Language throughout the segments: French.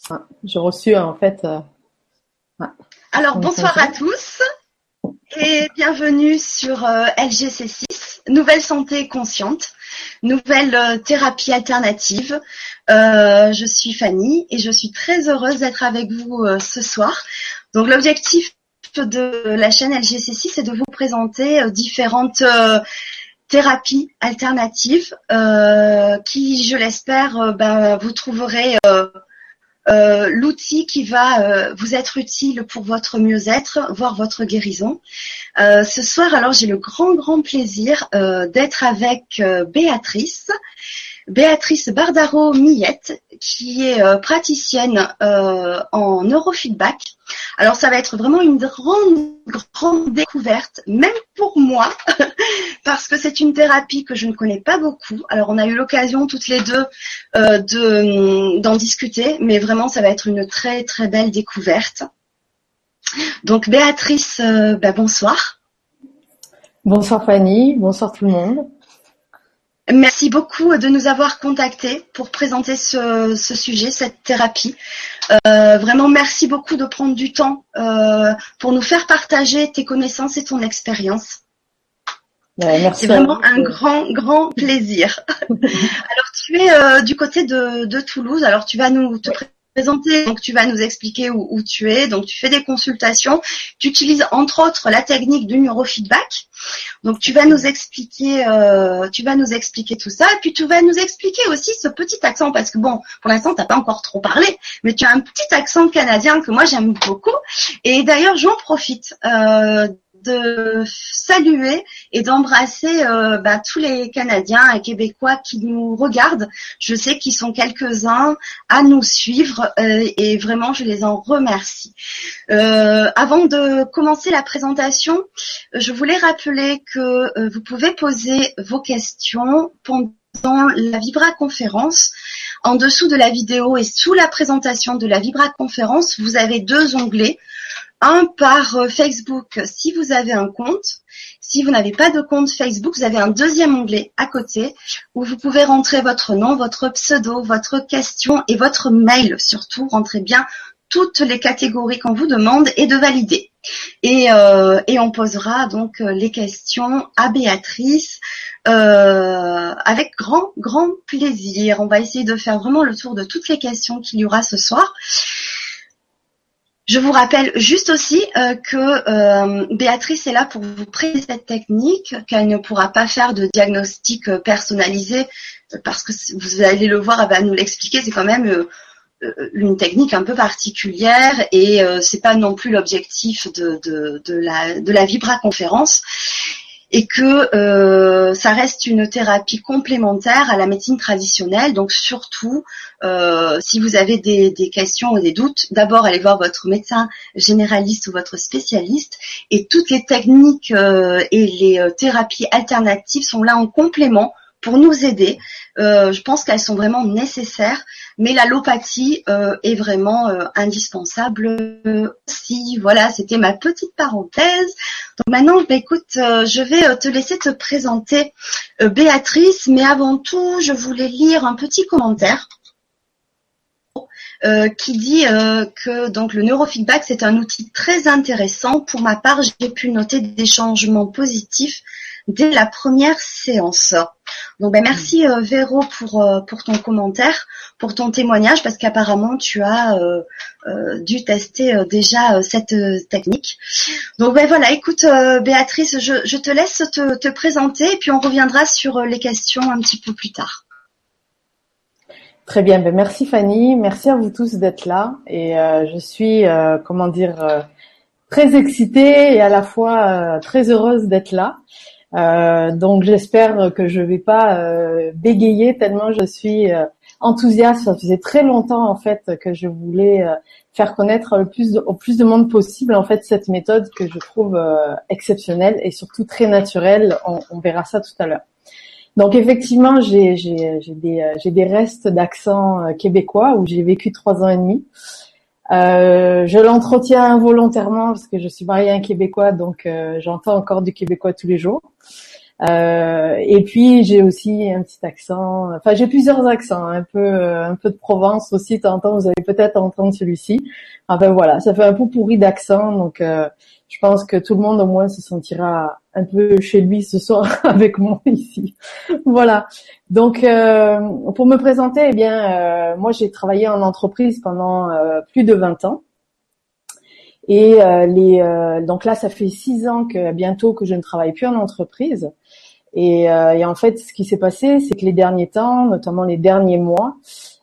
J'ai reçu en fait. Alors bonsoir à tous et bienvenue sur LGC6, Nouvelle Santé Consciente, nouvelle thérapie alternative. Je suis Fanny et je suis très heureuse d'être avec vous ce soir. Donc l'objectif de la chaîne LGC6 est de vous présenter différentes thérapies alternatives qui, je l'espère, vous trouverez l'outil qui va vous être utile pour votre mieux-être, voire votre guérison. Ce soir, alors j'ai le grand plaisir d'être avec Béatrice Bardaro-Millette, qui est praticienne en neurofeedback. Alors ça va être vraiment une grande découverte, même pour moi, parce que c'est une thérapie que je ne connais pas beaucoup. Alors on a eu l'occasion toutes les deux d'en discuter, mais vraiment ça va être une très belle découverte. Donc Béatrice, bonsoir. Bonsoir Fanny, bonsoir tout le monde. Merci beaucoup de nous avoir contactés pour présenter ce sujet, cette thérapie. Vraiment, merci beaucoup de prendre du temps pour nous faire partager tes connaissances et ton expérience. Merci. C'est vraiment un grand plaisir. Alors, tu es du côté de Toulouse. Alors, tu vas te présenter, donc tu vas nous expliquer où tu es. Donc, tu fais des consultations. Tu utilises entre autres la technique du neurofeedback. Donc tu vas nous expliquer tout ça, et puis tu vas nous expliquer aussi ce petit accent, parce que bon, pour l'instant t'as pas encore trop parlé, mais tu as un petit accent canadien que moi j'aime beaucoup. Et d'ailleurs j'en profite de saluer et d'embrasser tous les Canadiens et Québécois qui nous regardent. Je sais qu'ils sont quelques-uns à nous suivre et vraiment je les en remercie. Avant de commencer la présentation, je voulais rappeler que vous pouvez poser vos questions pendant la Vibra-conférence. En dessous de la vidéo et sous la présentation de la Vibra-conférence, vous avez deux onglets. Un par Facebook si vous avez un compte. Si vous n'avez pas de compte Facebook, vous avez un deuxième onglet à côté où vous pouvez rentrer votre nom, votre pseudo, votre question et votre mail. Surtout, rentrez bien toutes les catégories qu'on vous demande et de valider. Et on posera donc les questions à Béatrice avec grand plaisir. On va essayer de faire vraiment le tour de toutes les questions qu'il y aura ce soir. Je vous rappelle juste aussi que Béatrice est là pour vous présenter cette technique, qu'elle ne pourra pas faire de diagnostic personnalisé parce que vous allez le voir, elle va nous l'expliquer, c'est quand même une technique un peu particulière et c'est pas non plus l'objectif de la Vibra-conférence. Et que ça reste une thérapie complémentaire à la médecine traditionnelle. Donc surtout, si vous avez des questions ou des doutes, d'abord allez voir votre médecin généraliste ou votre spécialiste. Et toutes les techniques et les thérapies alternatives sont là en complément pour nous aider. Je pense qu'elles sont vraiment nécessaires, mais l'allopathie est vraiment indispensable aussi. Voilà, c'était ma petite parenthèse. Donc maintenant, écoute, je vais te laisser te présenter Béatrice, mais avant tout, je voulais lire un petit commentaire qui dit que donc le neurofeedback c'est un outil très intéressant. Pour ma part, j'ai pu noter des changements positifs dès la première séance. Donc merci Véro pour ton commentaire, pour ton témoignage, parce qu'apparemment tu as dû tester déjà cette technique. Donc voilà, écoute Béatrice, je te laisse te présenter et puis on reviendra sur les questions un petit peu plus tard. Très bien, merci Fanny, merci à vous tous d'être là et je suis très excitée et à la fois très heureuse d'être là. Donc j'espère que je vais pas bégayer tellement je suis enthousiaste. Ça faisait très longtemps en fait que je voulais faire connaître au plus de monde possible en fait cette méthode que je trouve exceptionnelle et surtout très naturelle. On verra ça tout à l'heure. Donc effectivement j'ai des restes d'accent québécois où j'ai vécu 3 ans et demi. Je l'entretiens volontairement parce que je suis mariée à un Québécois, donc j'entends encore du québécois tous les jours. Et puis j'ai aussi un petit accent. Enfin, j'ai plusieurs accents, un peu de Provence aussi. De temps en temps, vous allez peut-être entendre celui-ci. Enfin voilà, ça fait un peu pourri d'accent. Donc, je pense que tout le monde au moins se sentira un peu chez lui ce soir avec moi ici. Voilà. Donc, pour me présenter, eh bien, moi j'ai travaillé en entreprise pendant plus de 20 ans. Et donc là, ça fait 6 ans que bientôt que je ne travaille plus en entreprise. Et en fait, ce qui s'est passé, c'est que les derniers temps, notamment les derniers mois,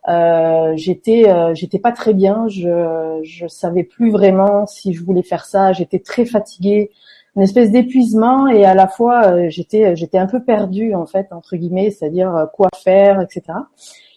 j'étais pas très bien. Je savais plus vraiment si je voulais faire ça. J'étais très fatiguée, une espèce d'épuisement, et à la fois j'étais un peu perdue en fait entre guillemets, c'est-à-dire quoi faire, etc.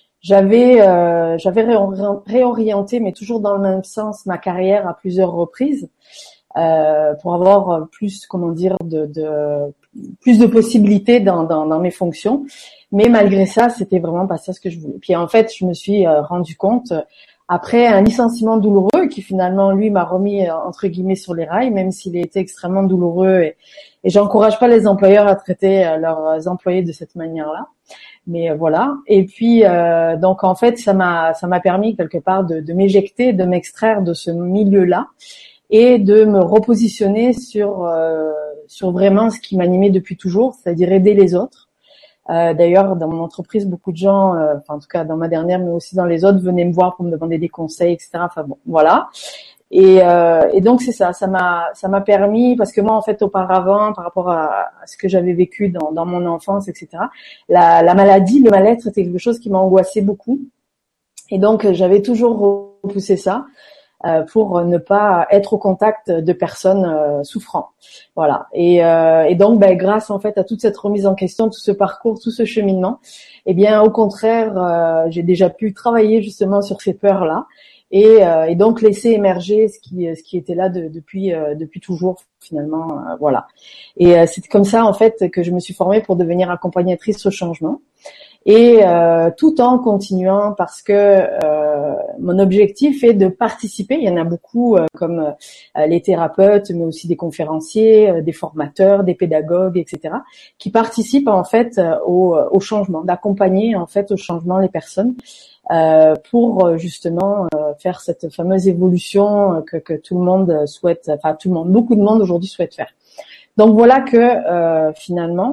J'avais réorienté, mais toujours dans le même sens, ma carrière à plusieurs reprises pour avoir plus, comment dire, plus de possibilités dans mes fonctions. Mais malgré ça, c'était vraiment pas ça ce que je voulais. Puis en fait, je me suis rendu compte après un licenciement douloureux qui finalement lui m'a remis entre guillemets sur les rails, même s'il a été extrêmement douloureux, et j'encourage pas les employeurs à traiter leurs employés de cette manière-là. Mais voilà. Et puis donc en fait, ça m'a permis quelque part de m'éjecter, de m'extraire de ce milieu-là et de me repositionner sur vraiment ce qui m'animait depuis toujours, c'est-à-dire aider les autres. D'ailleurs, dans mon entreprise, beaucoup de gens, enfin en tout cas dans ma dernière, mais aussi dans les autres, venaient me voir pour me demander des conseils, etc. Enfin bon, voilà. Et donc c'est ça m'a permis, parce que moi en fait auparavant, par rapport à ce que j'avais vécu dans mon enfance, etc., la maladie, le mal-être était quelque chose qui m'angoissait beaucoup, et donc j'avais toujours repoussé ça pour ne pas être au contact de personnes souffrant. Voilà. Et donc grâce en fait à toute cette remise en question, tout ce parcours, tout ce cheminement, eh bien au contraire, j'ai déjà pu travailler justement sur ces peurs-là. Et donc laisser émerger ce qui était là depuis toujours finalement, voilà. Et c'est comme ça en fait que je me suis formée pour devenir accompagnatrice au changement, et tout en continuant, parce que mon objectif est de participer. Il y en a beaucoup comme les thérapeutes, mais aussi des conférenciers, des formateurs, des pédagogues, etc., qui participent en fait au changement, d'accompagner en fait au changement les personnes. Pour justement faire cette fameuse évolution que tout le monde souhaite, enfin tout le monde, beaucoup de monde aujourd'hui souhaite faire. Donc voilà que finalement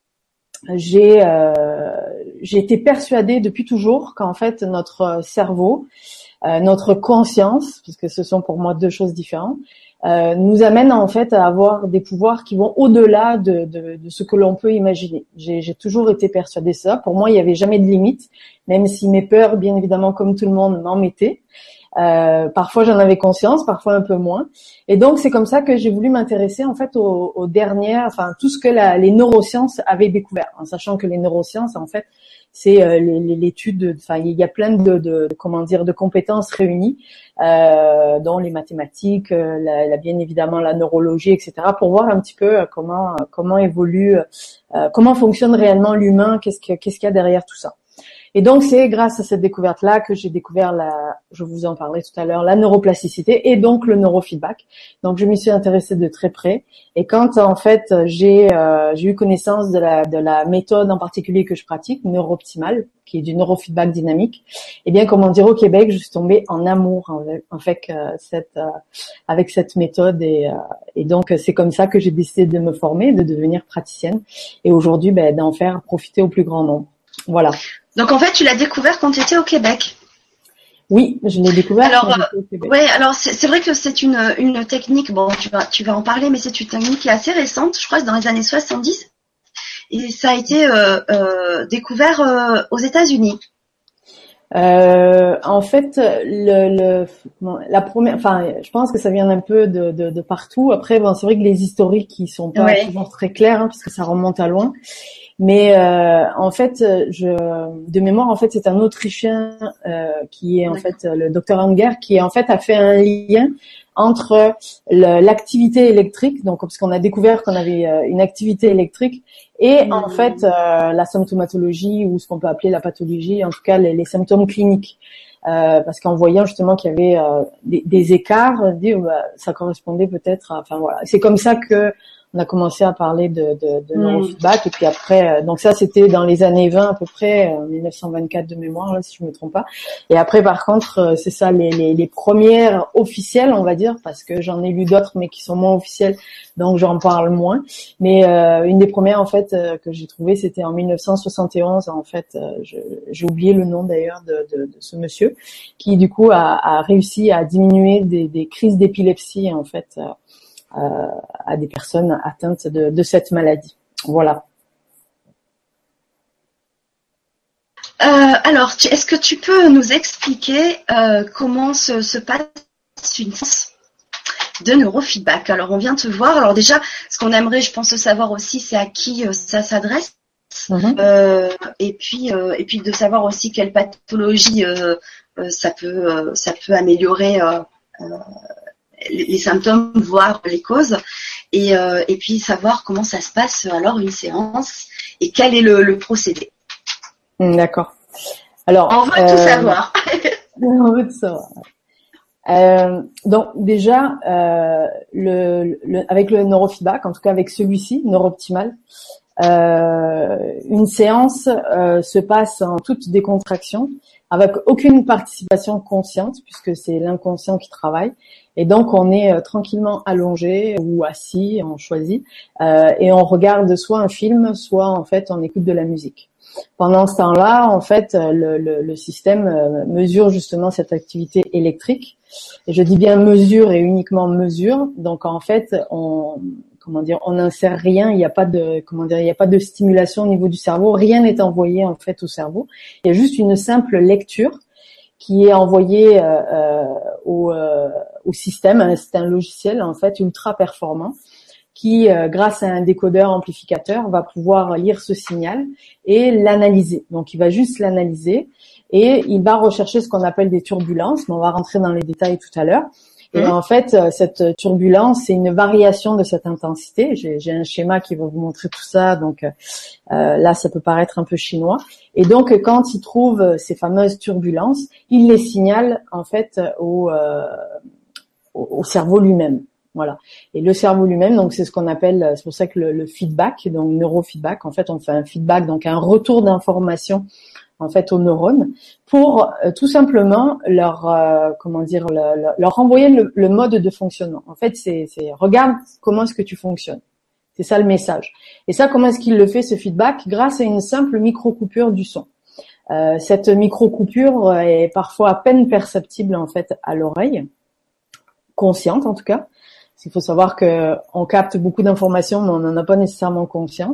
j'ai été persuadée depuis toujours qu'en fait notre cerveau, notre conscience, parce que ce sont pour moi deux choses différentes, nous amène en fait à avoir des pouvoirs qui vont au-delà de ce que l'on peut imaginer. J'ai toujours été persuadée de ça. Pour moi, il n'y avait jamais de limite, même si mes peurs, bien évidemment, comme tout le monde, m'en mettaient. Parfois, j'en avais conscience, parfois un peu moins. Et donc, c'est comme ça que j'ai voulu m'intéresser en fait aux dernières, enfin tout ce que les neurosciences avaient découvert, en sachant que les neurosciences, en fait, c'est l'étude. Enfin, il y a plein de compétences réunies, dont les mathématiques, bien évidemment la neurologie, etc., pour voir un petit peu comment évolue, comment fonctionne réellement l'humain, qu'est-ce qu'il y a derrière tout ça. Et donc, c'est grâce à cette découverte-là que j'ai découvert je vous en parlais tout à l'heure, la neuroplasticité et donc le neurofeedback. Donc, je m'y suis intéressée de très près. Et quand, en fait, j'ai eu connaissance de la méthode en particulier que je pratique, NeuroOptimal, qui est du neurofeedback dynamique, eh bien, comment dire, au Québec, je suis tombée en amour avec cette méthode. Et donc, c'est comme ça que j'ai décidé de me former, de devenir praticienne. Et aujourd'hui, d'en faire profiter au plus grand nombre. Voilà. Donc en fait, tu l'as découvert quand tu étais au Québec. Oui, je l'ai découvert quand j'étais au Québec. Ouais, alors c'est vrai que c'est une technique, bon, tu vas en parler, mais c'est une technique qui est assez récente, je crois, c'est dans les années 70, et ça a été découvert aux États-Unis. En fait, la première, enfin, je pense que ça vient un peu de partout. Après, bon, c'est vrai que les historiques qui sont pas toujours très clairs, parce que ça remonte à loin. Mais en fait, de mémoire, en fait, c'est un Autrichien qui est en fait le docteur Anger, qui en fait a fait un lien entre l'activité électrique, donc parce qu'on a découvert qu'on avait une activité électrique, et en fait la symptomatologie, ou ce qu'on peut appeler la pathologie, en tout cas les symptômes cliniques. Parce qu'en voyant justement qu'il y avait des écarts, ça correspondait peut-être à, enfin voilà, c'est comme ça que on a commencé à parler de neurofeedback. Et puis après, donc ça c'était dans les années 20 à peu près, 1924 de mémoire, là, si je me trompe pas. Et après, par contre, c'est ça les premières officielles, on va dire, parce que j'en ai lu d'autres, mais qui sont moins officielles, donc j'en parle moins. Mais une des premières en fait que j'ai trouvée, c'était en 1971. En fait, j'ai oublié le nom d'ailleurs de ce monsieur, qui du coup a réussi à diminuer des crises d'épilepsie en fait. À des personnes atteintes de cette maladie. Voilà. Alors, est-ce que tu peux nous expliquer comment se passe une séance de neurofeedback? Alors, on vient te voir. Alors déjà, ce qu'on aimerait, je pense, savoir aussi, c'est à qui ça s'adresse. Et puis de savoir aussi quelle pathologie ça peut améliorer les symptômes, voire les causes, et puis savoir comment ça se passe alors une séance et quel est le procédé. D'accord. Alors, on veut tout savoir. On veut tout savoir. Donc déjà, avec le neurofeedback, en tout cas avec celui-ci, Neurooptimal, une séance se passe en toute décontraction, avec aucune participation consciente, puisque c'est l'inconscient qui travaille. Et donc, on est tranquillement allongé ou assis, on choisit, et on regarde soit un film, soit en fait on écoute de la musique. Pendant ce temps-là, en fait, le système mesure justement cette activité électrique. Et je dis bien mesure et uniquement mesure. Donc en fait, on n'insère rien. Il n'y a pas de stimulation au niveau du cerveau. Rien n'est envoyé en fait au cerveau. Il y a juste une simple lecture qui est envoyée au système. C'est un logiciel en fait ultra performant qui, grâce à un décodeur amplificateur, va pouvoir lire ce signal et l'analyser. Donc, il va juste l'analyser et il va rechercher ce qu'on appelle des turbulences, mais on va rentrer dans les détails tout à l'heure. Et en fait, cette turbulence, c'est une variation de cette intensité. J'ai un schéma qui va vous montrer tout ça, donc là, ça peut paraître un peu chinois. Et donc, quand il trouve ces fameuses turbulences, il les signale en fait au cerveau lui-même. Voilà. Et le cerveau lui-même, donc c'est ce qu'on appelle, c'est pour ça que le feedback, donc neurofeedback, en fait, on fait un feedback, donc un retour d'information en fait aux neurones pour tout simplement leur renvoyer le mode de fonctionnement. En fait, c'est regarde comment est-ce que tu fonctionnes. C'est ça le message. Et ça, comment est-ce qu'il le fait ce feedback? Grâce à une simple micro-coupure du son. Cette micro-coupure est parfois à peine perceptible en fait à l'oreille, consciente en tout cas. Il faut savoir que on capte beaucoup d'informations, mais on n'en a pas nécessairement conscience.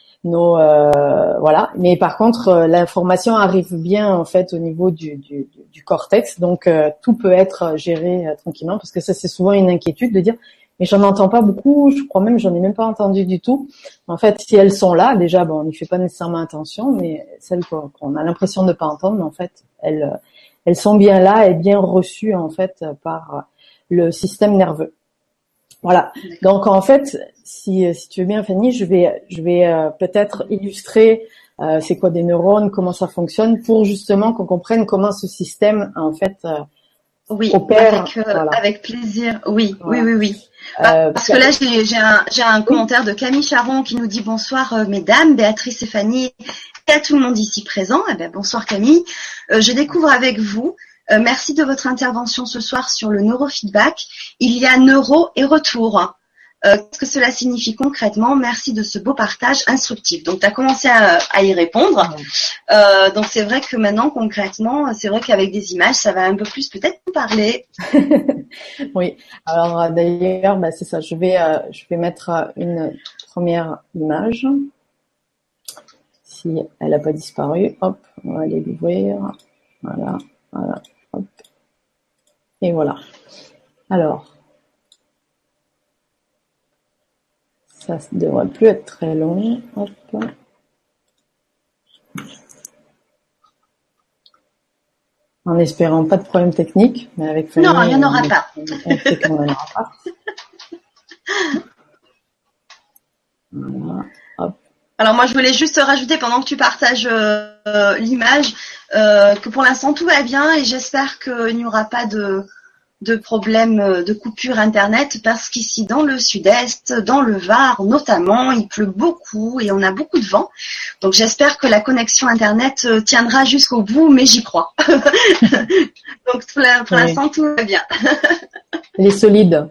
Voilà. Mais par contre, l'information arrive bien en fait au niveau du cortex, donc tout peut être géré tranquillement, parce que ça c'est souvent une inquiétude de dire mais j'en entends pas beaucoup, je crois même j'en ai même pas entendu du tout. En fait, si elles sont là, déjà bon, on n'y fait pas nécessairement attention, mais celles qu'on a l'impression de pas entendre, mais en fait elles sont bien là et bien reçues en fait par le système nerveux. Voilà. Donc en fait, si tu veux bien, Fanny, je vais peut-être illustrer c'est quoi des neurones, comment ça fonctionne, pour justement qu'on comprenne comment ce système en fait opère. Avec plaisir. Oui, voilà. Oui. Parce que là, j'ai un commentaire de Camille Charon qui nous dit bonsoir mesdames, Béatrice et Fanny et à tout le monde ici présent. Eh bien, bonsoir Camille. Je découvre avec vous. Merci de votre intervention ce soir sur le neurofeedback. Il y a neuro et retour. Qu'est-ce que cela signifie concrètement? Merci de ce beau partage instructif. Donc, tu as commencé à y répondre. Donc, c'est vrai que maintenant, concrètement, c'est vrai qu'avec des images, ça va un peu plus peut-être nous parler. Oui. Alors, d'ailleurs, c'est ça. Je vais mettre une première image. Si elle n'a pas disparu, hop, on va aller l'ouvrir. Voilà. Hop. Et voilà. Alors, ça ne devrait plus être très long. Hop. En espérant pas de problème technique, mais avec Fanny, non, il n'y en aura pas. On sait qu'on n'en aura pas. Voilà. Hop. Alors moi, je voulais juste rajouter pendant que tu partages l'image que pour l'instant tout va bien et j'espère qu'il n'y aura pas de de problèmes de coupure Internet parce qu'ici dans le sud-est, dans le Var notamment, il pleut beaucoup et on a beaucoup de vent. Donc j'espère que la connexion Internet tiendra jusqu'au bout, mais j'y crois. Donc pour l'instant, tout va bien. Elle est solide.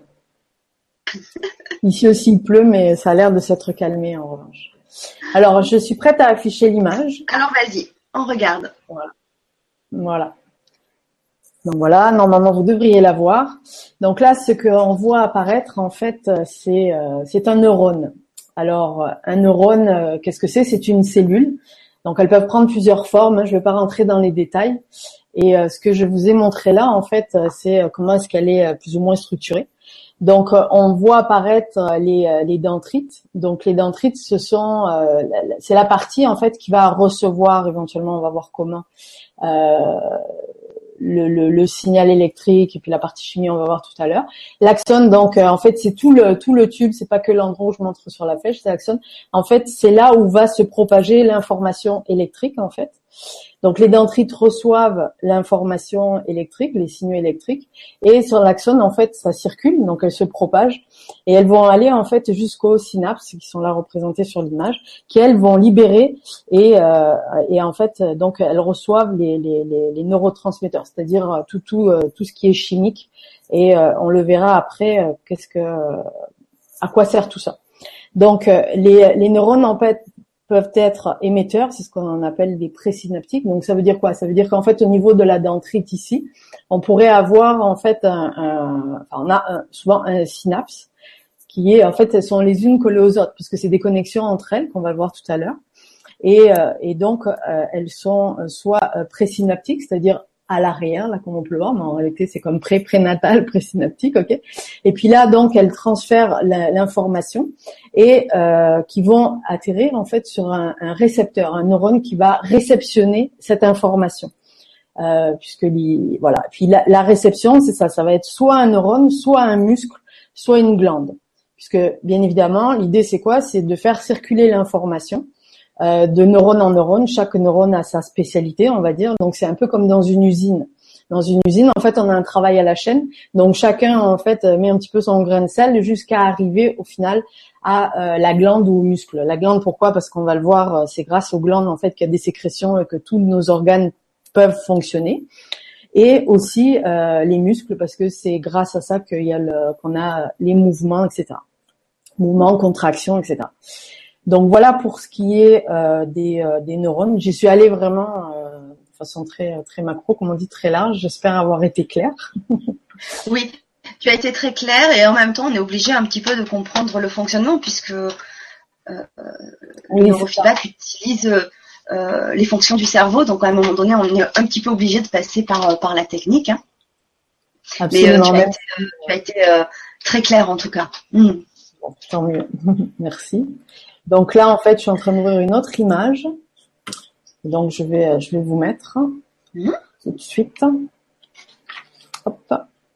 Ici aussi il pleut, mais ça a l'air de s'être calmé en revanche. Alors je suis prête à afficher l'image. Alors vas-y, on regarde. Voilà. Donc voilà, normalement vous devriez la voir. Donc là, ce qu'on voit apparaître, en fait, c'est un neurone. Alors un neurone, qu'est-ce que c'est? C'est une cellule. Donc elles peuvent prendre plusieurs formes. Je ne vais pas rentrer dans les détails. Et ce que je vous ai montré là, en fait, c'est comment est-ce qu'elle est plus ou moins structurée. Donc on voit apparaître les dendrites. Donc les dendrites, c'est la partie en fait qui va recevoir éventuellement, on va voir comment. Le signal électrique et puis la partie chimie, on va voir tout à l'heure. L'axone, donc en fait c'est tout le tube, c'est pas que l'endroit où je montre sur la flèche, c'est l'axone. En fait c'est là où va se propager l'information électrique en fait. Donc les dendrites reçoivent l'information électrique, les signaux électriques, et sur l'axone en fait ça circule, donc elles se propagent et elles vont aller en fait jusqu'aux synapses qui sont là représentées sur l'image, qui elles vont libérer et en fait donc elles reçoivent les neurotransmetteurs, c'est-à-dire tout ce qui est chimique et on le verra après à quoi sert tout ça. Donc les neurones en fait peuvent être émetteurs, c'est ce qu'on appelle des présynaptiques. Donc ça veut dire quoi? Ça veut dire qu'en fait au niveau de la dendrite ici, on pourrait avoir en fait souvent un synapse qui est en fait elles sont les unes collées aux autres puisque c'est des connexions entre elles qu'on va voir tout à l'heure. Et donc elles sont soit présynaptiques, c'est-à-dire à l'arrière, là comme on peut le voir, mais en réalité c'est comme prénatal, présynaptique, ok. Et puis là donc elles transfèrent l'information et qui vont atterrir en fait sur un récepteur, un neurone qui va réceptionner cette information. Voilà. Puis la réception, c'est ça va être soit un neurone, soit un muscle, soit une glande. Puisque bien évidemment l'idée c'est quoi? C'est de faire circuler l'information. De neurone en neurone, chaque neurone a sa spécialité, on va dire. Donc c'est un peu comme dans une usine. Dans une usine, en fait, on a un travail à la chaîne. Donc chacun, en fait, met un petit peu son grain de sel jusqu'à arriver au final à la glande ou au muscle. La glande, pourquoi? Parce qu'on va le voir, c'est grâce aux glandes en fait qu'il y a des sécrétions et que tous nos organes peuvent fonctionner. Et aussi les muscles, parce que c'est grâce à ça qu'on a les mouvements, etc. Mouvements, contractions, etc. Donc voilà pour ce qui est des neurones. J'y suis allée vraiment de façon très très macro, comme on dit, très large. J'espère avoir été claire. Oui, tu as été très claire et en même temps on est obligé un petit peu de comprendre le fonctionnement puisque le neurofeedback utilise les fonctions du cerveau. Donc à un moment donné on est un petit peu obligé de passer par la technique. Hein. Absolument. Mais tu as été très claire en tout cas. Bon, tant mieux. Merci. Donc là, en fait, je suis en train d'ouvrir une autre image. Donc je vais vous mettre tout de suite. Hop.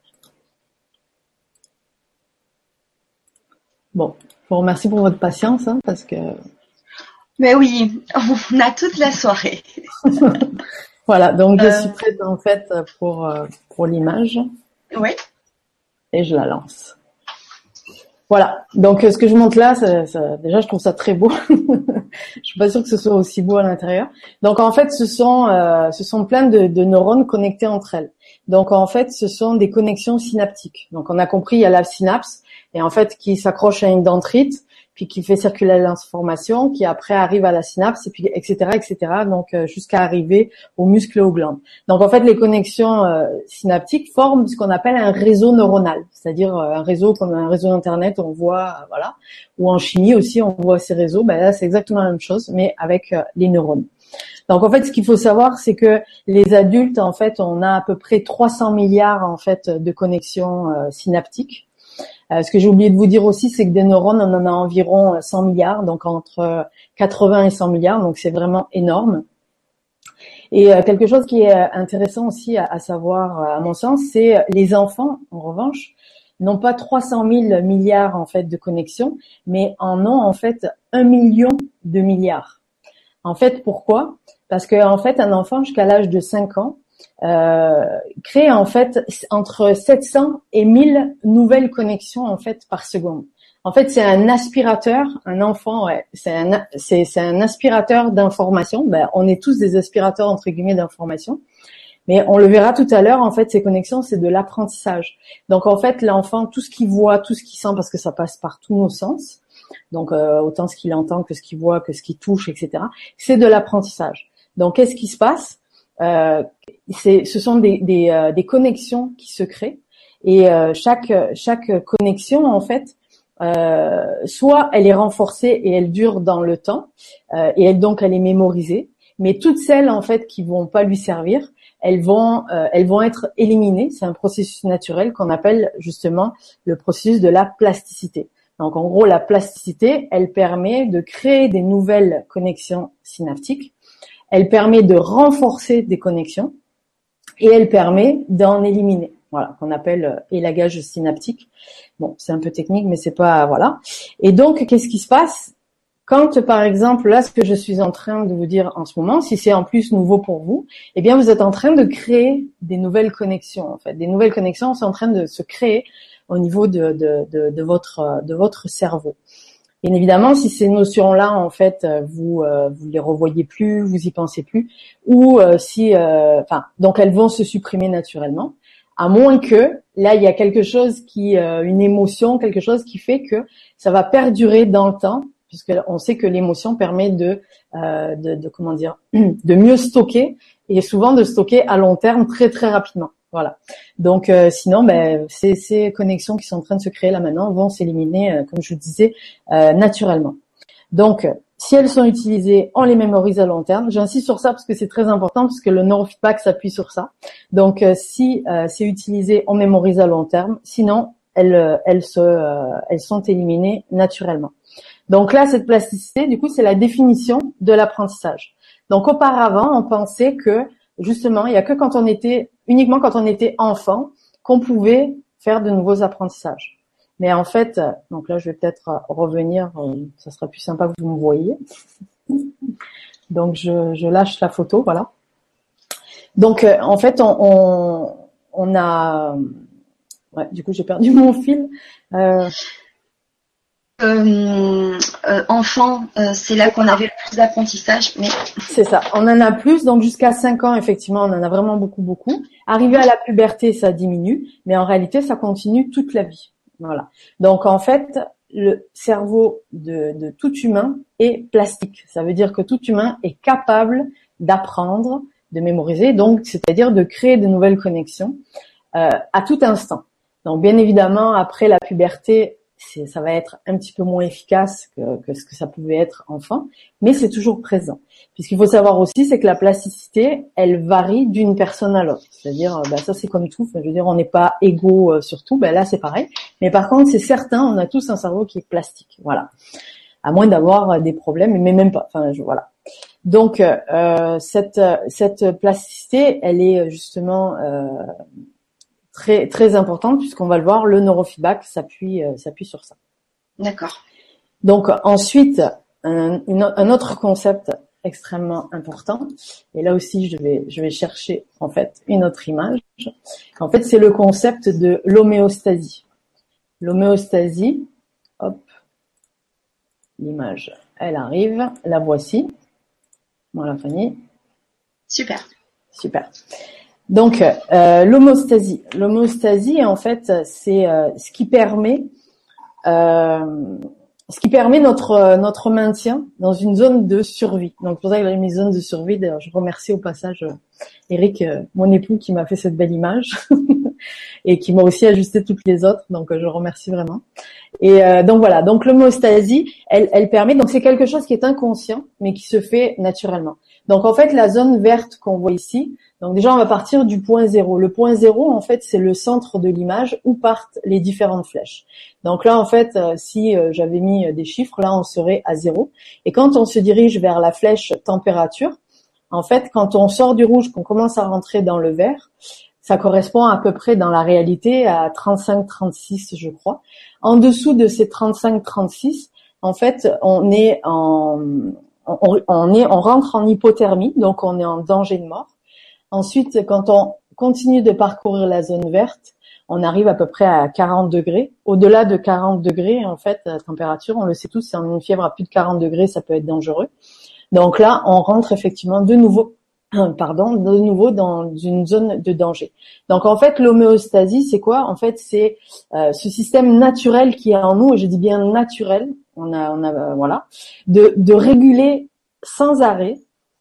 Bon, je vous remercie pour votre patience, hein, parce que. Mais oui, on a toute la soirée. Voilà, donc je suis prête en fait pour l'image. Oui. Et je la lance. Voilà. Donc ce que je montre là, déjà je trouve ça très beau. Je suis pas sûre que ce soit aussi beau à l'intérieur. Donc en fait, ce sont plein de neurones connectés entre elles. Donc en fait, ce sont des connexions synaptiques. Donc on a compris, il y a la synapse et en fait qui s'accroche à une dendrite, puis qui fait circuler l'information, qui après arrive à la synapse et puis etc. Donc jusqu'à arriver aux muscles et aux glandes. Donc en fait, les connexions synaptiques forment ce qu'on appelle un réseau neuronal, c'est-à-dire un réseau comme un réseau internet, on voit voilà, ou en chimie aussi on voit ces réseaux. Ben là, c'est exactement la même chose, mais avec les neurones. Donc en fait, ce qu'il faut savoir, c'est que les adultes, en fait, on a à peu près 300 milliards en fait de connexions synaptiques. Ce que j'ai oublié de vous dire aussi, c'est que des neurones, on en a environ 100 milliards, donc entre 80 et 100 milliards, donc c'est vraiment énorme. Et quelque chose qui est intéressant aussi à savoir, à mon sens, c'est les enfants, en revanche, n'ont pas 300 000 milliards en fait de connexions, mais en ont en fait 1 million de milliards. En fait, pourquoi? Parce que en fait, un enfant jusqu'à l'âge de 5 ans, crée en fait entre 700 et 1000 nouvelles connexions en fait par seconde. En fait, c'est un aspirateur, un enfant, ouais, c'est un aspirateur d'informations. Ben, on est tous des aspirateurs entre guillemets d'informations. Mais on le verra tout à l'heure, en fait, ces connexions, c'est de l'apprentissage. Donc, en fait, l'enfant, tout ce qu'il voit, tout ce qu'il sent, parce que ça passe par tous nos sens, donc autant ce qu'il entend que ce qu'il voit, que ce qu'il touche, etc., c'est de l'apprentissage. Donc, qu'est-ce qui se passe? Ce sont des connexions qui se créent, et chaque connexion, en fait, soit elle est renforcée et elle dure dans le temps, et donc elle est mémorisée, mais toutes celles, en fait, qui vont pas lui servir, elles vont être éliminées. C'est un processus naturel qu'on appelle justement le processus de la plasticité. Donc en gros, la plasticité, elle permet de créer des nouvelles connexions synaptiques, elle permet de renforcer des connexions et elle permet d'en éliminer. Voilà, qu'on appelle élagage synaptique. Bon, c'est un peu technique, mais c'est pas, voilà. Et donc, qu'est-ce qui se passe? Quand, par exemple, là, ce que je suis en train de vous dire en ce moment, si c'est en plus nouveau pour vous, eh bien, vous êtes en train de créer des nouvelles connexions, en fait. Des nouvelles connexions sont en train de se créer au niveau de votre cerveau. Bien évidemment, si ces notions-là, en fait, vous les revoyez plus, vous y pensez plus, ou donc elles vont se supprimer naturellement, à moins que, là, il y a quelque chose une émotion, quelque chose qui fait que ça va perdurer dans le temps, puisqu'on sait que l'émotion permet de mieux stocker, et souvent de stocker à long terme très très rapidement. Voilà. Donc sinon, ces connexions qui sont en train de se créer là maintenant vont s'éliminer, comme je vous disais, naturellement. Donc si elles sont utilisées, on les mémorise à long terme. J'insiste sur ça parce que c'est très important, parce que le neurofeedback s'appuie sur ça. Donc si c'est utilisé, on mémorise à long terme. Sinon, elles sont éliminées naturellement. Donc là, cette plasticité, du coup, c'est la définition de l'apprentissage. Donc auparavant, on pensait que justement, il y a que uniquement quand on était enfant, qu'on pouvait faire de nouveaux apprentissages. Mais en fait, donc là, je vais peut-être revenir, ça sera plus sympa que vous me voyez. Donc je lâche la photo, voilà. Donc en fait, on a, ouais, du coup, j'ai perdu mon fil. Enfant, c'est là qu'on avait le plus d'apprentissage, mais c'est ça. On en a plus, donc jusqu'à 5 ans, effectivement, on en a vraiment beaucoup. Arrivé à la puberté, ça diminue, mais en réalité, ça continue toute la vie. Voilà. Donc en fait, le cerveau de tout humain est plastique. Ça veut dire que tout humain est capable d'apprendre, de mémoriser, donc c'est-à-dire de créer de nouvelles connexions à tout instant. Donc bien évidemment, après la puberté, ça va être un petit peu moins efficace que ce que ça pouvait être enfant, mais c'est toujours présent. Puisqu'il faut savoir aussi, c'est que la plasticité, elle varie d'une personne à l'autre. C'est-à-dire, ça c'est comme tout. Enfin, je veux dire, on n'est pas égaux sur tout. Là, c'est pareil. Mais par contre, c'est certain, on a tous un cerveau qui est plastique. Voilà. À moins d'avoir des problèmes, mais même pas. Enfin, voilà. Donc, cette plasticité, elle est justement très très importante, puisqu'on va le voir, le neurofeedback s'appuie sur ça. D'accord. Donc ensuite, un autre concept extrêmement important, et là aussi je vais chercher en fait une autre image. En fait, c'est le concept de l'homéostasie. L'homéostasie, hop, l'image, elle arrive, la voici. Voilà, Fanny. Super. Donc l'homéostasie en fait c'est ce qui permet notre maintien dans une zone de survie. Donc pour ça qu'il a mis zone de survie. D'ailleurs, je remercie au passage Eric, mon époux, qui m'a fait cette belle image et qui m'a aussi ajusté toutes les autres. Donc je remercie vraiment. Et donc voilà. Donc l'homéostasie, elle permet. Donc c'est quelque chose qui est inconscient, mais qui se fait naturellement. Donc en fait, la zone verte qu'on voit ici. Donc déjà, on va partir du point zéro. Le point zéro, en fait, c'est le centre de l'image où partent les différentes flèches. Donc là, en fait, si j'avais mis des chiffres, là, on serait à 0. Et quand on se dirige vers la flèche température, en fait, quand on sort du rouge, qu'on commence à rentrer dans le vert, ça correspond à peu près dans la réalité à 35-36, je crois. En dessous de ces 35-36, en fait, on rentre en hypothermie, donc on est en danger de mort. Ensuite, quand on continue de parcourir la zone verte, on arrive à peu près à 40 degrés. Au-delà de 40 degrés, en fait, la température, on le sait tous, si on a une fièvre à plus de 40 degrés, ça peut être dangereux. Donc là, on rentre effectivement de nouveau dans une zone de danger. Donc en fait, l'homéostasie, c'est quoi? En fait, c'est ce système naturel qui est en nous, et je dis bien naturel, voilà, de réguler sans arrêt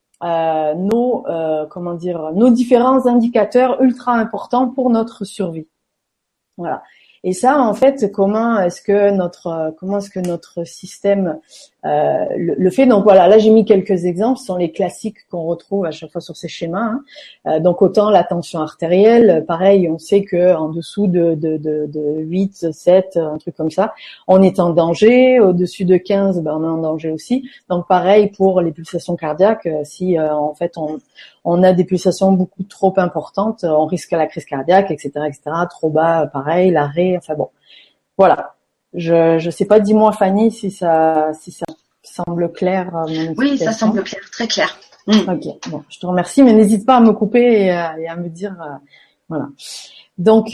nos différents indicateurs ultra importants pour notre survie. Voilà. Et ça, en fait, comment est-ce que notre système le fait? Donc voilà, là j'ai mis quelques exemples, ce sont les classiques qu'on retrouve à chaque fois sur ces schémas. Donc autant la tension artérielle, pareil, on sait que en dessous de 8, 7, un truc comme ça, on est en danger. Au-dessus de 15, on est en danger aussi. Donc pareil pour les pulsations cardiaques, si en fait on a des pulsations beaucoup trop importantes, on risque la crise cardiaque, etc., etc. Trop bas, pareil, l'arrêt. Enfin bon, voilà. Je sais pas. Dis-moi, Fanny, si ça semble clair. Oui, ça semble clair, très clair. Ok. Bon, je te remercie, mais n'hésite pas à me couper et à me dire. Voilà. Donc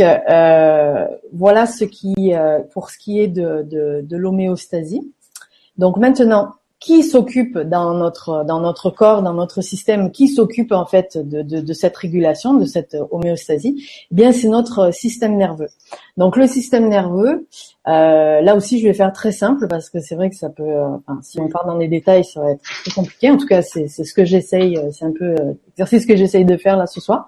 voilà pour ce qui est de l'homéostasie. Donc maintenant, qui s'occupe dans notre corps, dans notre système, qui s'occupe en fait de cette régulation, de cette homéostasie? Eh bien, c'est notre système nerveux. Donc le système nerveux, là aussi je vais faire très simple parce que c'est vrai que ça peut, si on part dans les détails, ça va être très compliqué. En tout cas, c'est ce que j'essaye, c'est un peu l'exercice que j'essaye de faire là ce soir.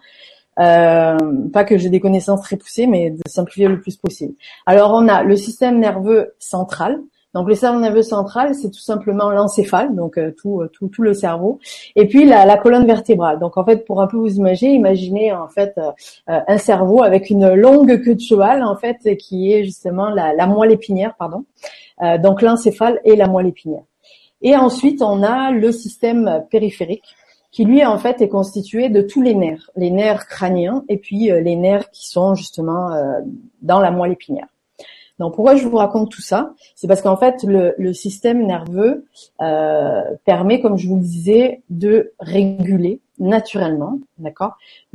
Pas que j'ai des connaissances très poussées, mais de simplifier le plus possible. Alors on a le système nerveux central. Donc le système nerveux central, c'est tout simplement l'encéphale, donc tout le cerveau, et puis la colonne vertébrale. Donc en fait, pour un peu vous imaginez en fait un cerveau avec une longue queue de cheval en fait, qui est justement la moelle épinière, pardon. Donc l'encéphale et la moelle épinière. Et ensuite, on a le système périphérique, qui lui en fait est constitué de tous les nerfs crâniens et puis les nerfs qui sont justement dans la moelle épinière. Donc pourquoi je vous raconte tout ça? C'est parce qu'en fait le système nerveux permet, comme je vous le disais, de réguler naturellement, d'accord,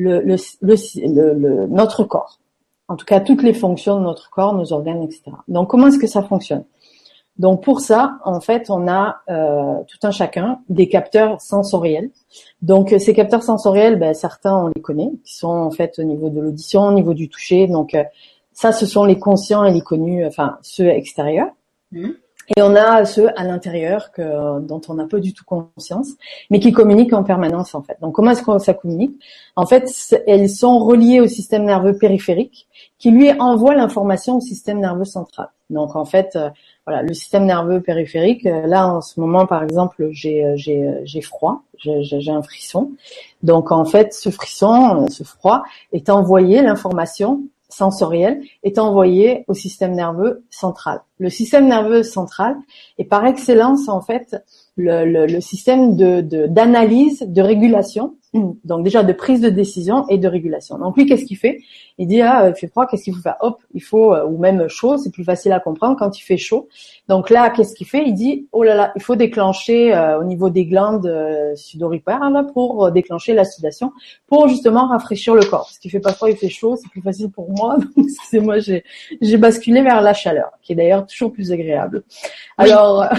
notre corps. En tout cas toutes les fonctions de notre corps, nos organes, etc. Donc comment est-ce que ça fonctionne? Donc pour ça, en fait, on a tout un chacun des capteurs sensoriels. Donc ces capteurs sensoriels, certains on les connaît, qui sont en fait au niveau de l'audition, au niveau du toucher. Donc ça, ce sont les conscients et les connus, enfin ceux extérieurs. Et on a ceux à l'intérieur dont on n'a pas du tout conscience, mais qui communiquent en permanence en fait. Donc comment est-ce que ça communique? En fait, elles sont reliées au système nerveux périphérique, qui lui envoie l'information au système nerveux central. Donc en fait, voilà, le système nerveux périphérique. Là, en ce moment, par exemple, j'ai froid, j'ai un frisson. Donc en fait, ce frisson, ce froid, est envoyé, l'information sensorielle est envoyée au système nerveux central. Le système nerveux central est par excellence en fait le système d'analyse, de régulation, donc déjà de prise de décision et de régulation. Donc lui, qu'est-ce qu'il fait? Il dit il fait froid, qu'est-ce qu'il faut faire? Hop, il faut, ou même chaud, c'est plus facile à comprendre quand il fait chaud. Donc là, qu'est-ce qu'il fait? Il dit oh là là, il faut déclencher au niveau des glandes sudoriparaires là pour déclencher la sudation, pour justement rafraîchir le corps. Parce qu'il fait pas froid, il fait chaud, c'est plus facile pour moi. Donc excusez-moi, j'ai basculé vers la chaleur, qui est d'ailleurs toujours plus agréable. Oui.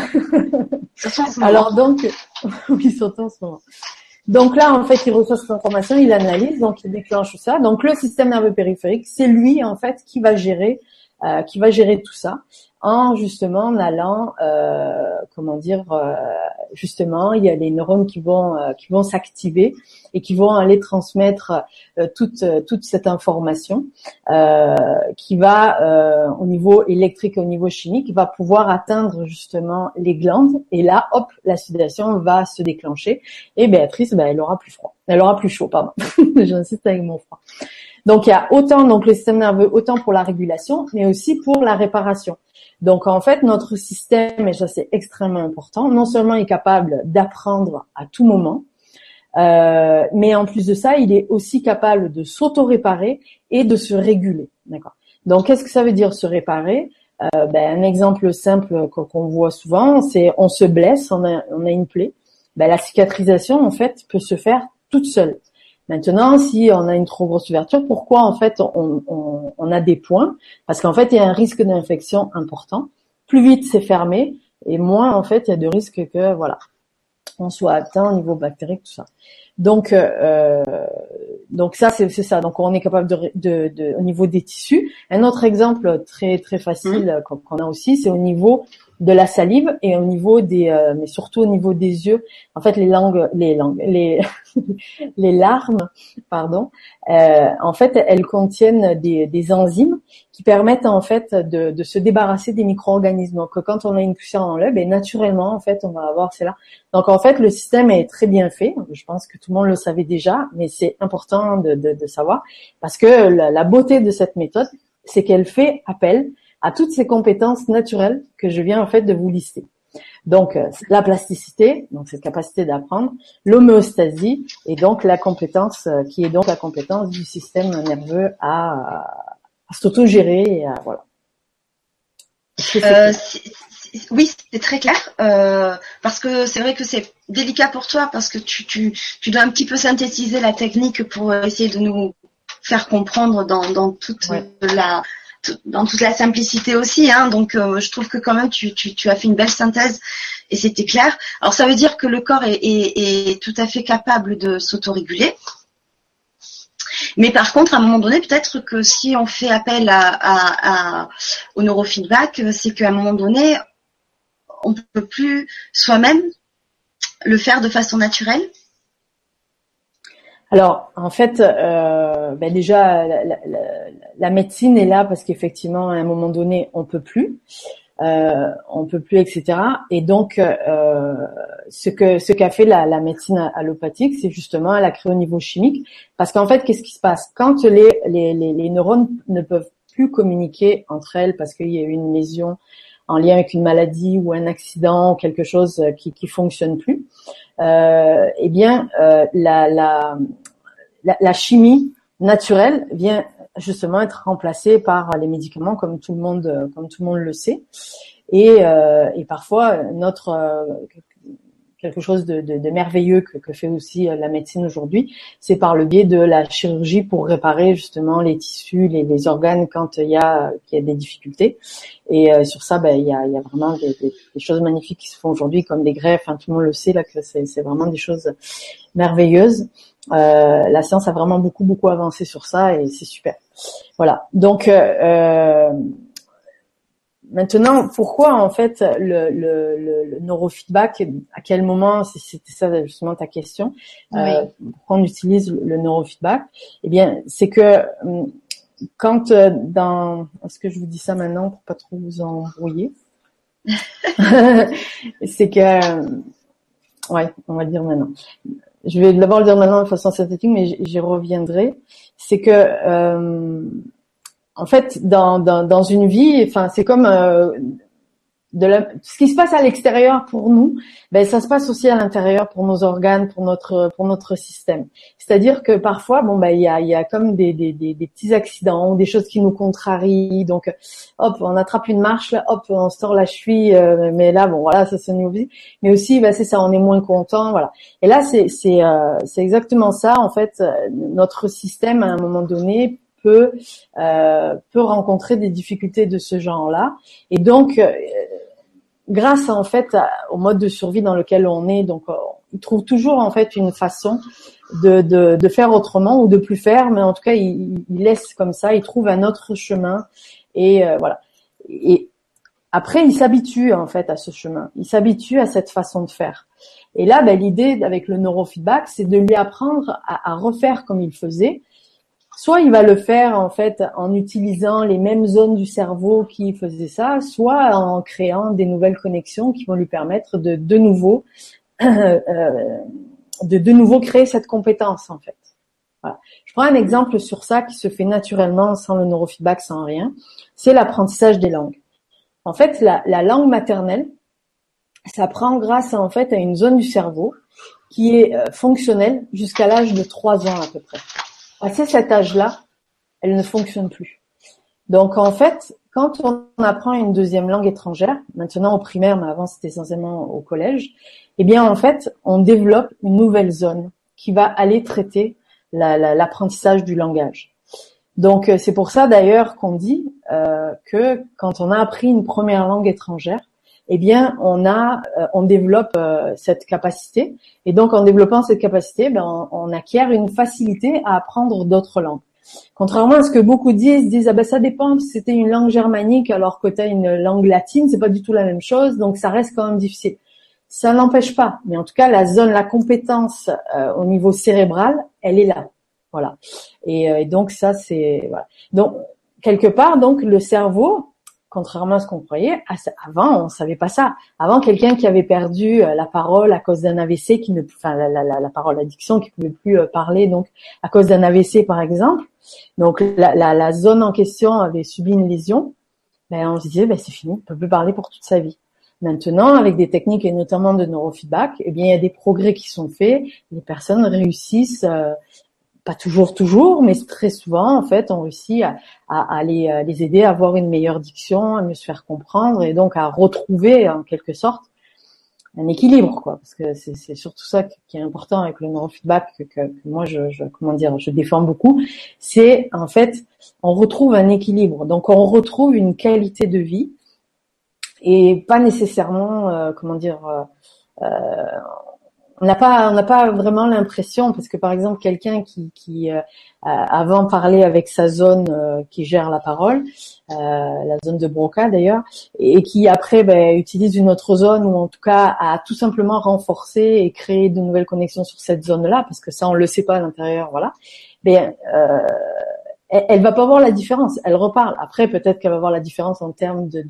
Alors donc, oui, surtout en ce moment. Donc là, en fait, il reçoit cette information, il analyse, donc il déclenche ça. Donc le système nerveux périphérique, c'est lui en fait qui va gérer tout ça, en justement allant, justement, il y a les neurones qui vont s'activer et qui vont aller transmettre toute cette information qui va au niveau électrique, au niveau chimique, va pouvoir atteindre justement les glandes, et là, hop, la sudation va se déclencher et Béatrice, elle aura plus chaud, pardon. J'insiste avec mon froid. Donc il y a autant le système nerveux, autant pour la régulation, mais aussi pour la réparation. Donc en fait, notre système, et ça c'est extrêmement important, non seulement est capable d'apprendre à tout moment, mais en plus de ça, il est aussi capable de s'auto-réparer et de se réguler. D'accord. Donc qu'est-ce que ça veut dire se réparer? Un exemple simple qu'on voit souvent, c'est on se blesse, on a une plaie. La cicatrisation en fait peut se faire toute seule. Maintenant, si on a une trop grosse ouverture, pourquoi en fait on a des points? Parce qu'en fait, il y a un risque d'infection important. Plus vite c'est fermé, et moins en fait il y a de risques que voilà on soit atteint au niveau bactérique, tout ça. Donc ça c'est ça. Donc on est capable de au niveau des tissus. Un autre exemple très très facile qu'on a aussi, c'est au niveau de la salive et au niveau mais surtout au niveau des yeux. En fait, les les larmes, pardon. En fait, elles contiennent des enzymes qui permettent en fait de se débarrasser des micro-organismes. Donc quand on a une poussière dans l'œil, ben naturellement en fait on va avoir celle-là. Donc en fait le système est très bien fait. Je pense que tout le monde le savait déjà, mais c'est important de savoir parce que la beauté de cette méthode, c'est qu'elle fait appel à toutes ces compétences naturelles que je viens en fait de vous lister. Donc la plasticité, donc cette capacité d'apprendre, l'homéostasie et donc la compétence qui est donc la compétence du système nerveux à s'auto-gérer et à voilà. Oui, c'est très clair parce que c'est vrai que c'est délicat pour toi parce que tu dois un petit peu synthétiser la technique pour essayer de nous faire comprendre dans toute dans toute la simplicité aussi, hein. Donc je trouve que quand même tu as fait une belle synthèse et c'était clair. Alors ça veut dire que le corps est tout à fait capable de s'autoréguler. Mais par contre, à un moment donné, peut-être que si on fait appel au neurofeedback, c'est qu'à un moment donné, on ne peut plus soi-même le faire de façon naturelle. Alors, en fait, déjà, la médecine est là parce qu'effectivement, à un moment donné, on peut plus, etc. Et donc, ce qu'a fait la médecine allopathique, c'est justement, elle a créé au niveau chimique, parce qu'en fait, qu'est-ce qui se passe quand les neurones ne peuvent plus communiquer entre elles parce qu'il y a eu une lésion en lien avec une maladie ou un accident ou quelque chose qui fonctionne plus, la chimie naturelle vient justement être remplacée par les médicaments comme tout le monde le sait et parfois quelque chose de merveilleux que fait aussi la médecine aujourd'hui, c'est par le biais de la chirurgie pour réparer justement les tissus, les organes quand qu'il y a des difficultés. Et sur ça, il y a vraiment des choses magnifiques qui se font aujourd'hui, comme des greffes. Hein, tout le monde le sait là que c'est vraiment des choses merveilleuses. La science a vraiment beaucoup avancé sur ça et c'est super. Voilà. Donc maintenant, pourquoi en fait le neurofeedback, à quel moment, c'était ça justement ta question, oui. Pourquoi on utilise le neurofeedback? Eh bien, c'est que quand est-ce que je vous dis ça maintenant pour pas trop vous embrouiller? C'est que, ouais, on va le dire maintenant. Je vais d'abord le dire maintenant de façon synthétique, mais j'y reviendrai. C'est que en fait, dans une vie, enfin, c'est comme ce qui se passe à l'extérieur pour nous, ça se passe aussi à l'intérieur pour nos organes, pour notre système. C'est-à-dire que parfois, il y a comme des petits accidents, des choses qui nous contrarient. Donc, hop, on attrape une marche, là, hop, on se tord la cheville, mais là, voilà, ça c'est une vie. Mais aussi, c'est ça, on est moins content, voilà. Et là, c'est exactement ça, en fait, notre système à un moment donné peut rencontrer des difficultés de ce genre-là, et donc grâce en fait au mode de survie dans lequel on est, donc il trouve toujours en fait une façon de faire autrement ou de plus faire, mais en tout cas il laisse comme ça, il trouve un autre chemin et voilà. Et après il s'habitue en fait à ce chemin, il s'habitue à cette façon de faire. Et là, l'idée avec le neurofeedback, c'est de lui apprendre à refaire comme il faisait. Soit il va le faire en fait en utilisant les mêmes zones du cerveau qui faisaient ça, soit en créant des nouvelles connexions qui vont lui permettre de nouveau créer cette compétence en fait. Voilà. Je prends un exemple sur ça qui se fait naturellement sans le neurofeedback, sans rien. C'est l'apprentissage des langues. En fait, la langue maternelle s'apprend grâce en fait à une zone du cerveau qui est fonctionnelle jusqu'à l'âge de 3 ans à peu près. Passé cet âge-là, elle ne fonctionne plus. Donc en fait, quand on apprend une deuxième langue étrangère, maintenant au primaire, mais avant c'était essentiellement au collège, en fait, on développe une nouvelle zone qui va aller traiter l'apprentissage du langage. Donc c'est pour ça d'ailleurs qu'on dit que quand on a appris une première langue étrangère, eh bien on développe cette capacité, et donc en développant cette capacité, on acquiert une facilité à apprendre d'autres langues. Contrairement à ce que beaucoup disent ah ben ça dépend, si c'était une langue germanique alors que tu as une langue latine, c'est pas du tout la même chose, donc ça reste quand même difficile. Ça n'empêche pas, mais en tout cas la compétence au niveau cérébral, elle est là. Voilà. Et donc ça c'est voilà. Donc quelque part donc le cerveau, contrairement à ce qu'on croyait, avant on savait pas ça. Avant, quelqu'un qui avait perdu la parole à cause d'un AVC, la parole, la diction, qui pouvait plus parler, donc à cause d'un AVC par exemple, donc la zone en question avait subi une lésion, on se disait c'est fini, on peut plus parler pour toute sa vie. Maintenant, avec des techniques et notamment de neurofeedback, eh bien il y a des progrès qui sont faits, les personnes réussissent. Pas toujours, mais très souvent, en fait, on réussit à les aider à avoir une meilleure diction, à mieux se faire comprendre, et donc à retrouver, en quelque sorte, un équilibre, quoi. Parce que c'est surtout ça qui est important avec le neurofeedback, que moi, je défends beaucoup. C'est, en fait, on retrouve un équilibre. Donc, on retrouve une qualité de vie, et pas nécessairement, on n'a pas vraiment l'impression, parce que par exemple quelqu'un qui avant parlait avec sa zone qui gère la parole, la zone de Broca d'ailleurs, et qui après utilise une autre zone, ou en tout cas a tout simplement renforcé et créé de nouvelles connexions sur cette zone-là, parce que ça on le sait pas à l'intérieur, voilà. Elle va pas voir la différence. Elle reparle. Après peut-être qu'elle va voir la différence en termes de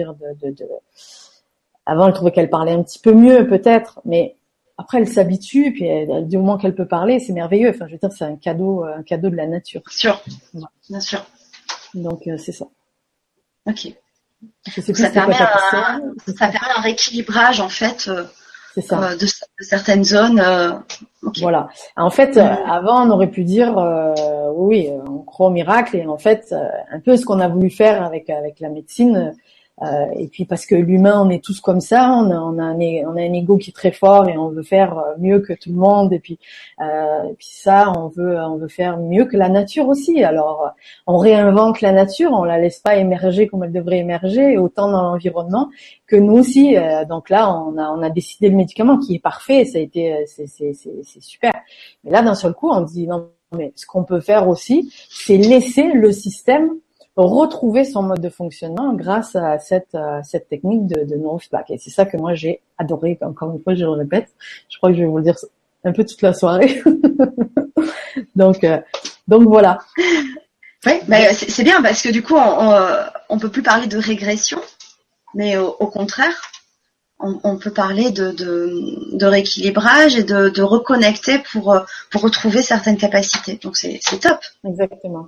avant elle trouvait qu'elle parlait un petit peu mieux peut-être, mais après, elle s'habitue, puis du moment qu'elle peut parler, c'est merveilleux. Enfin, je veux dire, c'est un cadeau de la nature. Bien sûr. Donc, c'est ça. Ok. Je sais plus ça permet un rééquilibrage, en fait, de certaines zones. Okay. Voilà. En fait, avant, on aurait pu dire, oui, on croit au miracle, et en fait, un peu ce qu'on a voulu faire avec la médecine. Et puis parce que l'humain, on est tous comme ça, on a un ego qui est très fort et on veut faire mieux que tout le monde, et puis ça on veut faire mieux que la nature aussi. Alors on réinvente la nature, on la laisse pas émerger comme elle devrait émerger, autant dans l'environnement que nous aussi. Donc là on a décidé le médicament qui est parfait, ça a été c'est super. Mais là d'un seul coup on dit non, mais ce qu'on peut faire aussi, c'est laisser le système retrouver son mode de fonctionnement grâce à cette technique de neurofeedback. Et c'est ça que moi j'ai adoré. Encore une fois, je le répète. Je crois que je vais vous le dire un peu toute la soirée. Donc voilà. Oui, c'est bien parce que du coup, on peut plus parler de régression, mais au contraire, on peut parler de rééquilibrage et de reconnecter pour retrouver certaines capacités. Donc c'est top. Exactement.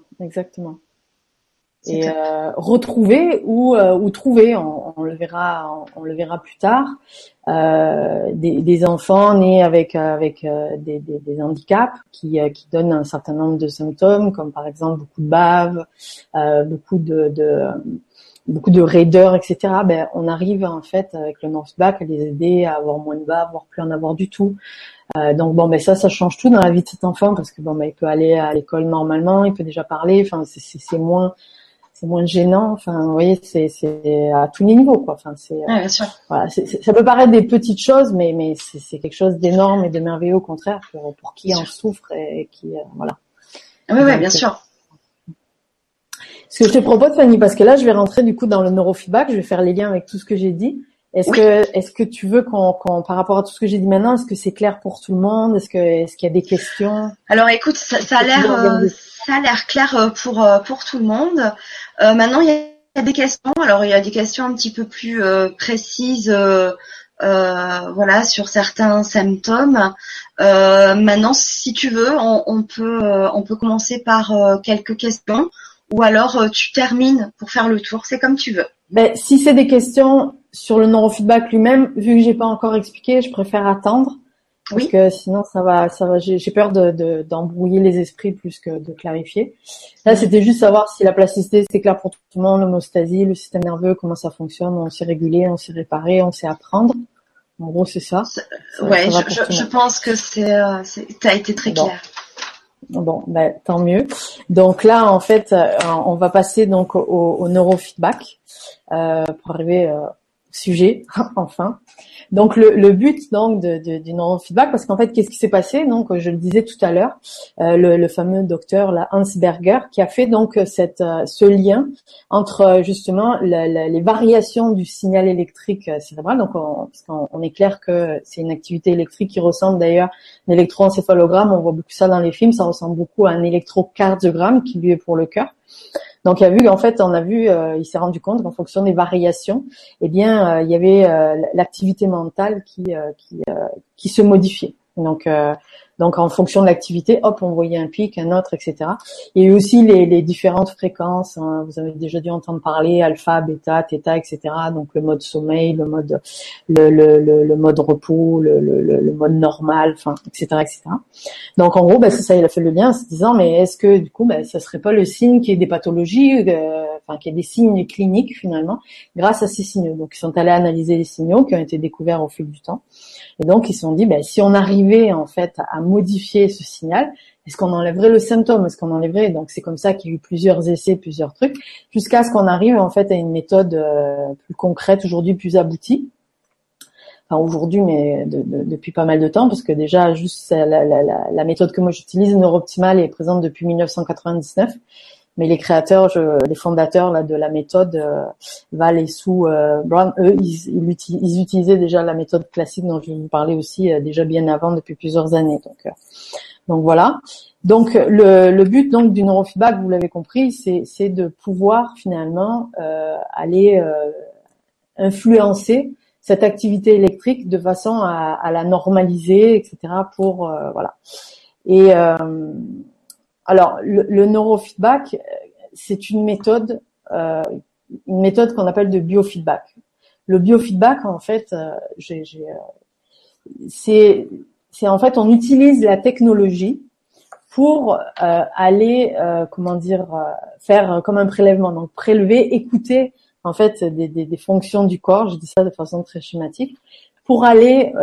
Et retrouver ou trouver, on le verra plus tard, des enfants nés avec des handicaps qui donnent un certain nombre de symptômes, comme par exemple beaucoup de bave, beaucoup de raideur, etc. On arrive en fait avec le neurofeedback à les aider à avoir moins de bave, voire plus en avoir du tout. Donc ça change tout dans la vie de cet enfant, parce que il peut aller à l'école normalement, il peut déjà parler, enfin c'est moins gênant. Enfin, vous voyez, c'est à tous les niveaux, quoi. Enfin, bien sûr. Voilà, ça peut paraître des petites choses, mais c'est quelque chose d'énorme et de merveilleux au contraire pour qui en souffre et qui voilà. Oui, bien sûr. Ce que je te propose, Fanny, parce que là, je vais rentrer du coup dans le neurofeedback, je vais faire les liens avec tout ce que j'ai dit. Est-ce que tu veux qu'on par rapport à tout ce que j'ai dit maintenant, est-ce que c'est clair pour tout le monde? Est-ce qu'il y a des questions? Alors, écoute, ça a l'air clair pour tout le monde. Maintenant, il y a des questions. Alors, il y a des questions un petit peu plus précises, voilà, sur certains symptômes. Maintenant, si tu veux, on peut commencer par quelques questions, ou alors tu termines pour faire le tour. C'est comme tu veux. Si c'est des questions sur le neurofeedback lui-même, vu que j'ai pas encore expliqué, je préfère attendre. Parce que sinon ça va, j'ai peur d'embrouiller les esprits plus que de clarifier. Là, c'était juste savoir si la plasticité c'était clair pour tout le monde, l'homéostasie, le système nerveux, comment ça fonctionne, on sait réguler, on sait réparer, on sait apprendre. En gros, c'est ça. Ouais, je pense que t'as été très clair. Bon, ben, tant mieux. Donc là, en fait, on va passer donc au neurofeedback pour arriver au sujet, enfin. Donc le but donc du neurofeedback, parce qu'en fait, qu'est-ce qui s'est passé? Donc, je le disais tout à l'heure, le fameux docteur là, Hans Berger, qui a fait donc ce lien entre justement les variations du signal électrique cérébral. Donc, parce qu'on est clair que c'est une activité électrique qui ressemble d'ailleurs à un électroencéphalogramme. On voit beaucoup ça dans les films. Ça ressemble beaucoup à un électrocardiogramme qui lui est pour le cœur. Donc il s'est rendu compte qu'en fonction des variations, eh bien, il y avait l'activité mentale qui se modifiait. Donc en fonction de l'activité, hop, on voyait un pic, un autre, etc. Il y a eu aussi les différentes fréquences. Hein, vous avez déjà dû entendre parler alpha, bêta, theta, etc. Donc le mode sommeil, le mode repos, le mode normal, enfin, etc., etc. Donc en gros, c'est ça, il a fait le lien en se disant, mais est-ce que du coup, ça serait pas le signe qu'il y ait des pathologies, qu'il y ait des signes cliniques finalement, grâce à ces signaux. Donc ils sont allés analyser les signaux qui ont été découverts au fil du temps. Et donc, ils se sont dit, si on arrivait en fait à modifier ce signal, est-ce qu'on enlèverait le symptôme? Est-ce qu'on enlèverait? Donc, c'est comme ça qu'il y a eu plusieurs essais, plusieurs trucs, jusqu'à ce qu'on arrive en fait à une méthode plus concrète aujourd'hui, plus aboutie. Enfin, aujourd'hui, mais depuis pas mal de temps, parce que déjà, juste la méthode que moi j'utilise, NeuroOptimal, est présente depuis 1999. Mais les créateurs, les fondateurs là de la méthode, Val et Sue Brown, eux, ils utilisaient déjà la méthode classique dont je vais vous parler aussi déjà bien avant, depuis plusieurs années. Donc voilà. Donc le but donc du neurofeedback, vous l'avez compris, c'est de pouvoir finalement aller influencer cette activité électrique de façon à la normaliser, etc. Pour voilà. Et alors, le neurofeedback, c'est une méthode qu'on appelle de biofeedback. Le biofeedback, en fait, c'est en fait, on utilise la technologie pour aller, faire comme un prélèvement, donc prélever, écouter en fait des fonctions du corps. Je dis ça de façon très schématique, pour aller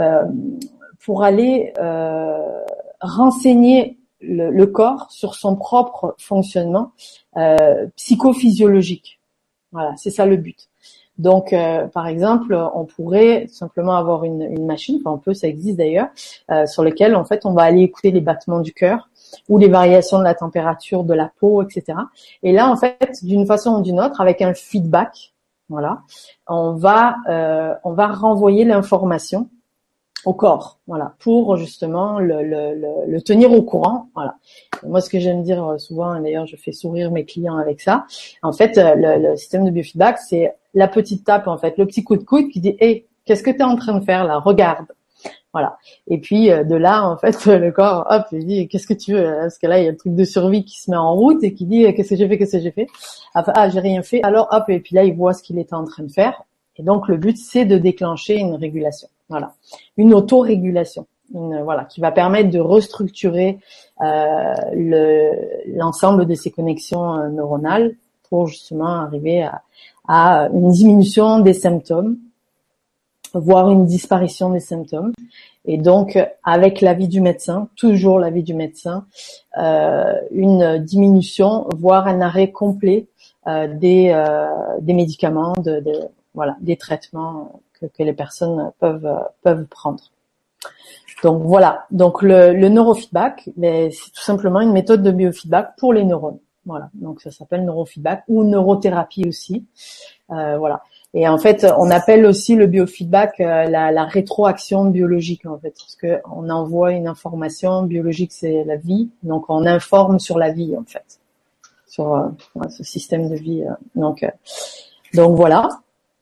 renseigner le corps sur son propre fonctionnement psychophysiologique. Voilà, c'est ça le but. Donc, par exemple, on pourrait simplement avoir une machine, enfin on peut, ça existe d'ailleurs, sur lequel en fait on va aller écouter les battements du cœur ou les variations de la température de la peau, etc. Et là, en fait, d'une façon ou d'une autre, avec un feedback, voilà, on va renvoyer l'information au corps, voilà, pour justement le tenir au courant, voilà. Et moi, ce que j'aime dire souvent, et d'ailleurs, je fais sourire mes clients avec ça. En fait, le système de biofeedback, c'est la petite tape, en fait, le petit coup de coude qui dit, hey, qu'est-ce que tu es en train de faire là? Regarde, voilà. Et puis de là, en fait, le corps, hop, il dit, qu'est-ce que tu veux? Parce que là, il y a le truc de survie qui se met en route et qui dit, qu'est-ce que j'ai fait? Enfin, j'ai rien fait. Alors, hop, et puis là, il voit ce qu'il était en train de faire. Et donc, le but, c'est de déclencher une régulation. Voilà, une autorégulation, voilà, qui va permettre de restructurer l'ensemble de ces connexions neuronales pour justement arriver à une diminution des symptômes, voire une disparition des symptômes. Et donc, avec l'avis du médecin, toujours l'avis du médecin, une diminution, voire un arrêt complet des médicaments, voilà, des traitements que les personnes peuvent prendre. Donc voilà. Donc le neurofeedback, c'est tout simplement une méthode de biofeedback pour les neurones. Voilà. Donc ça s'appelle neurofeedback ou neurothérapie aussi. Voilà. Et en fait, on appelle aussi le biofeedback la rétroaction biologique, en fait, parce que on envoie une information biologique, c'est la vie, donc on informe sur la vie, en fait, sur ce système de vie. Donc voilà.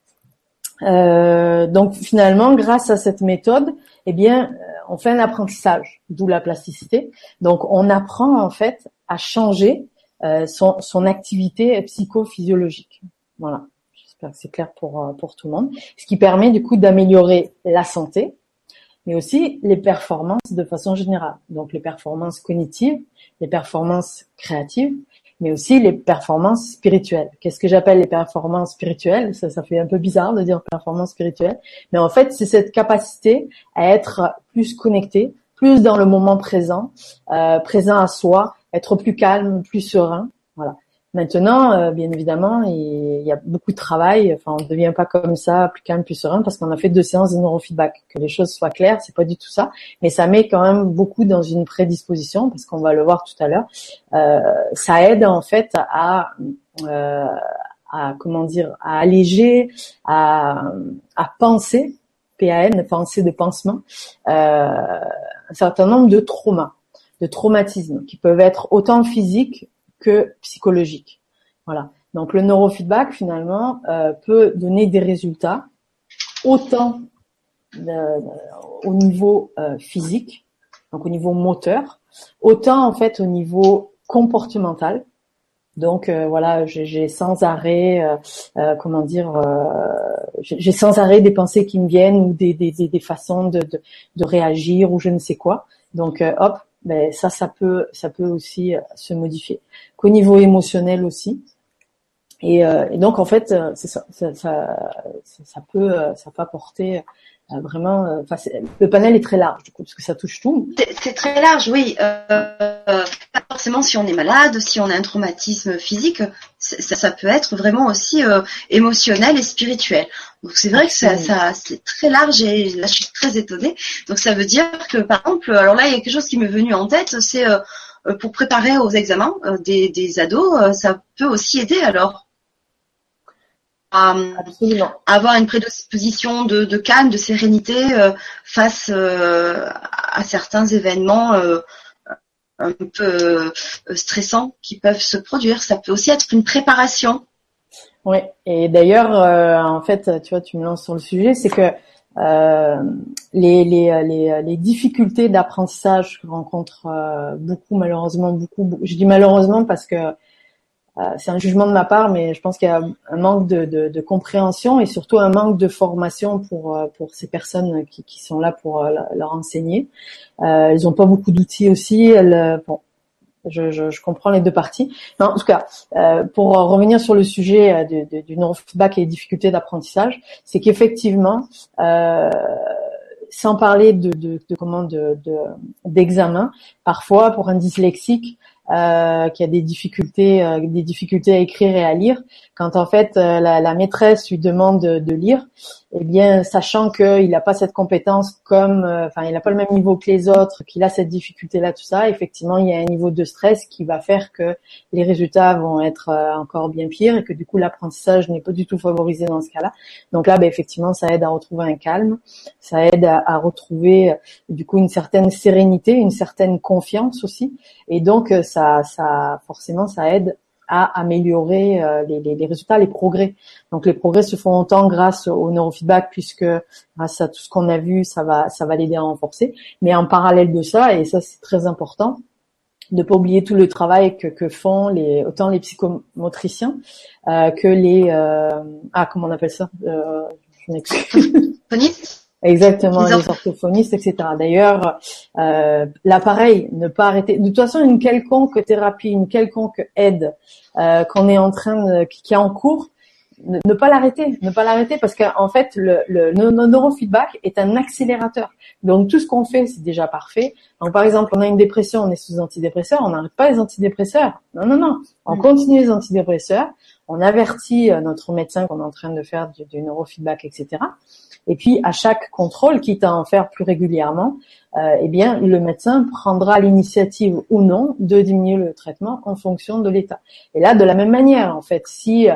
Donc finalement, grâce à cette méthode, eh bien, on fait un apprentissage, d'où la plasticité. Donc on apprend en fait à changer son activité psychophysiologique. Voilà. J'espère que c'est clair pour tout le monde. Ce qui permet du coup d'améliorer la santé, mais aussi les performances de façon générale. Donc les performances cognitives, les performances créatives, mais aussi les performances spirituelles. Qu'est-ce que j'appelle les performances spirituelles? Ça fait un peu bizarre de dire performances spirituelles, mais en fait, c'est cette capacité à être plus connecté, plus dans le moment présent, présent à soi, être plus calme, plus serein. Voilà. Maintenant, bien évidemment, il y a beaucoup de travail. Enfin, on ne devient pas comme ça, plus calme, plus serein, parce qu'on a fait 2 séances de neurofeedback. Que les choses soient claires, c'est pas du tout ça, mais ça met quand même beaucoup dans une prédisposition, parce qu'on va le voir tout à l'heure. Ça aide en fait à comment dire, à alléger, à penser, PAN, penser de pansement, un certain nombre de traumas, de traumatismes qui peuvent être autant physiques que psychologiques. Voilà. Donc le neurofeedback finalement peut donner des résultats autant au niveau physique, donc au niveau moteur, autant en fait au niveau comportemental. Donc voilà, j'ai sans arrêt, j'ai sans arrêt des pensées qui me viennent ou des façons de réagir ou je ne sais quoi. Donc hop, ben ça peut aussi se modifier. Qu'au niveau émotionnel aussi. Et donc en fait, c'est ça peut apporter vraiment. Enfin, le panel est très large du coup parce que ça touche tout. C'est très large, oui. Pas forcément si on est malade, si on a un traumatisme physique, ça peut être vraiment aussi émotionnel et spirituel. Donc c'est vrai que ça c'est très large et là je suis très étonnée. Donc ça veut dire que par exemple, alors là il y a quelque chose qui m'est venu en tête, c'est pour préparer aux examens des ados, ça peut aussi aider alors. Absolument. Avoir une prédisposition de calme, de sérénité face à certains événements un peu stressants qui peuvent se produire. Ça peut aussi être une préparation. Oui, et d'ailleurs, en fait, tu vois, tu me lances sur le sujet, c'est que les difficultés d'apprentissage que rencontrent beaucoup, je dis malheureusement parce que c'est un jugement de ma part, mais je pense qu'il y a un manque de compréhension et surtout un manque de formation pour ces personnes qui sont là pour leur enseigner. Ils n'ont pas beaucoup d'outils aussi. Je comprends les deux parties. Mais en tout cas, pour revenir sur le sujet du neurofeedback et les difficultés d'apprentissage, c'est qu'effectivement, sans parler d'examen, parfois pour un dyslexique, qui a des difficultés à écrire et à lire, quand en fait la maîtresse lui demande de lire, eh bien sachant qu'il n'a pas cette compétence il n'a pas le même niveau que les autres, qu'il a cette difficulté là, tout ça, effectivement il y a un niveau de stress qui va faire que les résultats vont être encore bien pires et que du coup l'apprentissage n'est pas du tout favorisé dans ce cas-là. Donc là, effectivement, ça aide à retrouver un calme, ça aide à retrouver du coup une certaine sérénité, une certaine confiance aussi, et donc ça forcément ça aide à améliorer les résultats, les progrès. Donc les progrès se font autant grâce au neurofeedback, puisque grâce à tout ce qu'on a vu, ça va l'aider à renforcer. Mais en parallèle de ça, et ça c'est très important, de pas oublier tout le travail que font autant les psychomotriciens que les comment on appelle ça, je m'excuse. Exactement, les orthophonistes, etc. D'ailleurs, l'appareil, ne pas arrêter. De toute façon, une quelconque thérapie, une quelconque aide qu'on est en train qui est en cours, ne pas l'arrêter, parce qu'en fait, le neurofeedback est un accélérateur. Donc tout ce qu'on fait, c'est déjà parfait. Donc par exemple, on a une dépression, on est sous antidépresseurs, on n'arrête pas les antidépresseurs. Non, on continue les antidépresseurs. On avertit notre médecin qu'on est en train de faire du neurofeedback, etc. Et puis, à chaque contrôle, quitte à en faire plus régulièrement, eh bien, le médecin prendra l'initiative ou non de diminuer le traitement en fonction de l'état. Et là, de la même manière, en fait, si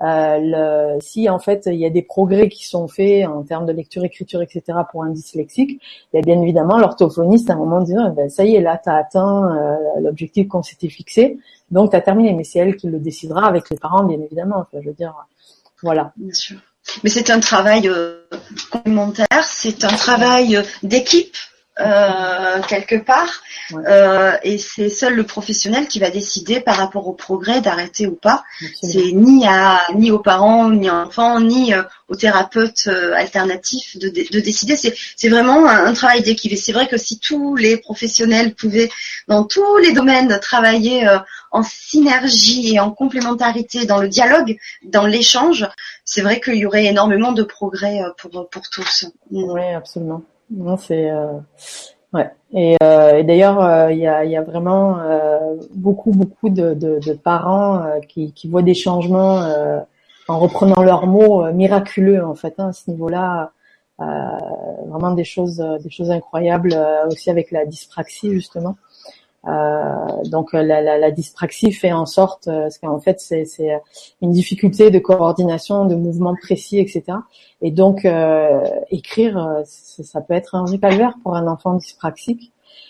en fait il y a des progrès qui sont faits en termes de lecture, écriture, etc. pour un dyslexique, il y a bien évidemment l'orthophoniste à un moment disant, ça y est, là, t'as atteint l'objectif qu'on s'était fixé, donc t'as terminé. Mais c'est elle qui le décidera avec les parents, bien évidemment. Enfin, je veux dire, voilà. Bien sûr. Mais c'est un travail complémentaire, c'est un travail d'équipe quelque part, et c'est seul le professionnel qui va décider par rapport au progrès d'arrêter ou pas. Absolument. C'est ni aux parents, ni aux enfants, ni aux thérapeutes alternatifs de décider. C'est vraiment un travail d'équipe. Et c'est vrai que si tous les professionnels pouvaient, dans tous les domaines, travailler en synergie et en complémentarité, dans le dialogue, dans l'échange, c'est vrai qu'il y aurait énormément de progrès pour tous. Oui, absolument. Non, c'est Ouais. Et d'ailleurs, il y a vraiment beaucoup de parents qui voient des changements en reprenant leurs mots miraculeux en fait, hein, à ce niveau-là. Euh, Vraiment des choses incroyables aussi avec la dyspraxie justement. Donc la dyspraxie fait en sorte, parce qu'en fait c'est une difficulté de coordination, de mouvements précis, etc. Et donc écrire, ça peut être un vrai calvaire pour un enfant dyspraxique.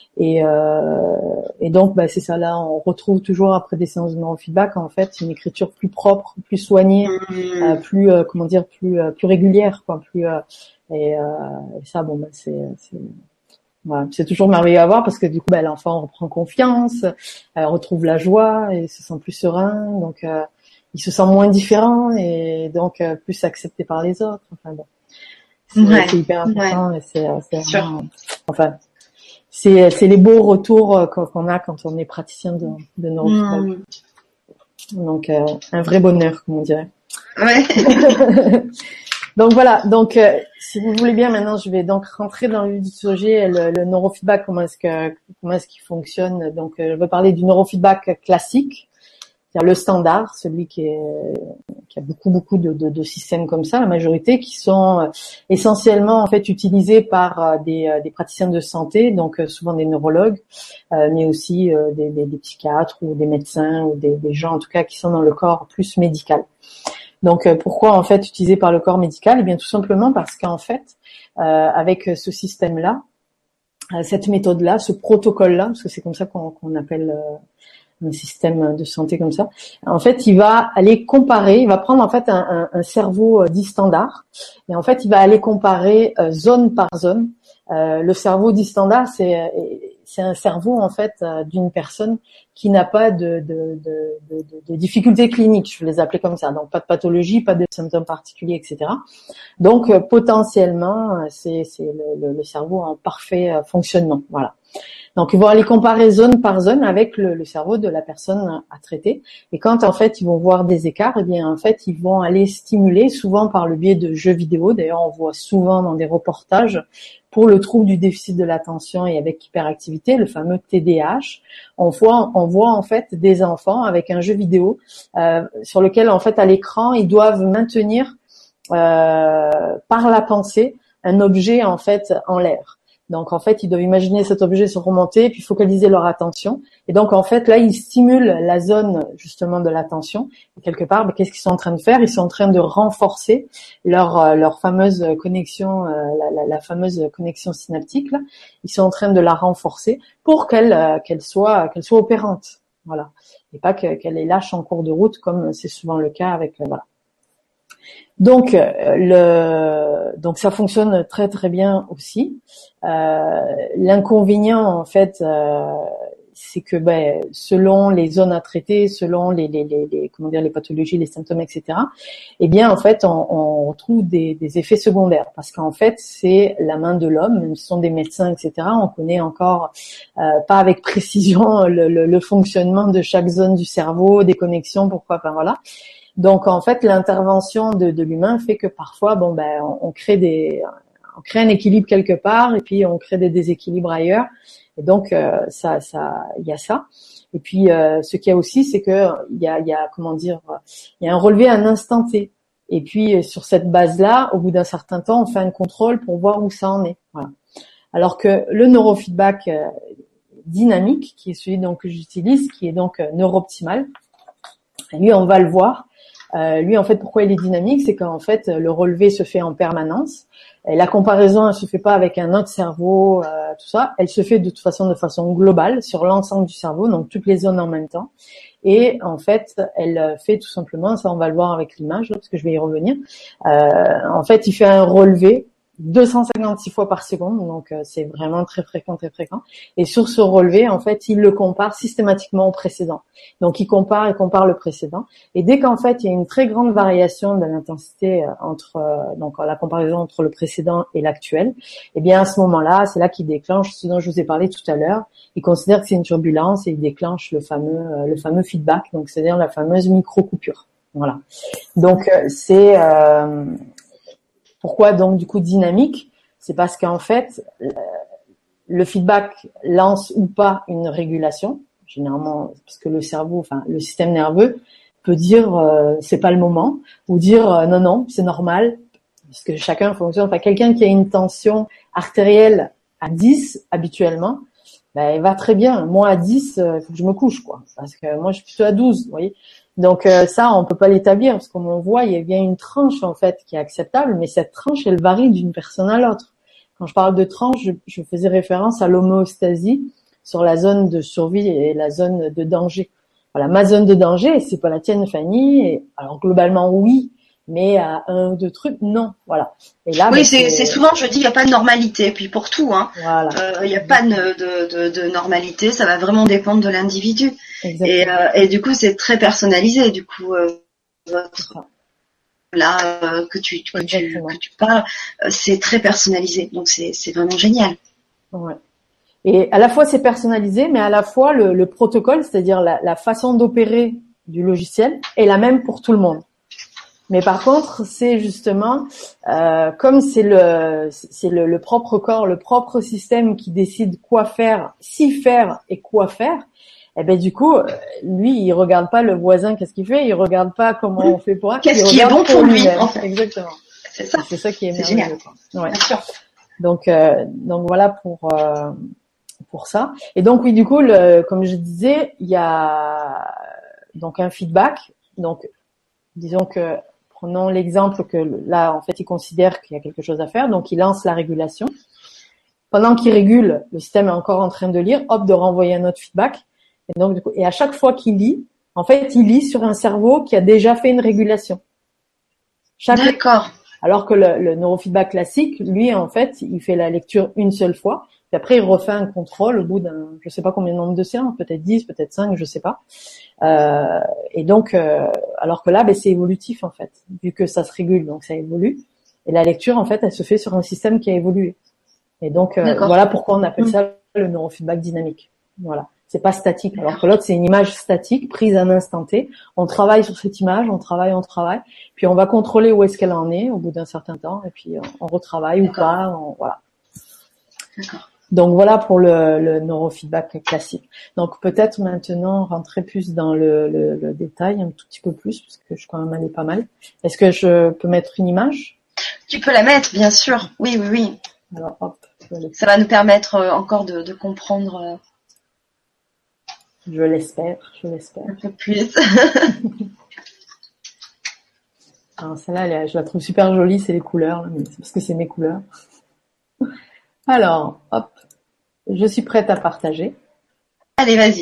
Et donc c'est ça, là on retrouve toujours après des séances de neurofeedback en fait une écriture plus propre, plus soignée, plus plus régulière, quoi, et ça voilà, c'est toujours merveilleux à voir parce que du coup l'enfant reprend confiance, retrouve la joie et se sent plus serein, donc il se sent moins différent et donc plus accepté par les autres. Enfin bon, c'est hyper important et c'est vraiment, enfin c'est les beaux retours qu'on a quand on est praticien de neurofeedback. Donc un vrai bonheur, comme on dirait. Ouais. Donc voilà, donc si vous voulez bien, maintenant je vais donc rentrer dans le sujet, le neurofeedback, comment est-ce qu'il fonctionne. Donc je vais parler du neurofeedback classique, c'est-à-dire le standard, celui qui a beaucoup de systèmes comme ça, la majorité qui sont essentiellement en fait utilisés par des praticiens de santé, donc souvent des neurologues, mais aussi des psychiatres ou des médecins ou des gens en tout cas qui sont dans le corps plus médical. Donc pourquoi en fait utilisé par le corps médical? Eh bien tout simplement parce qu'en fait avec ce système-là, cette méthode-là, ce protocole-là, parce que c'est comme ça qu'on appelle un système de santé comme ça. En fait, il va aller comparer, il va prendre en fait un cerveau dit standard, et en fait, il va aller comparer zone par zone. Le cerveau dit standard, c'est un cerveau en fait d'une personne qui n'a pas de difficultés cliniques, je vais les appeler comme ça, donc pas de pathologie, pas de symptômes particuliers, etc. Donc potentiellement, c'est le cerveau en parfait fonctionnement, voilà. Donc, ils vont aller comparer zone par zone avec le cerveau de la personne à traiter. Et quand, en fait, ils vont voir des écarts, eh bien, en fait, ils vont aller stimuler, souvent par le biais de jeux vidéo. D'ailleurs, on voit souvent dans des reportages pour le trouble du déficit de l'attention et avec hyperactivité, le fameux TDAH. On voit, en fait, des enfants avec un jeu vidéo sur lequel, en fait, à l'écran, ils doivent maintenir par la pensée un objet, en fait, en l'air. Donc, en fait, ils doivent imaginer cet objet se remonter, puis focaliser leur attention. Et donc, en fait, là, ils stimulent la zone, justement, de l'attention. Et quelque part, qu'est-ce qu'ils sont en train de faire? Ils sont en train de renforcer leur fameuse connexion, la fameuse connexion synaptique, là. Ils sont en train de la renforcer pour qu'elle soit opérante. Voilà. Et pas qu'elle les lâche en cours de route, comme c'est souvent le cas avec, voilà. Donc donc ça fonctionne très très bien aussi. L'inconvénient en fait, c'est que selon les zones à traiter, selon les pathologies, les symptômes, etc. Eh bien en fait on retrouve des effets secondaires parce qu'en fait c'est la main de l'homme, même si ce sont des médecins, etc. On connaît encore pas avec précision le fonctionnement de chaque zone du cerveau, des connexions, pourquoi, enfin voilà. Donc en fait, l'intervention de l'humain fait que parfois, on crée un équilibre quelque part et puis on crée des déséquilibres ailleurs. Et donc il y a ça. Et puis ce qu'il y a aussi, c'est que il y a un relevé à un instant T. Et puis sur cette base-là, au bout d'un certain temps, on fait un contrôle pour voir où ça en est. Voilà. Alors que le neurofeedback dynamique, qui est celui donc que j'utilise, qui est donc neurooptimal, lui on va le voir. Lui, en fait, pourquoi il est dynamique, c'est qu'en fait, le relevé se fait en permanence. Et la comparaison, elle se fait pas avec un autre cerveau, tout ça. Elle se fait de façon globale sur l'ensemble du cerveau, donc toutes les zones en même temps. Et en fait, elle fait tout simplement, ça on va le voir avec l'image, là, parce que je vais y revenir. En fait, il fait un relevé 256 fois par seconde, donc c'est vraiment très fréquent. Et sur ce relevé, en fait, il le compare systématiquement au précédent. Donc, il compare le précédent. Et dès qu'en fait, il y a une très grande variation de l'intensité entre donc la comparaison entre le précédent et l'actuel, eh bien à ce moment-là, c'est là qu'il déclenche ce dont je vous ai parlé tout à l'heure. Il considère que c'est une turbulence et il déclenche le fameux feedback, donc c'est-à-dire la fameuse micro-coupure. Voilà. Donc c'est pourquoi donc du coup dynamique? C'est parce qu'en fait le feedback lance ou pas une régulation. Généralement, parce que le cerveau, enfin le système nerveux peut dire c'est pas le moment, ou dire non non c'est normal, parce que chacun fonctionne. Enfin quelqu'un qui a une tension artérielle à 10 habituellement, ben elle va très bien. Moi à 10, faut que je me couche quoi, parce que moi je suis plutôt à 12, vous voyez. Donc ça on peut pas l'établir parce qu'on on voit il y a bien une tranche en fait qui est acceptable, mais cette tranche elle varie d'une personne à l'autre. Quand je parle de tranche, je faisais référence à l'homéostasie sur la zone de survie et la zone de danger. Voilà, ma zone de danger, c'est pas la tienne, Fanny. Et, alors globalement, oui, mais à un ou deux trucs, non. Voilà. Et là, oui, c'est souvent, je dis, il n'y a pas de normalité. Puis pour tout, hein, voilà. Il n'y a pas de normalité. Ça va vraiment dépendre de l'individu. Et du coup, c'est très personnalisé. Du coup, là que tu parles, c'est très personnalisé. Donc c'est vraiment génial. Ouais. Et à la fois c'est personnalisé, mais à la fois le protocole, c'est-à-dire la façon d'opérer du logiciel est la même pour tout le monde. Mais par contre, c'est justement comme c'est le propre corps, le propre système qui décide quoi faire, si faire et quoi faire. Et ben du coup, lui, il regarde pas le voisin qu'est-ce qu'il fait, il regarde pas comment on fait pour un. Qu'est-ce qui est bon pour lui, en fait. Exactement. C'est ça. C'est ça qui est merveilleux. Génial. Ouais. Bien sûr. Donc voilà pour ça. Et donc oui, du coup, comme je disais, il y a donc un feedback. Donc disons que prenons l'exemple que là, en fait, il considère qu'il y a quelque chose à faire, donc il lance la régulation. Pendant qu'il régule, le système est encore en train de lire, hop, de renvoyer un autre feedback. Et donc, du coup, et à chaque fois qu'il lit, en fait, il lit sur un cerveau qui a déjà fait une régulation. D'accord. Alors que le neurofeedback classique, lui, en fait, il fait la lecture une seule fois, puis après, il refait un contrôle au bout d'un, je sais pas combien de nombre de séances, peut-être 10, peut-être 5, je sais pas. Et donc, alors que là, ben, c'est évolutif, en fait, vu que ça se régule, donc ça évolue. Et la lecture, en fait, elle se fait sur un système qui a évolué. Et donc, voilà pourquoi on appelle ça le neurofeedback dynamique. Voilà. C'est pas statique. Alors que l'autre, c'est une image statique, prise à un instant T. On travaille sur cette image, on travaille. Puis on va contrôler où est-ce qu'elle en est au bout d'un certain temps. Et puis on retravaille ou pas. Voilà. D'accord. Donc voilà pour le neurofeedback classique. Donc peut-être maintenant rentrer plus dans le détail un tout petit peu plus, parce que je quand même allée pas mal. Est-ce que je peux mettre une image? Tu peux la mettre, bien sûr. Oui, oui, oui. Alors hop. Ça va nous permettre encore de comprendre. Je l'espère. Un peu plus. Alors celle-là, je la trouve super jolie, c'est les couleurs, là, mais c'est parce que c'est mes couleurs. Alors, hop, je suis prête à partager. Allez, vas-y.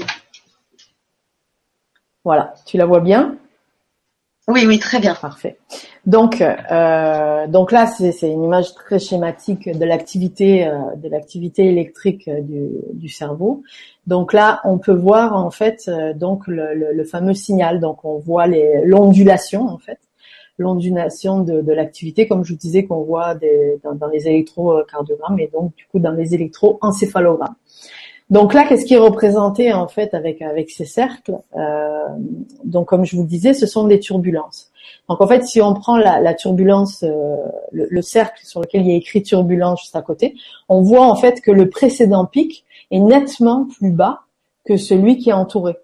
Voilà, tu la vois bien? Oui, oui, très bien. Parfait. Donc là, c'est une image très schématique de l'activité électrique du cerveau. Donc là, on peut voir en fait donc le fameux signal. Donc on voit l'ondulation en fait, l'ondulation de l'activité, comme je vous disais qu'on voit dans les électrocardiogrammes et donc du coup dans les électroencéphalogrammes. Donc là, qu'est-ce qui est représenté en fait avec ces cercles? Donc comme je vous disais, ce sont des turbulences. Donc en fait, si on prend la turbulence, le cercle sur lequel il y a écrit turbulence juste à côté, on voit en fait que le précédent pic est nettement plus bas que celui qui est entouré.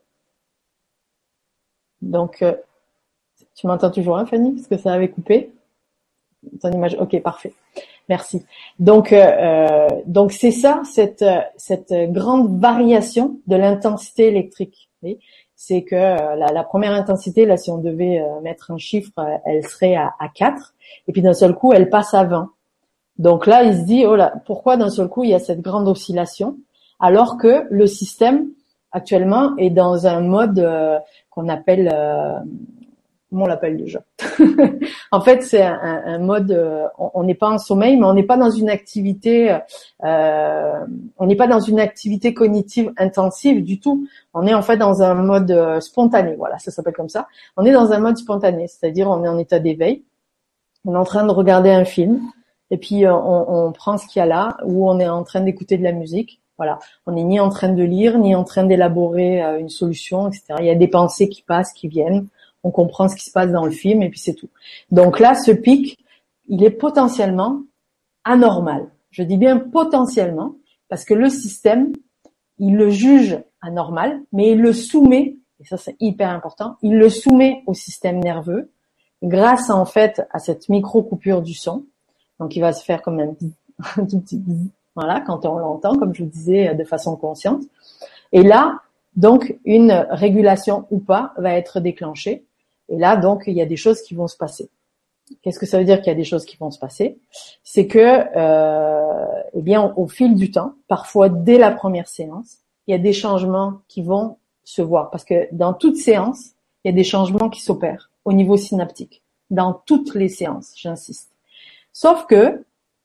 Donc tu m'entends toujours, hein, Fanny, parce que ça avait coupé ton image. Ok, parfait. Merci. Donc c'est ça, cette grande variation de l'intensité électrique. Vous voyez, c'est que la première intensité, là, si on devait mettre un chiffre, elle serait à 4, et puis d'un seul coup, elle passe à 20. Donc là, il se dit, oh là, pourquoi d'un seul coup, il y a cette grande oscillation, alors que le système, actuellement, est dans un mode qu'on appelle... comment on l'appelle déjà? En fait, c'est un mode. On n'est pas en sommeil, mais on n'est pas dans une activité. On n'est pas dans une activité cognitive intensive du tout. On est en fait dans un mode spontané. Voilà, ça s'appelle comme ça. On est dans un mode spontané, c'est-à-dire on est en état d'éveil. On est en train de regarder un film, et puis on prend ce qu'il y a là, ou on est en train d'écouter de la musique. Voilà, on n'est ni en train de lire, ni en train d'élaborer une solution, etc. Il y a des pensées qui passent, qui viennent. On comprend ce qui se passe dans le film et puis c'est tout. Donc là, ce pic, il est potentiellement anormal. Je dis bien potentiellement, Parce que le système, il le juge anormal, mais il le soumet, et ça c'est hyper important, il le soumet au système nerveux grâce en fait à cette micro-coupure du son. Donc il va se faire comme un tout petit voilà, quand on l'entend, comme je vous disais, de façon consciente. Et là, donc, une régulation ou pas va être déclenchée. Et là, donc, il y a des choses qui vont se passer. Qu'est-ce que ça veut dire qu'il y a des choses qui vont se passer? C'est que, eh bien, au fil du temps, parfois dès la première séance, il y a des changements qui vont se voir. Parce que dans toute séance, il y a des changements qui s'opèrent au niveau synaptique. Dans toutes les séances, j'insiste. Sauf que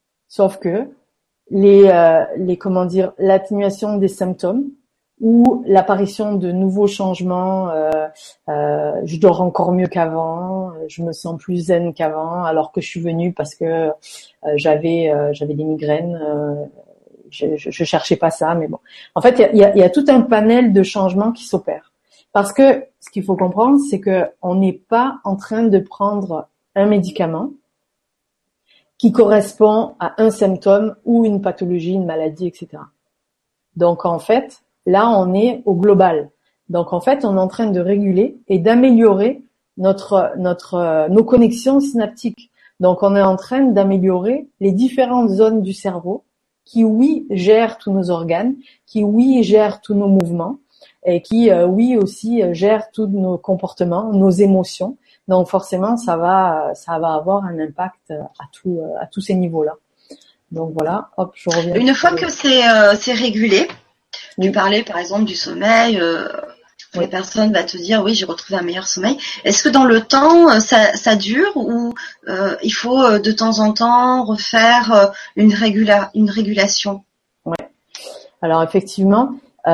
comment dire, l'atténuation des symptômes ou l'apparition de nouveaux changements, je dors encore mieux qu'avant, je me sens plus zen qu'avant, alors que je suis venue parce que j'avais des migraines, je cherchais pas ça, mais bon. En fait, il y a tout un panel de changements qui s'opèrent. Parce que ce qu'il faut comprendre, c'est que on n'est pas en train de prendre un médicament qui correspond à un symptôme ou une pathologie, une maladie, etc. Donc en fait, là on est au global. Donc en fait, on est en train de réguler et d'améliorer nos connexions synaptiques. Donc on est en train d'améliorer les différentes zones du cerveau qui, oui, gèrent tous nos organes, qui, oui, gèrent tous nos mouvements et qui, oui, aussi gèrent tous nos comportements, nos émotions. Donc forcément, ça va avoir un impact à tous ces niveaux-là. Donc voilà, hop, je reviens. Une fois que c'est régulé, tu parlais par exemple du sommeil, la personne va te dire oui, j'ai retrouvé un meilleur sommeil. Est-ce que dans le temps ça dure ou il faut de temps en temps refaire une régulation? Ouais. Alors effectivement,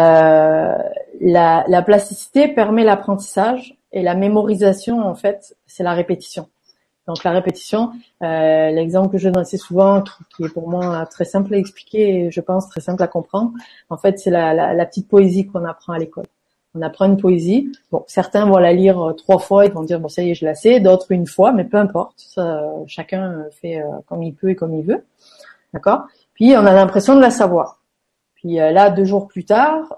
la plasticité permet l'apprentissage et la mémorisation en fait, c'est la répétition. Donc la répétition, l'exemple que je donne assez souvent, qui est pour moi très simple à expliquer et je pense très simple à comprendre, en fait c'est la petite poésie qu'on apprend à l'école. On apprend une poésie, bon certains vont la lire 3 fois, ils vont dire bon ça y est je la sais, d'autres une fois, mais peu importe, ça, chacun fait comme il peut et comme il veut, d'accord? Puis on a l'impression de la savoir. Puis là 2 jours plus tard,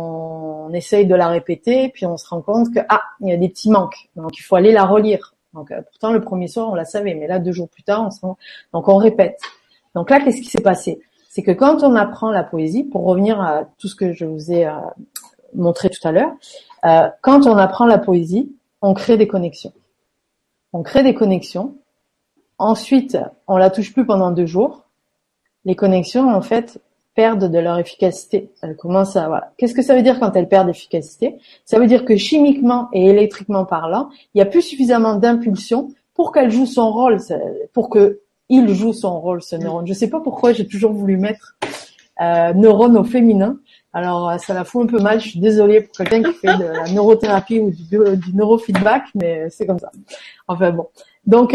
on essaye de la répéter, puis on se rend compte que il y a des petits manques, donc il faut aller la relire. Donc pourtant le premier soir on la savait, mais là 2 jours plus tard donc on répète. Donc là qu'est-ce qui s'est passé? C'est que quand on apprend la poésie, pour revenir à tout ce que je vous ai montré tout à l'heure, quand on apprend la poésie, on crée des connexions. On crée des connexions. Ensuite, on la touche plus pendant 2 jours. Les connexions en fait perdent de leur efficacité. Elles commencent à voilà. Qu'est-ce que ça veut dire quand elles perdent d'efficacité? Ça veut dire que chimiquement et électriquement parlant, il n'y a plus suffisamment d'impulsion pour qu'elle joue son rôle, pour que il joue son rôle, ce neurone. Je sais pas pourquoi j'ai toujours voulu mettre neurone au féminin. Alors ça la fout un peu mal. Je suis désolée pour quelqu'un qui fait de la neurothérapie ou du neurofeedback, mais c'est comme ça. Enfin bon. Donc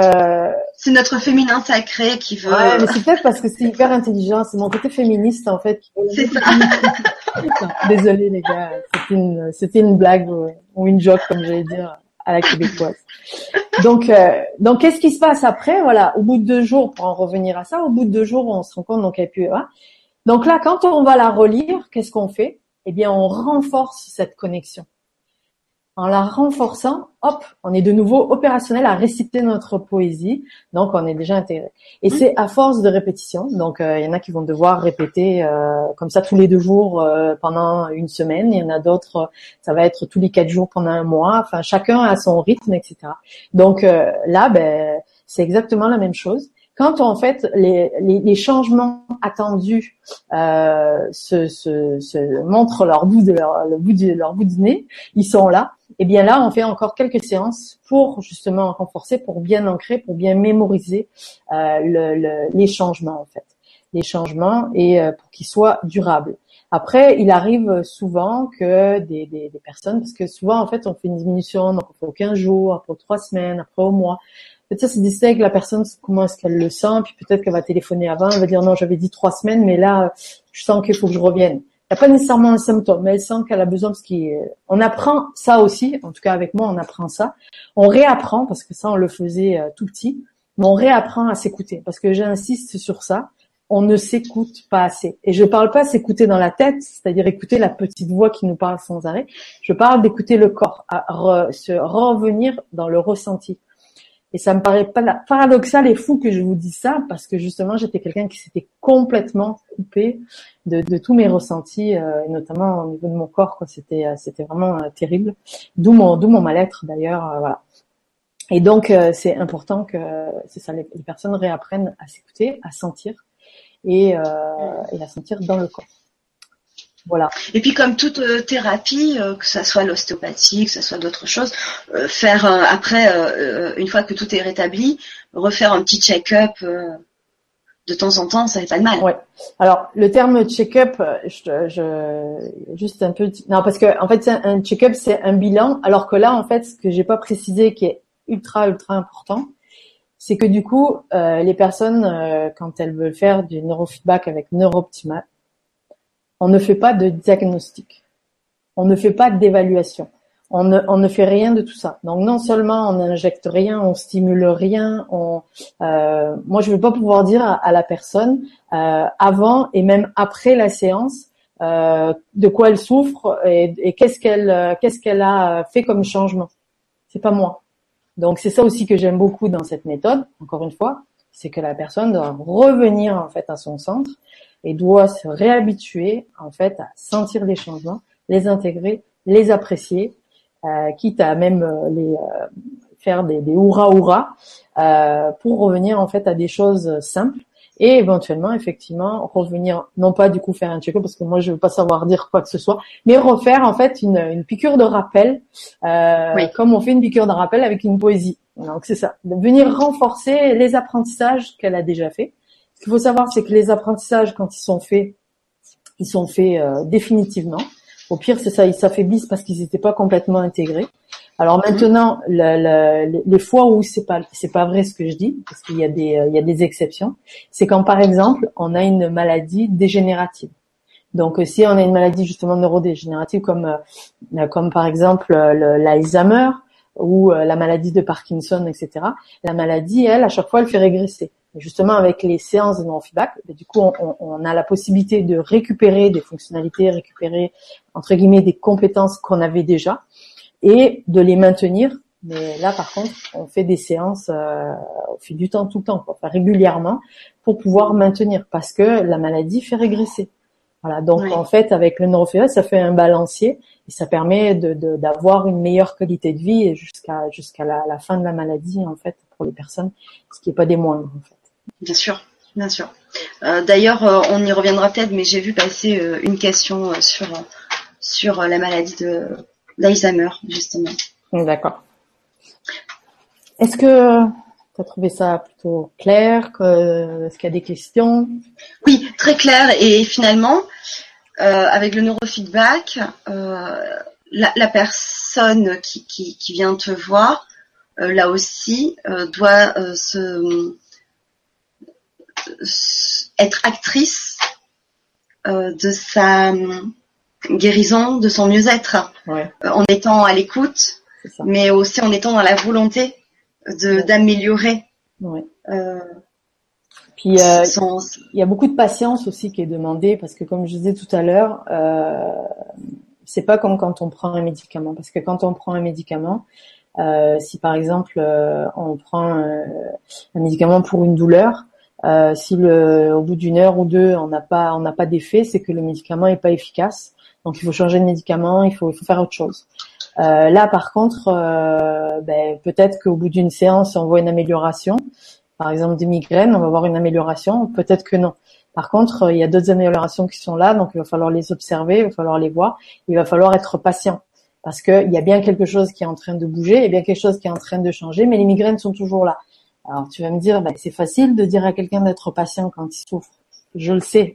c'est notre féminin sacré qui veut. Ouais, mais c'est peut-être parce que c'est hyper intelligent. C'est mon côté féministe en fait. C'est ça. Non, désolée les gars. C'était une blague ou une joke comme j'allais dire à la québécoise. Donc qu'est-ce qui se passe après? Voilà, au bout de 2 jours, pour en revenir à ça, au bout de 2 jours, on se rend compte donc elle peut. Voilà. Donc là, quand on va la relire, qu'est-ce qu'on fait? Eh bien, on renforce cette connexion. En la renforçant, hop, on est de nouveau opérationnel à réciter notre poésie. Donc, on est déjà intégré. Et c'est à force de répétition. Donc, il y en a qui vont devoir répéter comme ça tous les 2 jours pendant une semaine. Il y en a d'autres, ça va être tous les 4 jours pendant un mois. Enfin, chacun a son rythme, etc. Donc là, c'est exactement la même chose. Quand en fait les changements attendus se montrent leur bout du nez, ils sont là. Et bien là, on fait encore quelques séances pour justement renforcer, pour bien ancrer, pour bien mémoriser les changements en fait, les changements et pour qu'ils soient durables. Après, il arrive souvent que des personnes, parce que souvent en fait on fait une diminution, donc on fait 15 jours, après 3 semaines, après au mois. Peut-être ça c'est décidé avec la personne, comment est-ce qu'elle le sent, puis peut-être qu'elle va téléphoner avant, elle va dire non, j'avais dit 3 semaines, mais là, je sens qu'il faut que je revienne. Il n'y a pas nécessairement un symptôme, mais elle sent qu'elle a besoin on apprend ça aussi, en tout cas avec moi, on apprend ça. On réapprend, parce que ça, on le faisait tout petit, mais on réapprend à s'écouter, parce que j'insiste sur ça. on ne s'écoute pas assez. Et je parle pas s'écouter dans la tête, c'est-à-dire écouter la petite voix qui nous parle sans arrêt. Je parle d'écouter le corps, se revenir dans le ressenti. Et ça me paraît paradoxal et fou que je vous dise ça, parce que justement, j'étais quelqu'un qui s'était complètement coupé de tous mes ressentis, et notamment au niveau de mon corps, quoi. C'était vraiment terrible. D'où mon mal-être d'ailleurs, voilà. Et donc, c'est important que c'est ça, les personnes réapprennent à s'écouter, à sentir et à sentir dans le corps. Voilà. Et puis comme toute thérapie, que ça soit l'ostéopathie, que ça soit d'autres choses, faire après, une fois que tout est rétabli, refaire un petit check-up de temps en temps, ça fait pas de mal. Ouais. Alors le terme check-up, juste un peu, non parce que en fait un check-up c'est un bilan, alors que là en fait ce que j'ai pas précisé qui est ultra important, c'est que du coup les personnes quand elles veulent faire du neurofeedback avec Neurooptimal, on ne fait pas de diagnostic, on ne fait pas d'évaluation, on ne fait rien de tout ça. Donc non seulement on n'injecte rien, on stimule rien, moi je ne vais pas pouvoir dire à la personne avant et même après la séance de quoi elle souffre et qu'est-ce qu'elle a fait comme changement. C'est pas moi. Donc c'est ça aussi que j'aime beaucoup dans cette méthode. Encore une fois, c'est que la personne doit revenir en fait à son centre et doit se réhabituer en fait à sentir les changements, les intégrer, les apprécier, quitte à même faire des hurrah pour revenir en fait à des choses simples et éventuellement effectivement revenir, non pas du coup faire un check-up parce que moi je veux pas savoir dire quoi que ce soit, mais refaire en fait une piqûre de rappel oui. Comme on fait une piqûre de rappel avec une poésie. Donc c'est ça, de venir renforcer les apprentissages qu'elle a déjà fait. Ce qu'il faut savoir, c'est que les apprentissages, quand ils sont faits définitivement. Au pire, c'est ça, ils s'affaiblissent parce qu'ils n'étaient pas complètement intégrés. Alors maintenant, les fois où c'est pas vrai ce que je dis, parce qu'il y a des exceptions, c'est quand par exemple on a une maladie dégénérative. Donc si on a une maladie justement neurodégénérative comme par exemple l'Alzheimer ou la maladie de Parkinson, etc. La maladie, elle, à chaque fois, elle fait régresser. Et justement, avec les séances de neurofeedback, du coup, on a la possibilité de récupérer des fonctionnalités, récupérer, entre guillemets, des compétences qu'on avait déjà et de les maintenir. Mais là, par contre, on fait des séances au fil du temps, tout le temps, enfin, régulièrement, pour pouvoir maintenir, parce que la maladie fait régresser. Voilà. Donc, oui. En fait, avec le neurofeedback, ça fait un balancier et ça permet d'avoir une meilleure qualité de vie jusqu'à la fin de la maladie, en fait, pour les personnes, ce qui est pas des moindres, en fait. Bien sûr, bien sûr. D'ailleurs, on y reviendra peut-être, mais j'ai vu passer une question sur la maladie d'Alzheimer, justement. D'accord. Est-ce que tu as trouvé ça plutôt clair? Est-ce qu'il y a des questions? Oui, très clair. Et finalement, avec le neurofeedback, la personne qui vient te voir, là aussi, doit être actrice de sa guérison, de son mieux-être, ouais. En étant à l'écoute, mais aussi en étant dans la volonté d'améliorer. Ouais. Puis il y a beaucoup de patience aussi qui est demandée parce que comme je disais tout à l'heure, c'est pas comme quand on prend un médicament, parce que quand on prend un médicament, si par exemple on prend un médicament pour une douleur, si au bout d'une heure ou deux on n'a pas d'effet, c'est que le médicament est pas efficace. Donc il faut changer de médicament, il faut faire autre chose. Là par contre, peut-être qu'au bout d'une séance on voit une amélioration. Par exemple des migraines, on va voir une amélioration, peut-être que non. Par contre, il y a d'autres améliorations qui sont là, donc il va falloir les observer, il va falloir les voir, il va falloir être patient. Parce que il y a bien quelque chose qui est en train de bouger, il y a bien quelque chose qui est en train de changer, mais les migraines sont toujours là. Alors tu vas me dire, c'est facile de dire à quelqu'un d'être patient quand il souffre. Je le sais,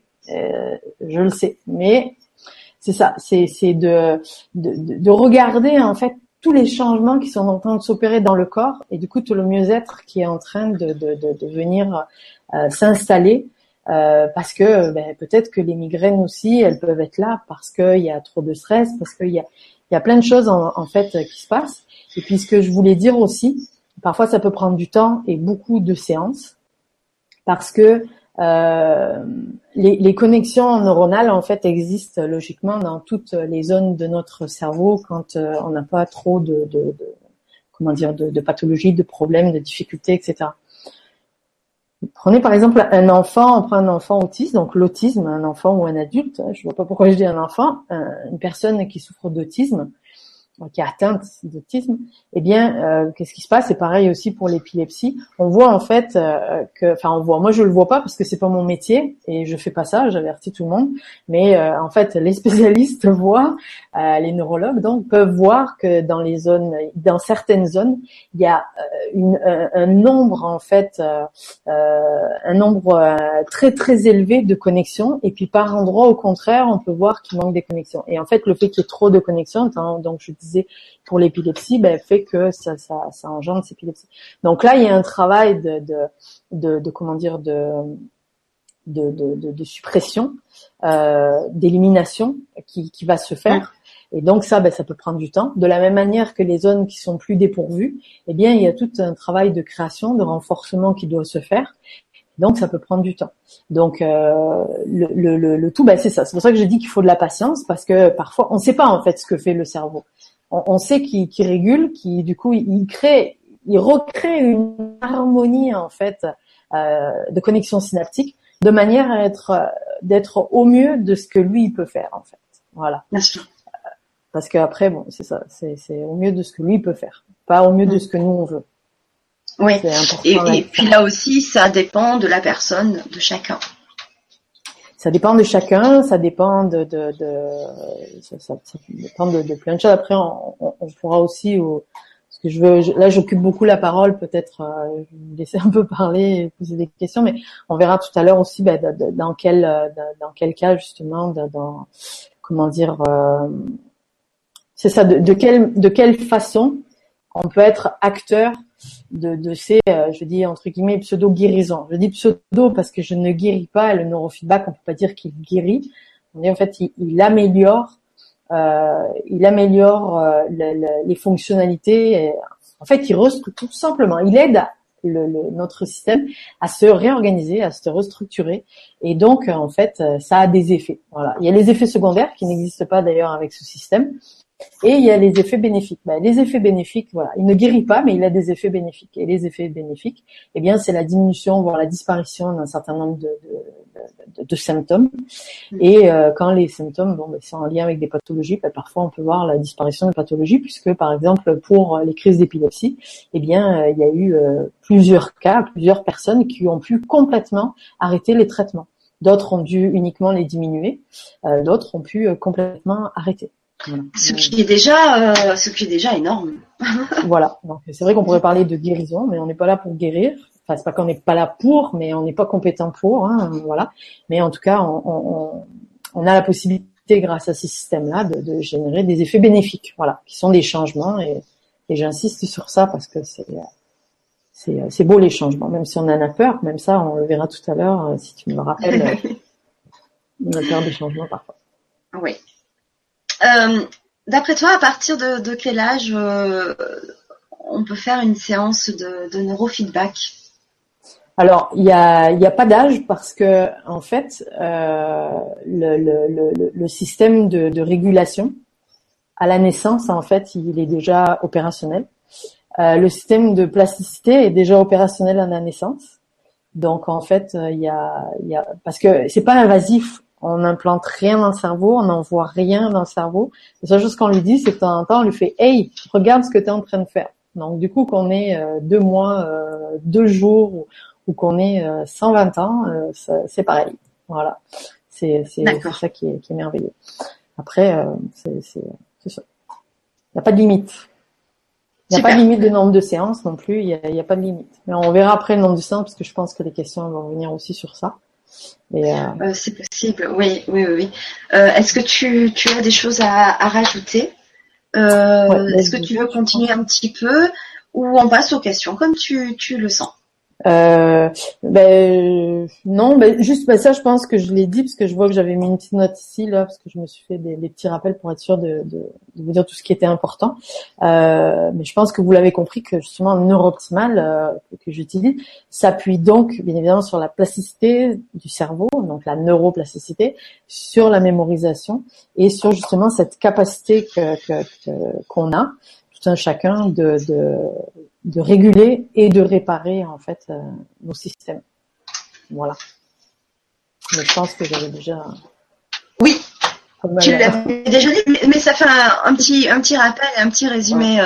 mais c'est ça, c'est de regarder en fait tous les changements qui sont en train de s'opérer dans le corps et du coup tout le mieux-être qui est en train de venir s'installer parce que peut-être que les migraines aussi elles peuvent être là parce qu'il y a trop de stress, parce qu'il y a plein de choses en fait qui se passent. Et puis ce que je voulais dire aussi, parfois ça peut prendre du temps et beaucoup de séances parce que les connexions neuronales en fait existent logiquement dans toutes les zones de notre cerveau quand on n'a pas trop de pathologies, de problèmes, de difficultés, etc. Prenez par exemple un enfant, on prend un enfant autiste, donc l'autisme, un enfant ou un adulte, je vois pas pourquoi je dis un enfant, une personne qui souffre d'autisme, qui est atteinte d'autisme, eh bien, qu'est-ce qui se passe? C'est pareil aussi pour l'épilepsie. On voit en fait moi je le vois pas parce que c'est pas mon métier et je fais pas ça, j'avertis tout le monde. Mais en fait, les spécialistes voient, les neurologues donc peuvent voir que dans certaines zones, il y a un nombre en fait, un nombre très très élevé de connexions. Et puis par endroit, au contraire, on peut voir qu'il manque des connexions. Et en fait, le fait qu'il y ait trop de connexions, donc je disais pour l'épilepsie, fait que ça engendre cette épilepsie. Donc là, il y a un travail de suppression, d'élimination qui va se faire. Et donc ça peut prendre du temps. De la même manière que les zones qui sont plus dépourvues, eh bien il y a tout un travail de création, de renforcement qui doit se faire. Donc ça peut prendre du temps. Donc le tout, c'est ça. C'est pour ça que je dis qu'il faut de la patience parce que parfois on ne sait pas en fait ce que fait le cerveau. On sait qu'il régule, du coup il recrée une harmonie en fait de connexion synaptique de manière à d'être au mieux de ce que lui il peut faire en fait. Voilà. Bien sûr. Parce qu'après c'est ça, c'est au mieux de ce que lui peut faire, pas au mieux de ce que nous on veut. Oui. Et puis là aussi, ça dépend de la personne, de chacun. Ça dépend de chacun, ça dépend ça dépend de plein de choses. Après, on pourra aussi, parce que là, j'occupe beaucoup la parole, peut-être, je vais vous laisser un peu parler et poser des questions, mais on verra tout à l'heure aussi, dans quel cas, justement, c'est ça, de quelle façon on peut être acteur de ces, je dis entre guillemets, pseudo-guérisons. Je dis pseudo parce que je ne guéris pas, le neurofeedback, on peut pas dire qu'il guérit. On dit en fait, il améliore les fonctionnalités. En fait, il restructure tout simplement. Il aide notre système à se réorganiser, à se restructurer. Et donc, en fait, ça a des effets. Voilà. Il y a les effets secondaires qui n'existent pas d'ailleurs avec ce système. Et il y a les effets bénéfiques. Les effets bénéfiques, voilà, il ne guérit pas, mais il a des effets bénéfiques. Et les effets bénéfiques, eh bien, c'est la diminution, voire la disparition d'un certain nombre de symptômes. Et quand les symptômes, sont en lien avec des pathologies, parfois on peut voir la disparition de pathologies, puisque par exemple pour les crises d'épilepsie, eh bien, il y a eu plusieurs personnes qui ont pu complètement arrêter les traitements. D'autres ont dû uniquement les diminuer, d'autres ont pu complètement arrêter. Voilà. Ce qui est déjà énorme. Voilà. Donc c'est vrai qu'on pourrait parler de guérison, mais on n'est pas là pour guérir. Enfin, c'est pas qu'on n'est pas là pour, mais on n'est pas compétent pour. Voilà. Mais en tout cas, on a la possibilité, grâce à ces systèmes-là, de générer des effets bénéfiques. Voilà, qui sont des changements. Et j'insiste sur ça parce que c'est beau les changements, même si on en a peur. Même ça, on le verra tout à l'heure si tu me le rappelles. On a peur des changements parfois. Oui. D'après toi, à partir de quel âge on peut faire une séance de neurofeedback? Alors, il y a pas d'âge parce que en fait, le système de régulation à la naissance, en fait, il est déjà opérationnel. Le système de plasticité est déjà opérationnel à la naissance. Donc, en fait, il y a parce que c'est pas invasif. On n'implante rien dans le cerveau, on n'envoie rien dans le cerveau. La seule chose qu'on lui dit, c'est que de temps en temps, on lui fait « Hey, regarde ce que tu es en train de faire ». Donc, du coup, qu'on ait 2 mois, 2 jours ou qu'on ait 120 ans, c'est pareil. Voilà. C'est ça qui est merveilleux. Après, c'est ça. Il n'y a pas de limite. Il n'y a pas de limite de nombre de séances non plus. Il y a pas de limite. Mais on verra après le nombre de séances parce que je pense que les questions vont venir aussi sur ça. C'est possible, oui. Est-ce que tu as des choses à rajouter? Est-ce que tu veux continuer un petit peu ou on passe aux questions comme tu le sens? Non, juste ça, je pense que je l'ai dit parce que je vois que j'avais mis une petite note ici là, parce que je me suis fait des petits rappels pour être sûr de vous dire tout ce qui était important. Mais je pense que vous l'avez compris que justement le neurooptimal que j'utilise s'appuie donc bien évidemment sur la plasticité du cerveau, donc la neuroplasticité, sur la mémorisation et sur justement cette capacité qu'on a tout un chacun de réguler et de réparer en fait nos systèmes. Voilà. Mais je pense que j'avais déjà. Oui. Tu l'avais déjà dit, mais ça fait un petit rappel, un petit résumé.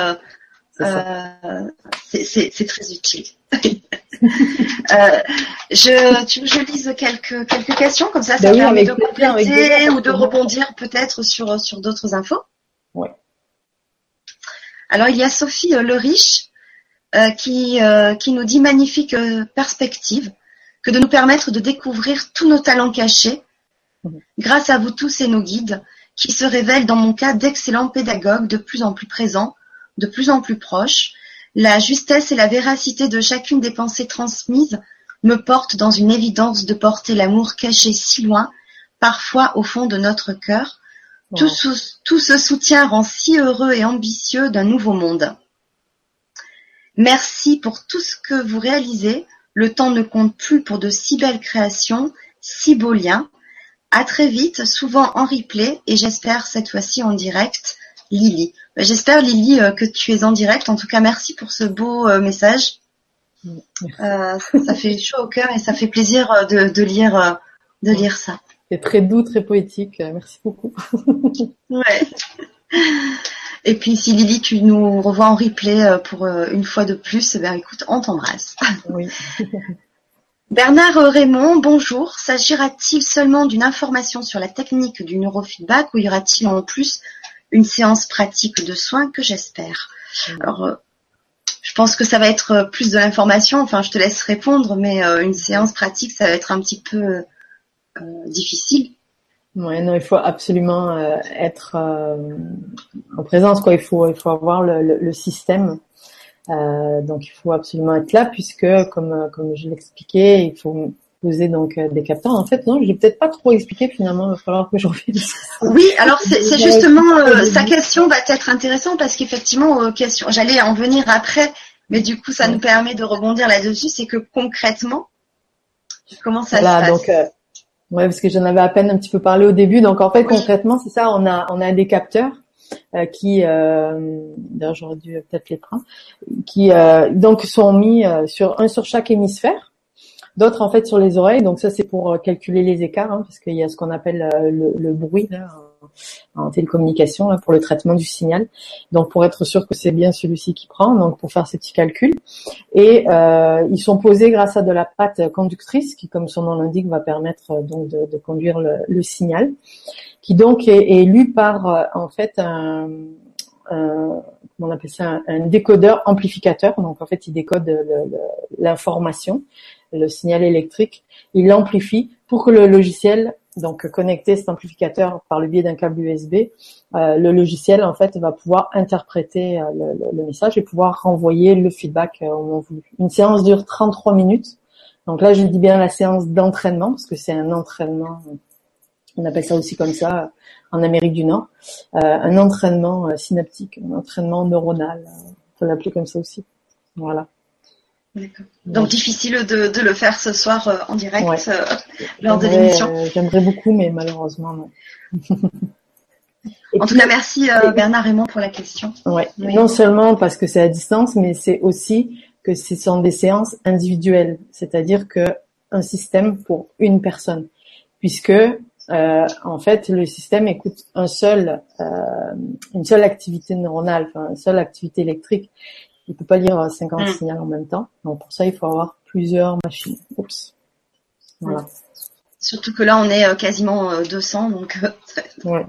C'est très utile. Tu veux que je lise quelques questions comme ça permet de compléter ou de rebondir peut-être sur d'autres infos. Oui. Alors il y a Sophie Le Riche qui nous dit magnifique perspective que de nous permettre de découvrir tous nos talents cachés grâce à vous tous et nos guides qui se révèlent dans mon cas d'excellents pédagogues de plus en plus présents, de plus en plus proches. La justesse et la véracité de chacune des pensées transmises me portent dans une évidence de porter l'amour caché si loin, parfois au fond de notre cœur. Tout ce soutien rend si heureux et ambitieux d'un nouveau monde. Merci pour tout ce que vous réalisez. Le temps ne compte plus pour de si belles créations, si beaux liens. À très vite, souvent en replay et j'espère cette fois-ci en direct. Lily. J'espère Lily que tu es en direct. En tout cas, merci pour ce beau message. Ça fait chaud au cœur et ça fait plaisir de lire ça. C'est très doux, très poétique. Merci beaucoup. Ouais. Et puis si Lily, tu nous revois en replay pour une fois de plus, ben écoute, on t'embrasse. Oui. Bernard Raymond, bonjour. S'agira-t-il seulement d'une information sur la technique du neurofeedback ou y aura-t-il en plus une séance pratique de soins que j'espère? Alors, je pense que ça va être plus de l'information. Enfin, je te laisse répondre, mais une séance pratique, ça va être un petit peu difficile. Ouais, non, il faut absolument être en présence, quoi. Il faut avoir le système. Donc, il faut absolument être là, puisque, comme je l'expliquais, il faut poser donc des capteurs. En fait, non, je l'ai peut-être pas trop expliqué finalement. Il va falloir que je revienne. Oui, alors c'est justement sa question va être intéressante parce qu'effectivement, j'allais en venir après, mais du coup, ça nous permet de rebondir là-dessus. C'est que concrètement, comment ça se passe? Donc, ouais, parce que j'en avais à peine un petit peu parlé au début. Donc en fait, concrètement, c'est ça. On a des capteurs qui, d'ailleurs, j'aurais dû peut-être les prendre, qui donc sont mis sur chaque hémisphère. D'autres en fait sur les oreilles, donc ça c'est pour calculer les écarts, parce qu'il y a ce qu'on appelle le bruit là, en télécommunication là, pour le traitement du signal. Donc pour être sûr que c'est bien celui-ci qui prend, donc pour faire ces petits calculs. Et ils sont posés grâce à de la pâte conductrice qui, comme son nom l'indique, va permettre donc de conduire le signal, qui donc est lu par en fait comment on appelle ça, un décodeur amplificateur. Donc en fait il décode l'information, le signal électrique, il l'amplifie pour que le logiciel, donc connecter cet amplificateur par le biais d'un câble USB, le logiciel en fait va pouvoir interpréter le message et pouvoir renvoyer le feedback au moment voulu. Une séance dure 33 minutes. Donc là je dis bien la séance d'entraînement parce que c'est un entraînement, on appelle ça aussi comme ça en Amérique du Nord, un entraînement synaptique, un entraînement neuronal, on peut l'appeler comme ça aussi. Voilà. D'accord. Donc difficile de le faire ce soir en direct lors de l'émission. J'aimerais beaucoup, mais malheureusement non. En tout cas, merci Bernard Raymond pour la question. Ouais. Oui. Non seulement parce que c'est à distance, mais c'est aussi que ce sont des séances individuelles, c'est-à-dire que un système pour une personne, puisque en fait le système écoute une seule activité neuronale, enfin une seule activité électrique. Il peut pas lire 50 signaux en même temps. Donc pour ça, il faut avoir plusieurs machines. Oups. Voilà. Surtout que là, on est quasiment 200, donc ouais.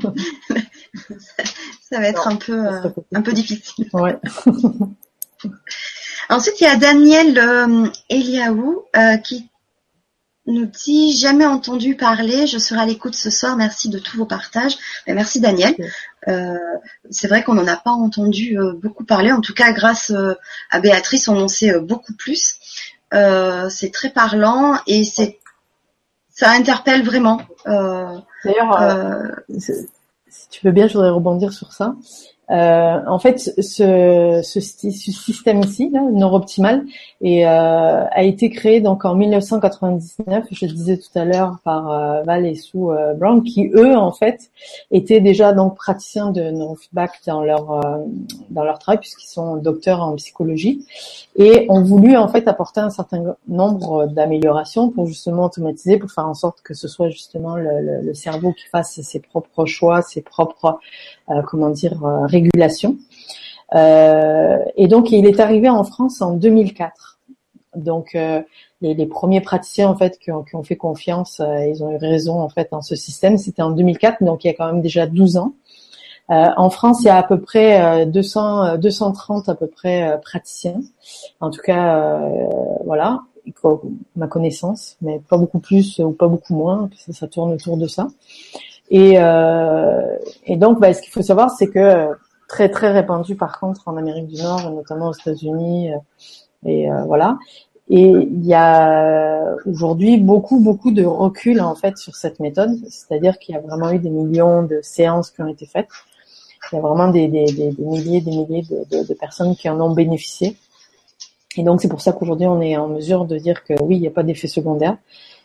ça va être un peu difficile. Ouais. Ensuite, il y a Daniel Eliaou qui nous dit « Jamais entendu parler, je serai à l'écoute ce soir, merci de tous vos partages. » Merci Daniel. C'est vrai qu'on n'en a pas entendu beaucoup parler, en tout cas grâce à Béatrice, on en sait beaucoup plus. c'est très parlant et ça interpelle vraiment. D'ailleurs, si tu veux bien, je voudrais rebondir sur ça. En fait, ce système ici, là, neurooptimal, a été créé donc en 1999, je disais tout à l'heure, par Val et Sue Brown, qui eux, en fait, étaient déjà donc praticiens de neurofeedback dans leur travail, puisqu'ils sont docteurs en psychologie, et ont voulu en fait apporter un certain nombre d'améliorations pour justement automatiser, pour faire en sorte que ce soit justement le cerveau qui fasse ses propres choix, ses propres régulation. Et donc, il est arrivé en France en 2004. Donc, les premiers praticiens en fait qui ont fait confiance, ils ont eu raison en fait dans ce système. C'était en 2004, donc il y a quand même déjà 12 ans. En France, il y a à peu près 230 à peu près praticiens. En tout cas, voilà, ma connaissance, mais pas beaucoup plus ou pas beaucoup moins. Ça tourne autour de ça. Et donc, ce qu'il faut savoir, c'est que très très répandu par contre en Amérique du Nord, et notamment aux États-Unis, voilà. Et il y a aujourd'hui beaucoup de recul en fait sur cette méthode, c'est-à-dire qu'il y a vraiment eu des millions de séances qui ont été faites. Il y a vraiment des milliers de personnes qui en ont bénéficié. Et donc c'est pour ça qu'aujourd'hui on est en mesure de dire que oui, il n'y a pas d'effet secondaire.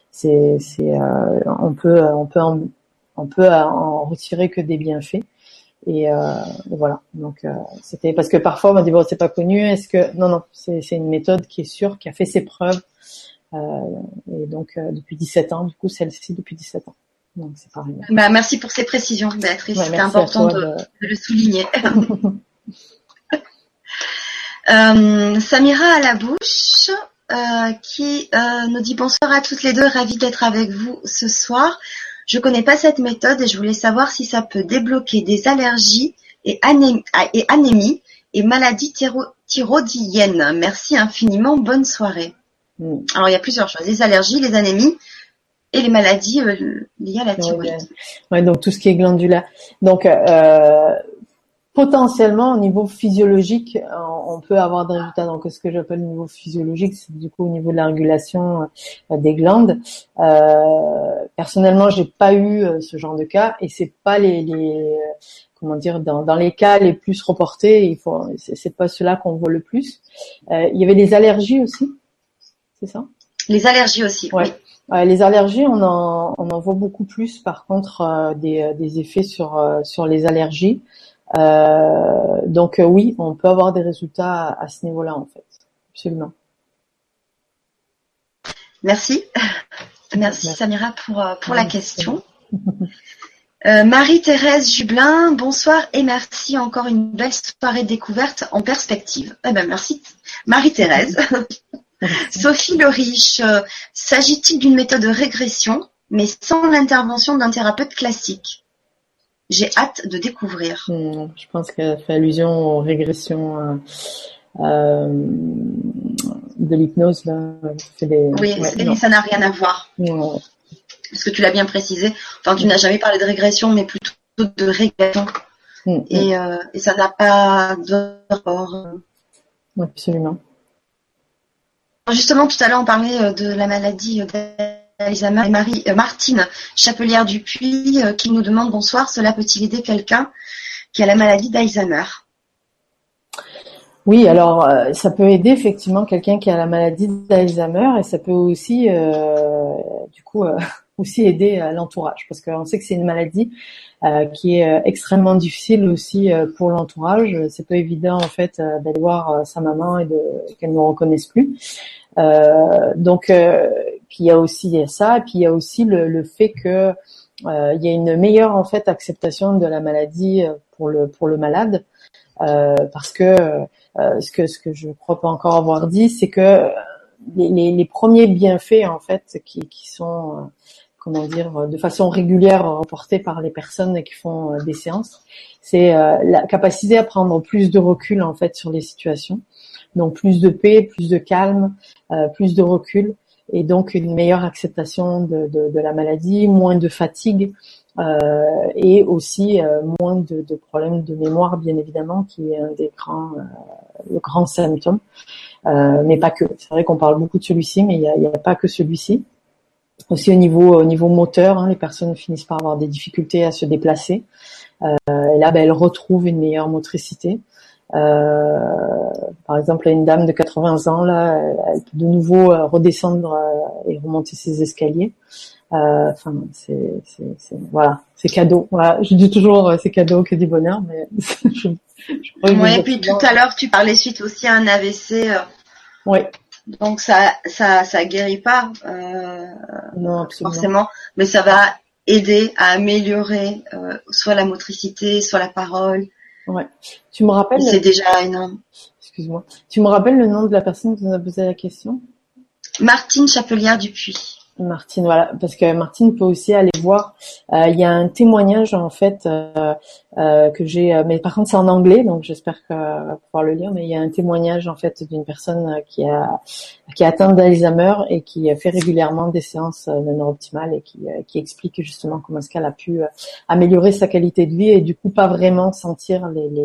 On peut en retirer que des bienfaits. Et voilà. Donc c'était parce que parfois on m'a dit bon, c'est pas connu. Est-ce que non, c'est une méthode qui est sûre, qui a fait ses preuves. Et donc depuis 17 ans, du coup celle-ci depuis 17 ans. Donc c'est pareil. Merci pour ces précisions, Béatrice. Ouais, c'était important de le souligner. Samira à la bouche qui nous dit bonsoir à toutes les deux, ravie d'être avec vous ce soir. Je connais pas cette méthode et je voulais savoir si ça peut débloquer des allergies et anémies et maladies thyroïdiennes. Merci infiniment, bonne soirée. Alors il y a plusieurs choses, les allergies, les anémies et les maladies liées à la thyroïde. Ouais, donc tout ce qui est glandulaire. Donc potentiellement au niveau physiologique, on peut avoir des résultats. Donc ce que j'appelle niveau physiologique, c'est du coup au niveau de la régulation des glandes. Personnellement, j'ai pas eu ce genre de cas et c'est pas dans les cas les plus reportés, c'est pas cela qu'on voit le plus. Il y avait les allergies aussi, c'est ça? Les allergies aussi. Ouais. Oui. Les allergies, on en voit beaucoup plus. Par contre, des effets sur les allergies. Donc oui, on peut avoir des résultats à ce niveau-là en fait, absolument. Merci Samira pour la question. Marie-Thérèse Jublin, bonsoir et merci, encore une belle soirée découverte en perspective. Merci Marie-Thérèse. Sophie Le Riche, s'agit-il d'une méthode de régression mais sans l'intervention d'un thérapeute classique? J'ai hâte de découvrir. Je pense qu'elle fait allusion aux régressions de l'hypnose. Là. Oui, ça n'a rien à voir. Non. Parce que tu l'as bien précisé. Enfin, tu n'as jamais parlé de régression, mais plutôt de régression. Et ça n'a pas de rapport. Absolument. Justement, tout à l'heure, on parlait de la maladie d'Alzheimer et Martine Chapelière-Dupuis qui nous demande bonsoir, cela peut-il aider quelqu'un qui a la maladie d'Alzheimer? Oui, alors ça peut aider effectivement quelqu'un qui a la maladie d'Alzheimer et ça peut aussi aussi aider l'entourage parce qu'on sait que c'est une maladie qui est extrêmement difficile aussi pour l'entourage. C'est pas évident en fait d'aller voir sa maman et qu'elle ne reconnaisse plus. Donc il y a aussi ça, et puis il y a aussi le fait que il y a une meilleure en fait acceptation de la maladie pour le malade, parce que ce que je crois pas encore avoir dit, c'est que les premiers bienfaits en fait qui sont de façon régulière reportés par les personnes qui font des séances, c'est la capacité à prendre plus de recul en fait sur les situations. Donc plus de paix, plus de calme, plus de recul et donc une meilleure acceptation de la maladie, moins de fatigue et aussi moins de problèmes de mémoire bien évidemment qui est un des grands symptômes. mais pas que. C'est vrai qu'on parle beaucoup de celui-ci, mais il y a pas que celui-ci. Aussi au niveau moteur, hein, les personnes finissent par avoir des difficultés à se déplacer. Et là, elles retrouvent une meilleure motricité. Par exemple, une dame de 80 ans, là, elle peut de nouveau redescendre et remonter ses escaliers. Enfin, voilà, c'est cadeau. Voilà, je dis toujours c'est cadeau que du bonheur, mais ouais, et puis tout à l'heure, tu parlais suite aussi à un AVC. Oui. Donc ça guérit pas non, forcément, mais ça va aider à améliorer soit la motricité, soit la parole. Ouais. Tu me rappelles. C'est déjà énorme. Excuse-moi. Tu me rappelles le nom de la personne qui nous a posé la question? Martine Chapelière-Dupuis. Martine, voilà, parce que Martine peut aussi aller voir. Il y a un témoignage en fait que j'ai, mais par contre c'est en anglais, donc j'espère pouvoir le lire. Mais il y a un témoignage en fait d'une personne qui est atteinte d'Alzheimer et qui fait régulièrement des séances de neurooptimale et qui explique justement comment est-ce qu'elle a pu améliorer sa qualité de vie et du coup pas vraiment sentir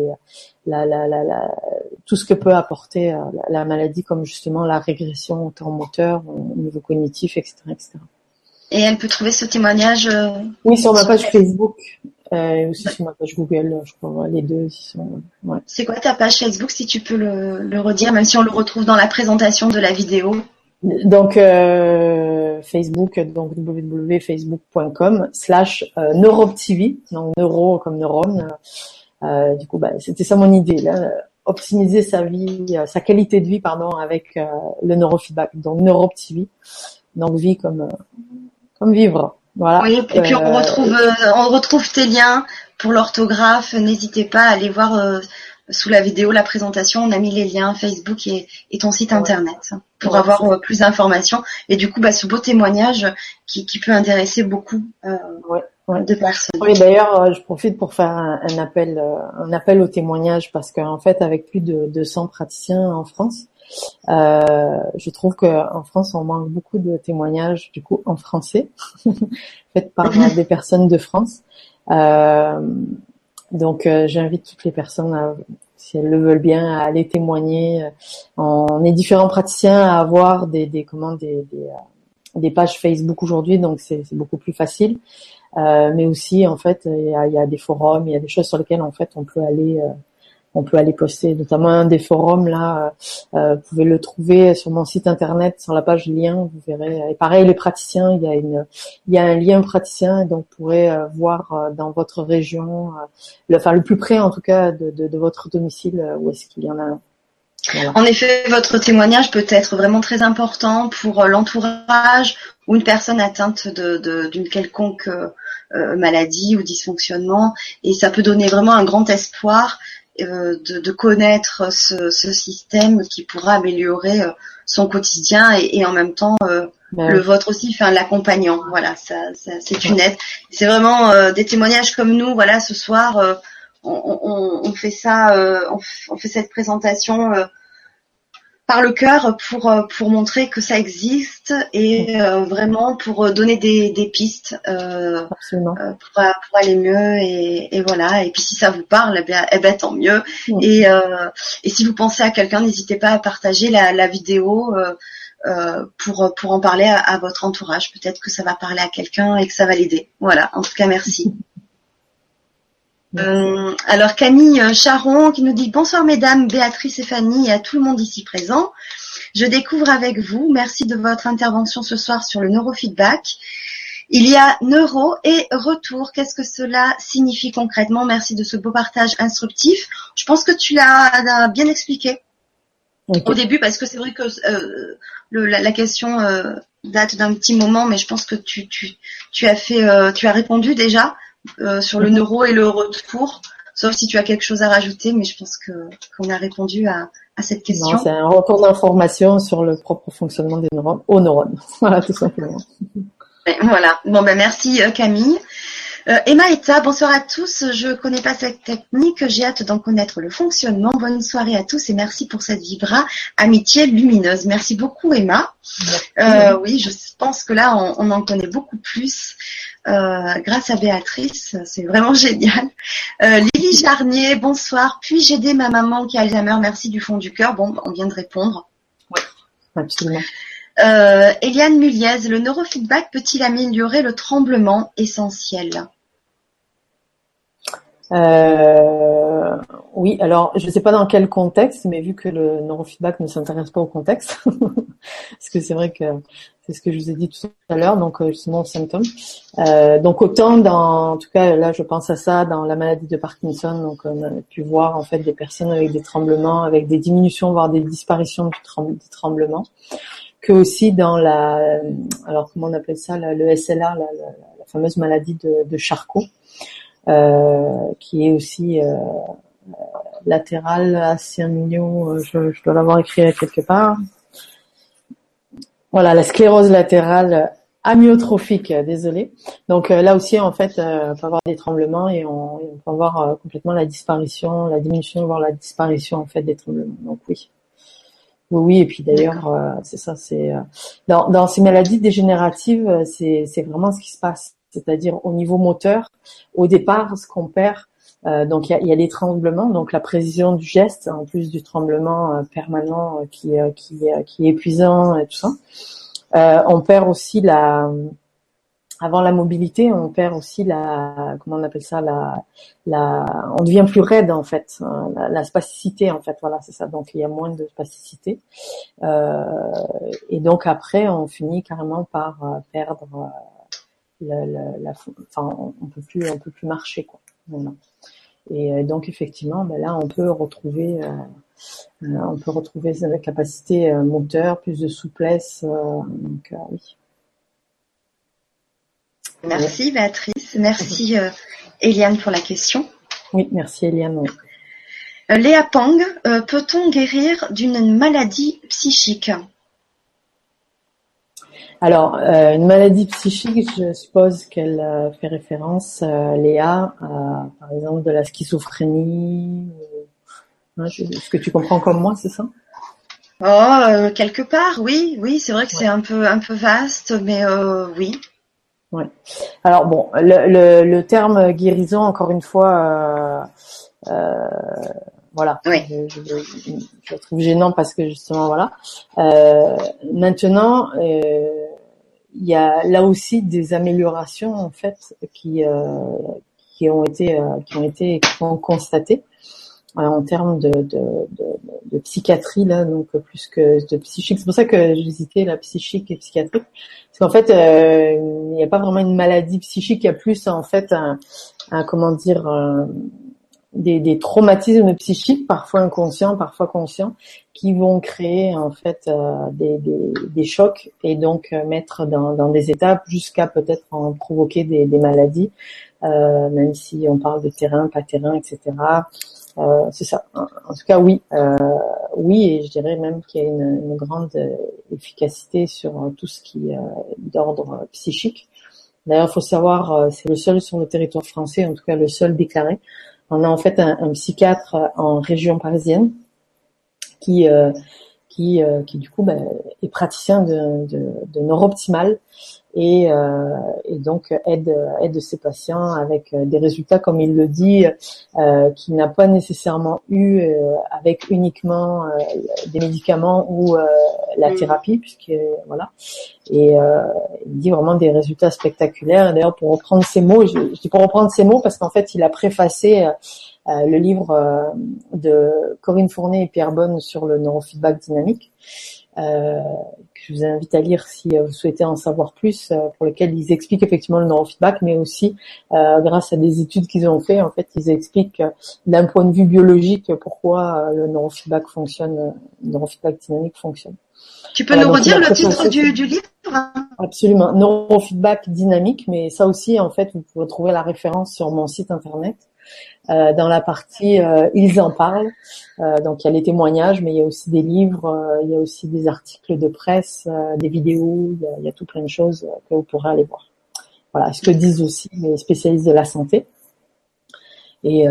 tout ce que peut apporter la maladie, comme justement la régression autant moteur, au niveau cognitif, etc., etc. Et elle peut trouver ce témoignage oui, sur ma page Facebook, aussi sur ma page Google, je crois, les deux sont. Ouais. C'est quoi ta page Facebook, si tu peux le redire, même si on le retrouve dans la présentation de la vidéo? Donc Facebook, donc www.facebook.com/neurooptv, donc neuro comme neurone. Du coup, c'était ça mon idée là, optimiser sa vie, sa qualité de vie, avec le neurofeedback. Donc neurooptv, donc vie comme vivre. Voilà. Oui, et puis on retrouve tes liens pour l'orthographe. N'hésitez pas à aller voir sous la vidéo la présentation. On a mis les liens Facebook et ton site internet pour avoir plus d'informations. Et du coup, ce beau témoignage qui peut intéresser beaucoup de personnes. Oui, d'ailleurs, je profite pour faire un appel au témoignage parce qu'en fait, avec plus de 200 praticiens en France, je trouve qu'en France, on manque beaucoup de témoignages, du coup, en français, faits par des personnes de France. Donc, j'invite toutes les personnes, si elles le veulent bien, à aller témoigner. On est différents praticiens à avoir des pages Facebook aujourd'hui, donc c'est beaucoup plus facile. Mais aussi, en fait, il y a des forums, il y a des choses sur lesquelles, en fait, on peut aller poster, notamment un des forums là, vous pouvez le trouver sur mon site internet, sur la page lien, vous verrez. Et pareil, les praticiens, il y a un lien praticien, donc vous pourrez voir dans votre région, le plus près en tout cas de votre domicile, où est-ce qu'il y en a un. Voilà. En effet, votre témoignage peut être vraiment très important pour l'entourage ou une personne atteinte d'une quelconque maladie ou dysfonctionnement, et ça peut donner vraiment un grand espoir de connaître ce système qui pourra améliorer son quotidien et en même temps le vôtre aussi, l'accompagnant. Voilà, ça c'est une aide. C'est vraiment des témoignages comme nous. Voilà, ce soir on fait ça, on fait cette présentation par le cœur pour montrer que ça existe et vraiment pour donner des pistes pour aller mieux et voilà. Et puis si ça vous parle, tant mieux. Et si vous pensez à quelqu'un, n'hésitez pas à partager la vidéo pour en parler à votre entourage. Peut-être que ça va parler à quelqu'un et que ça va l'aider. Voilà. En tout cas, merci. Alors Camille Charon qui nous dit: bonsoir mesdames, Béatrice et Fanny et à tout le monde ici présent. Je découvre avec vous. Merci de votre intervention ce soir sur le neurofeedback. Il y a neuro et retour. Qu'est-ce que cela signifie concrètement? Merci de ce beau partage instructif. Je pense que tu l'as bien expliqué au début, parce que c'est vrai que la question date d'un petit moment, mais je pense que tu as répondu déjà. Sur le neuro et le retour, sauf si tu as quelque chose à rajouter, mais je pense qu'on a répondu à cette question. Non, c'est un retour d'information sur le propre fonctionnement des neurones aux neurones. Voilà, tout simplement. Voilà. Bon, merci Camille. Emma Eta, bonsoir à tous. Je connais pas cette technique, j'ai hâte d'en connaître le fonctionnement. Bonne soirée à tous et merci pour cette vibra amitié lumineuse. Merci beaucoup Emma. Oui, je pense que là on en connaît beaucoup plus. Grâce à Béatrice, c'est vraiment génial. Lily Jarnier, bonsoir. Puis-je aider ma maman qui a Alzheimer? Merci du fond du cœur. Bon, on vient de répondre. absolument. Eliane Muliez, le neurofeedback peut-il améliorer le tremblement essentiel? Oui, alors je ne sais pas dans quel contexte, mais vu que le neurofeedback ne s'intéresse pas au contexte, parce que c'est vrai que c'est ce que je vous ai dit tout à l'heure, donc justement aux symptômes. Donc autant en tout cas là je pense à ça dans la maladie de Parkinson, donc on a pu voir en fait des personnes avec des tremblements, avec des diminutions voire des disparitions des tremblements, que aussi dans alors comment on appelle ça, le SLA, la fameuse maladie de Charcot. Qui est aussi latéral assez mignon, je dois l'avoir écrit quelque part. Voilà, la sclérose latérale amyotrophique, désolé. Donc là aussi, en fait, on peut avoir des tremblements et on peut avoir complètement la diminution, voire la disparition en fait des tremblements. Donc oui. Oui, et puis d'ailleurs, c'est ça, c'est dans ces maladies dégénératives, c'est vraiment ce qui se passe. C'est-à-dire au niveau moteur, au départ, ce qu'on perd, donc il y a les tremblements, donc la précision du geste, en plus du tremblement permanent qui est épuisant et tout ça. On perd aussi avant la mobilité, on perd aussi comment on appelle ça, on devient plus raide en fait, la spasticité en fait, voilà, c'est ça. Donc il y a moins de spasticité, et donc après on finit carrément par perdre enfin on peut plus marcher quoi. Voilà. Et donc effectivement, là on peut retrouver la capacité moteur, plus de souplesse, donc oui. Merci Béatrice, merci Eliane pour la question. Oui, merci Eliane. Oui. Léa Pang, peut-on guérir d'une maladie psychique? Alors, une maladie psychique, je suppose qu'elle fait référence, Léa, à, par exemple, de la schizophrénie. Ce que tu comprends comme moi, c'est ça? Oh, quelque part, oui, c'est vrai que c'est un peu vaste, mais oui. Ouais. Alors bon, le terme guérison, encore une fois, voilà, oui. je le trouve gênant parce que justement, voilà. Maintenant, il y a là aussi des améliorations en fait qui ont été constatées en termes de psychiatrie là, donc plus que de psychique. C'est pour ça que j'hésitais la psychique et psychiatrique, parce qu'en fait il n'y a pas vraiment une maladie psychique, il y a plus en fait comment dire des traumatismes psychiques, parfois inconscients, parfois conscients, qui vont créer en fait des chocs et donc mettre dans des étapes jusqu'à peut-être en provoquer des maladies, même si on parle de terrain, pas terrain, etc. C'est ça. En tout cas, oui, et je dirais même qu'il y a une grande efficacité sur tout ce qui est d'ordre psychique. D'ailleurs, il faut savoir, c'est le seul sur le territoire français, en tout cas le seul déclaré. On a en fait un psychiatre en région parisienne qui du coup est praticien de neurooptimal et donc aide ses patients avec des résultats, comme il le dit, qu'il n'a pas nécessairement eu avec uniquement des médicaments ou la thérapie, puisque voilà. Et il dit vraiment des résultats spectaculaires. Et d'ailleurs, pour reprendre ses mots, je dis pour reprendre ses mots parce qu'en fait, il a préfacé le livre de Corinne Fournet et Pierre Bonne sur le neurofeedback dynamique, que je vous invite à lire si vous souhaitez en savoir plus, pour lequel ils expliquent effectivement le neurofeedback, mais aussi grâce à des études qu'ils ont fait, en fait, ils expliquent d'un point de vue biologique pourquoi le neurofeedback fonctionne, le neurofeedback dynamique fonctionne. Tu peux nous redire le titre du livre? Absolument, neurofeedback dynamique, mais ça aussi, en fait, vous pouvez trouver la référence sur mon site internet. Dans la partie ils en parlent, donc il y a les témoignages, mais il y a aussi des livres, il y a aussi des articles de presse, des vidéos, il y a tout plein de choses que vous pourrez aller voir. Voilà, ce que disent aussi les spécialistes de la santé et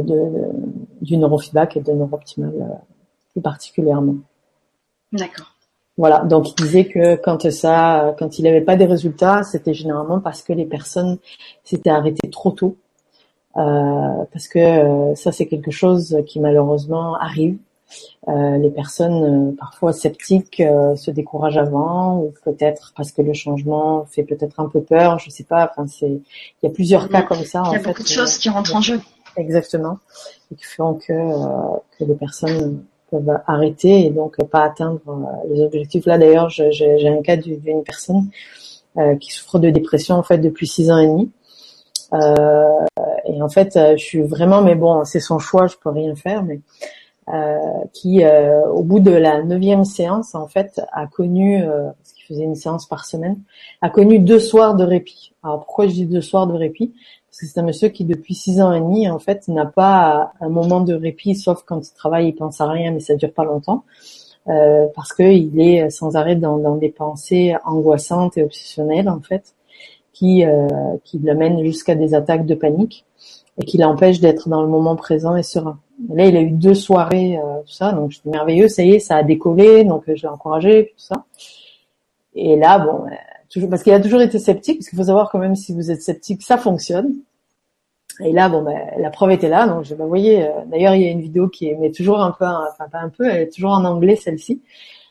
du neurofeedback et de neurooptimal plus particulièrement. D'accord. Voilà, donc il disait que quand il n'avait pas des résultats, c'était généralement parce que les personnes s'étaient arrêtées trop tôt. Parce que ça c'est quelque chose qui malheureusement arrive. Les personnes parfois sceptiques se découragent avant, ou peut-être parce que le changement fait peut-être un peu peur, je sais pas. Enfin, il y a plusieurs cas comme ça. Il y a en beaucoup fait, de choses qui rentrent en jeu. exactement, et qui font que les personnes peuvent arrêter et donc pas atteindre les objectifs. Là, d'ailleurs, j'ai un cas d'une personne qui souffre de dépression en fait depuis 6 ans et demi. Et en fait, je suis vraiment, mais bon, c'est son choix, je peux rien faire, mais qui, au bout de la 9e séance, en fait, a connu, parce qu'il faisait une séance par semaine, a connu 2 soirs de répit. Alors pourquoi je dis 2 soirs de répit? Parce que c'est un monsieur qui, depuis 6 ans et demi, en fait, n'a pas un moment de répit, sauf quand il travaille, il pense à rien, mais ça dure pas longtemps, parce que il est sans arrêt dans des pensées angoissantes et obsessionnelles, en fait, qui l'amènent jusqu'à des attaques de panique et qui l'empêchent d'être dans le moment présent et serein. Et là, il a eu 2 soirées, tout ça, donc c'était merveilleux, ça y est, ça a décollé, donc je l'ai encouragé, tout ça. Et là, bon, toujours, parce qu'il a toujours été sceptique, parce qu'il faut savoir quand même, si vous êtes sceptique, ça fonctionne. Et là, bon, la preuve était là, donc vous voyez, d'ailleurs, il y a une vidéo qui est, mais toujours un peu, enfin pas un peu, elle est toujours en anglais, celle-ci.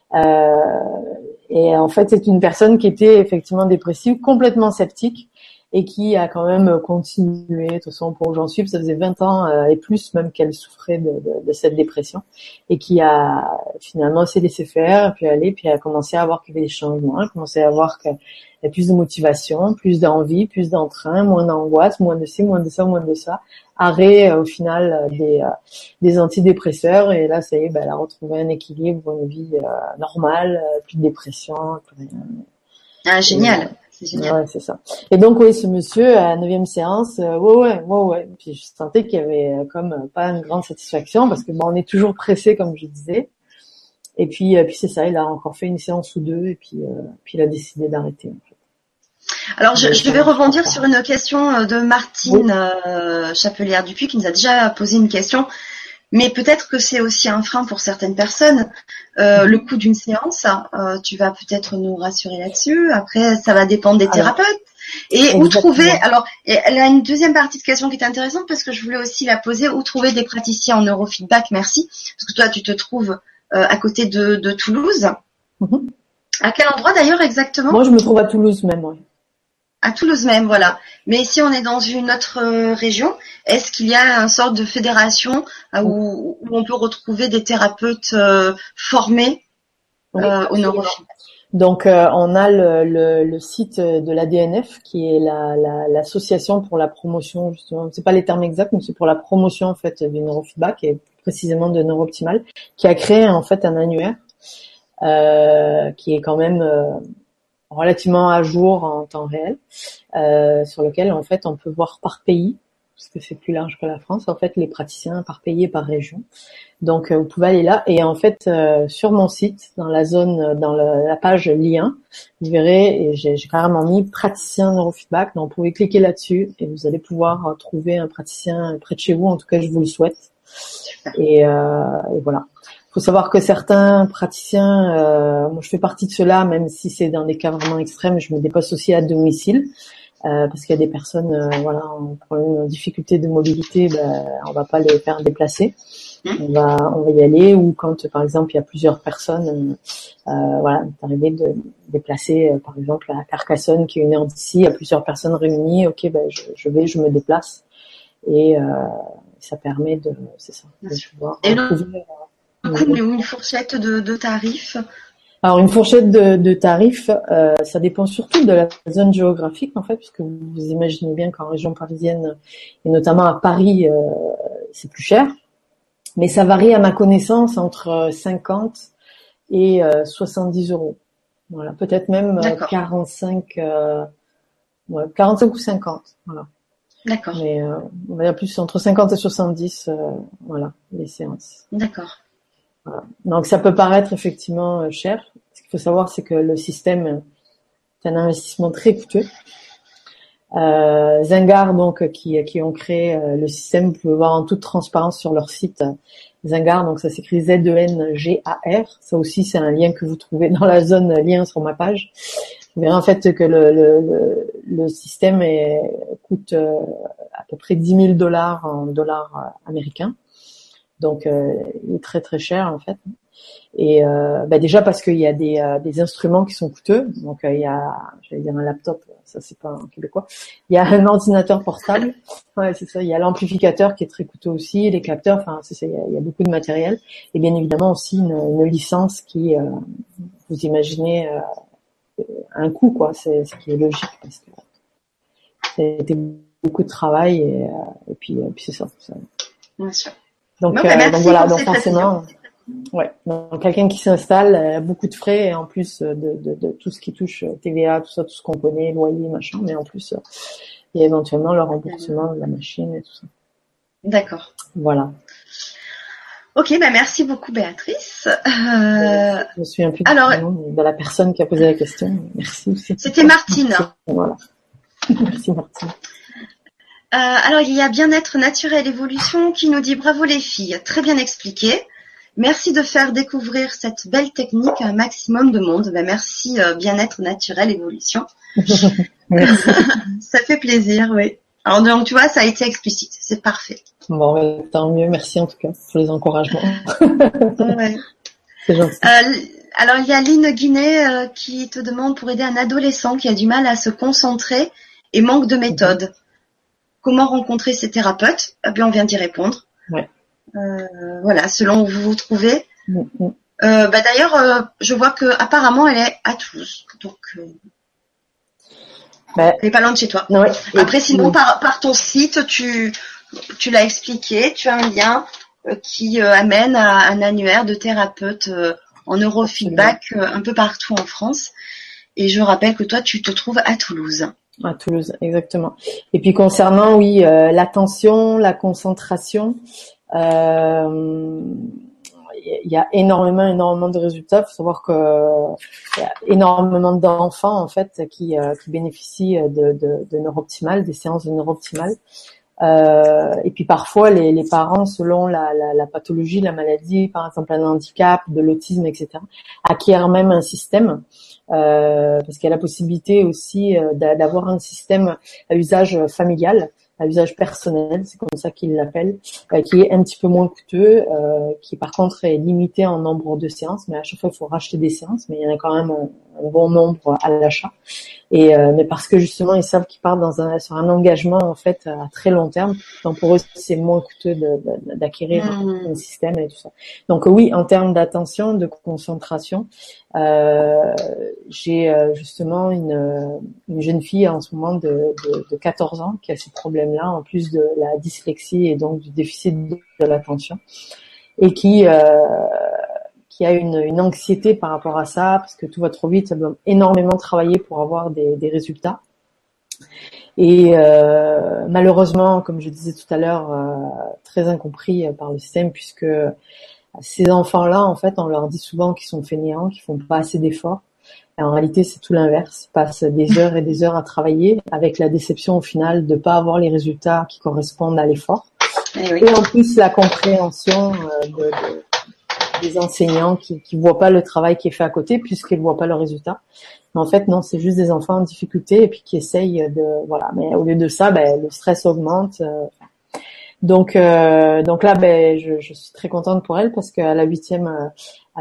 Et en fait, c'est une personne qui était effectivement dépressive, complètement sceptique, et qui a quand même continué. De toute façon, pour où j'en suis, ça faisait 20 ans et plus même qu'elle souffrait de cette dépression, et qui a finalement s'est laissé faire, puis aller, puis a commencé à voir qu'il y avait des changements, a commencé à voir qu'il y a plus de motivation, plus d'envie, plus d'entrain, moins d'angoisse, moins de ci, moins de ça, moins de ça. Arrêt au final des antidépresseurs, et là ça y est, elle a retrouvé un équilibre, une vie normale, plus de dépression, plus rien. Ah, génial. C'est génial. Ouais, c'est ça. Et donc oui, ce monsieur à la 9e séance, ouais. Puis je sentais qu'il y avait comme pas une grande satisfaction, parce que bon, on est toujours pressé, comme je disais. Et puis c'est ça, il a encore fait une séance ou 2, et puis il a décidé d'arrêter. En fait. Alors je vais rebondir sur une question de Martine Chapelière-Dupuis, qui nous a déjà posé une question. Mais peut-être que c'est aussi un frein pour certaines personnes. Le coût d'une séance, tu vas peut-être nous rassurer là-dessus. Après, ça va dépendre des thérapeutes. Et exactement. Où trouver, alors, elle a une deuxième partie de question qui est intéressante, parce que je voulais aussi la poser, où trouver des praticiens en neurofeedback, merci. Parce que toi, tu te trouves à côté de Toulouse. Mm-hmm. À quel endroit d'ailleurs exactement? Moi, je me trouve à Toulouse même, oui. À Toulouse même, voilà. Mais si on est dans une autre région, est-ce qu'il y a une sorte de fédération où on peut retrouver des thérapeutes formés au neurofeedback? Donc, on a le site de l'ADNF, qui est l'association pour la promotion, justement, c'est pas les termes exacts, mais c'est pour la promotion en fait du neurofeedback, et précisément de NeuroOptimal, qui a créé en fait un annuaire qui est quand même relativement à jour en temps réel, sur lequel en fait on peut voir par pays, parce que c'est plus large que la France, en fait les praticiens par pays et par région. Donc vous pouvez aller là, et en fait sur mon site, dans la zone, dans la page lien, vous verrez, et j'ai carrément mis praticien neurofeedback, donc vous pouvez cliquer là-dessus et vous allez pouvoir trouver un praticien près de chez vous, en tout cas je vous le souhaite. Et voilà. Il faut savoir que certains praticiens, moi je fais partie de ceux-là, même si c'est dans des cas vraiment extrêmes, je me déplace aussi à domicile, parce qu'il y a des personnes, voilà, pour une difficulté de mobilité, on va pas les faire déplacer, on va y aller, ou quand par exemple il y a plusieurs personnes, voilà, c'est arrivé de déplacer, par exemple à Carcassonne, qui est 1 heure d'ici, il y a plusieurs personnes réunies, ok, je me déplace, et ça permet de, c'est ça, de pouvoir trouver. Une fourchette de tarifs? Alors une fourchette de tarifs, ça dépend surtout de la zone géographique en fait, puisque vous imaginez bien qu'en région parisienne et notamment à Paris, c'est plus cher. Mais ça varie à ma connaissance entre 50 et 70 euros. Voilà, peut-être même 45 ou 50. Voilà. D'accord. Mais on va dire plus entre 50 et 70, voilà, les séances. D'accord. Voilà. Donc ça peut paraître effectivement cher. Ce qu'il faut savoir, c'est que le système est un investissement très coûteux. Zingar, donc, qui ont créé le système, vous pouvez voir en toute transparence sur leur site Zingar, donc ça s'écrit ZENGAR. Ça aussi, c'est un lien que vous trouvez dans la zone lien sur ma page. Vous verrez en fait que le système coûte à peu près $10 000 en dollars américains. Donc il est très très cher en fait. Et déjà parce qu'il y a des instruments qui sont coûteux. Donc il y a, j'allais dire un laptop, ça c'est pas un québécois. Il y a un ordinateur portable. Ouais, c'est ça. Il y a l'amplificateur qui est très coûteux aussi, les capteurs. Enfin, c'est ça. Il y a beaucoup de matériel. Et bien évidemment aussi une licence qui, vous imaginez, un coût quoi. C'est ce qui est logique parce que c'était beaucoup de travail et puis c'est ça. Bien sûr. Donc, Bon, merci donc voilà. pour Donc ces forcément. précisions. Ouais, donc quelqu'un qui s'installe, beaucoup de frais et en plus de tout ce qui touche TVA, tout ça, tout ce qu'on connaît, loyer, machin, mais en plus il y a éventuellement le remboursement de la machine et tout ça. D'accord. Voilà. Ok, merci beaucoup Béatrice. Je me souviens plus du nom de la personne qui a posé la question. Merci aussi. C'était Martine. Voilà. Merci Martine. Alors il y a Bien-être naturel évolution qui nous dit bravo les filles, très bien expliqué. Merci de faire découvrir cette belle technique à un maximum de monde. Merci Bien-être naturel évolution. Merci. Ça fait plaisir, oui. Alors donc tu vois, ça a été explicite, c'est parfait. Bon, tant mieux, merci en tout cas pour les encouragements. Ouais. C'est gentil. Alors il y a Lynn Guinet qui te demande pour aider un adolescent qui a du mal à se concentrer et manque de méthode. Comment rencontrer ces thérapeutes ? Eh bien, on vient d'y répondre. Ouais. Voilà, selon où vous vous trouvez. D'ailleurs, je vois que apparemment elle est à Toulouse, donc elle est pas loin de chez toi. Ouais. Après, sinon par ton site, tu l'as expliqué, tu as un lien qui amène à un annuaire de thérapeutes en neurofeedback un peu partout en France. Et je rappelle que toi, tu te trouves à Toulouse. À Toulouse, exactement. Et puis concernant, oui, l'attention, la concentration, il y a énormément de résultats. Il faut savoir que il y a énormément d'enfants en fait qui bénéficient de Neurooptimal, des séances de Neurooptimal. Et puis parfois les parents, selon la pathologie, la maladie, par exemple un handicap, de l'autisme, etc., acquièrent même un système. Parce qu'il y a la possibilité aussi d'avoir un système à usage familial, à usage personnel, c'est comme ça qu'ils l'appellent, qui est un petit peu moins coûteux, qui par contre est limité en nombre de séances, mais à chaque fois il faut racheter des séances, mais il y en a quand même un bon nombre à l'achat. Et mais parce que justement ils savent qu'ils partent sur un engagement en fait à très long terme, donc pour eux c'est moins coûteux d'acquérir un système et tout ça. Donc oui, en termes d'attention, de concentration, j'ai justement une jeune fille en ce moment de 14 ans qui a ces problèmes-là, en plus de la dyslexie et donc du déficit de l'attention, et qui a une anxiété par rapport à ça, parce que tout va trop vite, ça doit énormément travailler pour avoir des résultats. Et malheureusement, comme je disais tout à l'heure, très incompris par le système, puisque ces enfants-là, en fait, on leur dit souvent qu'ils sont fainéants, qu'ils font pas assez d'efforts. Et en réalité, c'est tout l'inverse. Ils passent des heures et des heures à travailler, avec la déception au final de pas avoir les résultats qui correspondent à l'effort. Et en plus, la compréhension des enseignants qui voient pas le travail qui est fait à côté puisqu'ils voient pas le résultat. Mais en fait, non, c'est juste des enfants en difficulté et puis qui essayent voilà. Mais au lieu de ça, le stress augmente. Donc là, je suis très contente pour elle parce qu'à la huitième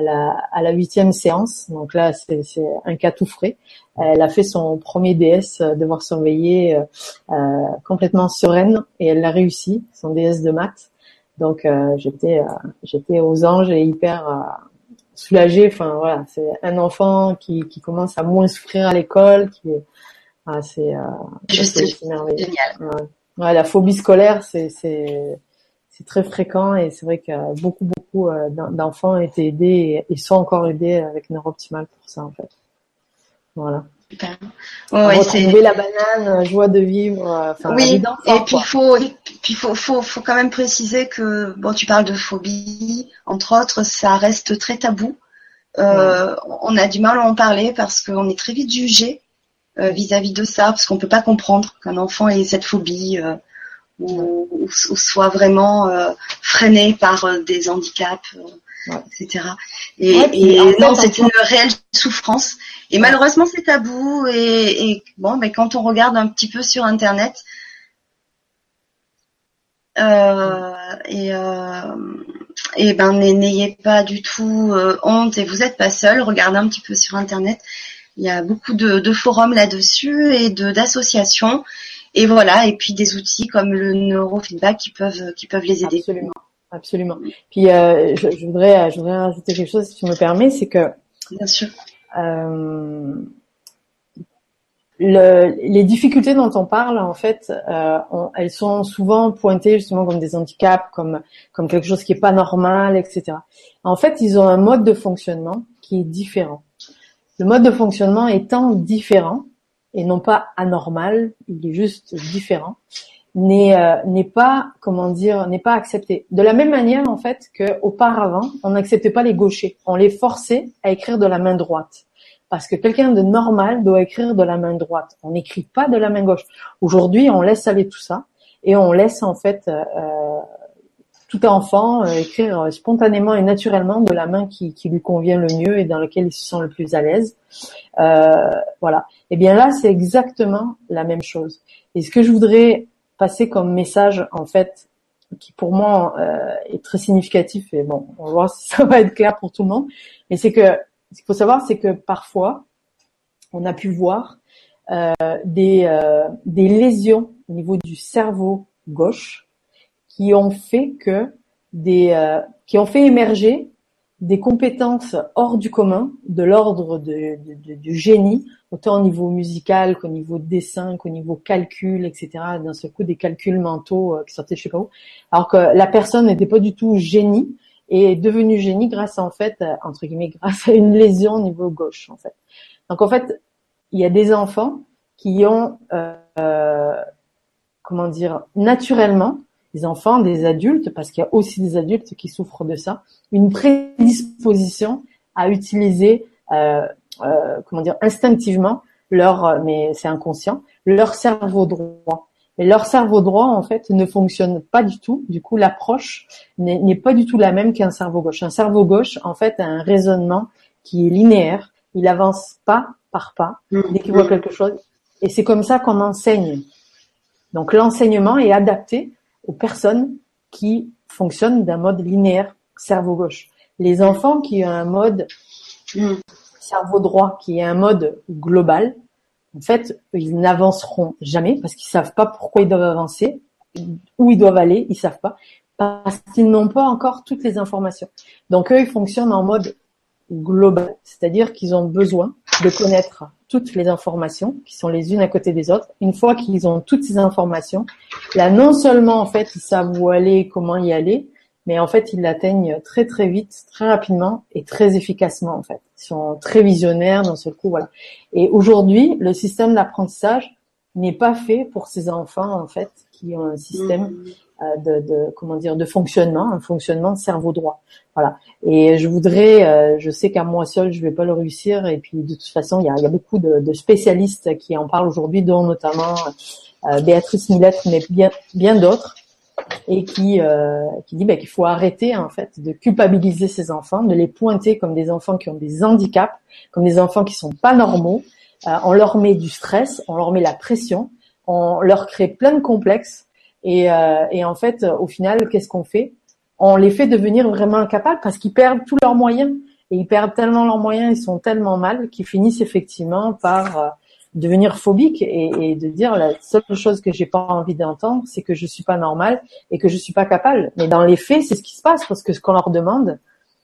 séance, donc là, c'est un cas tout frais. Elle a fait son premier DS, devoir surveiller, complètement sereine, et elle l'a réussi, son DS de maths. Donc j'étais aux anges et hyper soulagée. Enfin voilà, c'est un enfant qui commence à moins souffrir à l'école, c'est merveilleux. Génial. Ouais, la phobie scolaire, c'est très fréquent et c'est vrai que beaucoup d'enfants ont été aidés et sont encore aidés avec Neurooptimal pour ça en fait. Voilà. Super. Retrouver la banane, joie de vivre. Oui, et puis faut quand même préciser que tu parles de phobie, entre autres, ça reste très tabou. On a du mal à en parler parce qu'on est très vite jugé vis-à-vis de ça, parce qu'on peut pas comprendre qu'un enfant ait cette phobie ou soit vraiment freiné par des handicaps, etc. Et non, c'est une réelle souffrance. Et malheureusement, c'est tabou. Et quand on regarde un petit peu sur Internet, et ben n'ayez pas du tout honte et vous n'êtes pas seul. Regardez un petit peu sur Internet. Il y a beaucoup de forums là-dessus et d'associations. Et voilà, et puis des outils comme le neurofeedback qui peuvent les aider. Absolument, absolument. Puis je voudrais rajouter quelque chose, si tu me permets, c'est que bien sûr. Les difficultés dont on parle, en fait, elles sont souvent pointées justement comme des handicaps, comme quelque chose qui est pas normal, etc. En fait, ils ont un mode de fonctionnement qui est différent. Le mode de fonctionnement étant différent et non pas anormal, il est juste différent, n'est pas, n'est pas accepté. De la même manière, en fait, qu'auparavant, on n'acceptait pas les gauchers. On les forçait à écrire de la main droite. Parce que quelqu'un de normal doit écrire de la main droite. On n'écrit pas de la main gauche. Aujourd'hui, on laisse aller tout ça et on laisse, en fait, tout enfant écrire spontanément et naturellement de la main qui lui convient le mieux et dans laquelle il se sent le plus à l'aise. Voilà. Et bien là, c'est exactement la même chose. Et ce que je voudrais passer comme message, en fait, qui pour moi est très significatif, et bon, on va voir si ça va être clair pour tout le monde, mais c'est que ce qu'il faut savoir, c'est que parfois, on a pu voir des lésions au niveau du cerveau gauche qui ont fait émerger des compétences hors du commun, de l'ordre du génie, autant au niveau musical qu'au niveau dessin, qu'au niveau calcul, etc. D'un seul coup, des calculs mentaux qui sortaient je sais pas où. Alors que la personne n'était pas du tout génie et est devenue génie grâce en fait, entre guillemets, grâce à une lésion au niveau gauche, en fait. Donc en fait, il y a des enfants qui ont, naturellement, des enfants, des adultes, parce qu'il y a aussi des adultes qui souffrent de ça, une prédisposition à utiliser, instinctivement mais c'est inconscient, leur cerveau droit. Et leur cerveau droit, en fait, ne fonctionne pas du tout. Du coup, l'approche n'est pas du tout la même qu'un cerveau gauche. Un cerveau gauche, en fait, a un raisonnement qui est linéaire. Il avance pas par pas dès qu'il voit quelque chose. Et c'est comme ça qu'on enseigne. Donc, l'enseignement est adapté aux personnes qui fonctionnent d'un mode linéaire cerveau gauche. Les enfants qui ont un mode cerveau droit, qui est un mode global, en fait, ils n'avanceront jamais parce qu'ils savent pas pourquoi ils doivent avancer, où ils doivent aller, ils savent pas, parce qu'ils n'ont pas encore toutes les informations. Donc eux, ils fonctionnent en mode global, c'est-à-dire qu'ils ont besoin de connaître toutes les informations qui sont les unes à côté des autres. Une fois qu'ils ont toutes ces informations, là, non seulement, en fait, ils savent où aller, comment y aller, mais en fait, ils l'atteignent très, très vite, très rapidement et très efficacement, en fait. Ils sont très visionnaires d'un seul coup, voilà. Et aujourd'hui, le système d'apprentissage n'est pas fait pour ces enfants, en fait, qui ont un système de fonctionnement, un fonctionnement de cerveau droit. Voilà. Et je sais qu'à moi seule, je vais pas le réussir. Et puis, de toute façon, il y a beaucoup de spécialistes qui en parlent aujourd'hui, dont notamment Béatrice Millette, mais bien d'autres, et qui dit qu'il faut arrêter, en fait, de culpabiliser ces enfants, de les pointer comme des enfants qui ont des handicaps, comme des enfants qui sont pas normaux. On leur met du stress, on leur met la pression, on leur crée plein de complexes. Et en fait, au final, qu'est-ce qu'on fait? On les fait devenir vraiment incapables parce qu'ils perdent tous leurs moyens. Et ils perdent tellement leurs moyens, ils sont tellement mal qu'ils finissent effectivement par devenir phobiques et de dire la seule chose que j'ai pas envie d'entendre, c'est que je suis pas normale et que je suis pas capable. Mais dans les faits, c'est ce qui se passe parce que ce qu'on leur demande,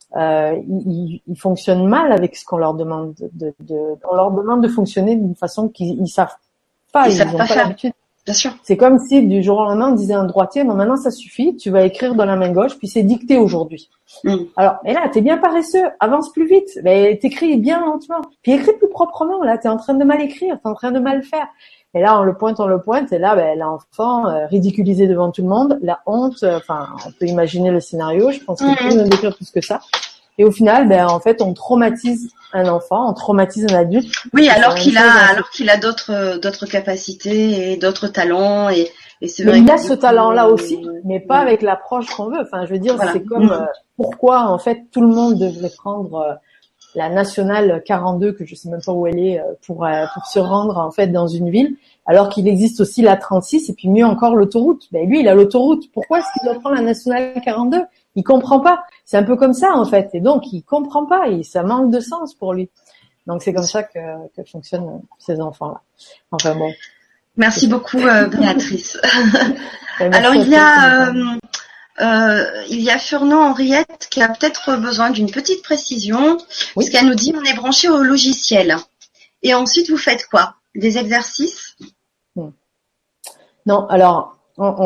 ils fonctionnent mal avec ce qu'on leur demande. On leur demande de fonctionner d'une façon qu'ils savent pas. Ils n'ont pas l'habitude. Bien sûr. C'est comme si du jour au lendemain on disait à un droitier, non maintenant ça suffit, tu vas écrire dans la main gauche, puis c'est dicté aujourd'hui. Alors, mais là, t'es bien paresseux, avance plus vite, mais t'écris bien lentement, puis écris plus proprement, là, t'es en train de mal écrire, t'es en train de mal faire. Et là, on le pointe, et là, l'enfant ridiculisé devant tout le monde, la honte, on peut imaginer le scénario, je pense que tu peux décrire plus que ça. Et au final, en fait, on traumatise un enfant, on traumatise un adulte. Oui, alors qu'il a d'autres capacités et d'autres talents et c'est vrai. Mais il a ce talent-là aussi, mais pas avec l'approche qu'on veut. Enfin, je veux dire, c'est comme pourquoi en fait tout le monde devrait prendre la nationale 42, que je sais même pas où elle est, pour se rendre en fait dans une ville, alors qu'il existe aussi la 36 et puis mieux encore l'autoroute. Lui, il a l'autoroute. Pourquoi est-ce qu'il doit prendre la nationale 42? Il comprend pas. C'est un peu comme ça en fait. Et donc il comprend pas. Et ça manque de sens pour lui. Donc c'est comme ça que fonctionnent ces enfants-là. Enfin bon. Merci beaucoup, Béatrice. Merci. Alors il y a Fernand Henriette qui a peut-être besoin d'une petite précision, puisqu'elle nous dit on est branché au logiciel. Et ensuite vous faites quoi? Des exercices? Non, alors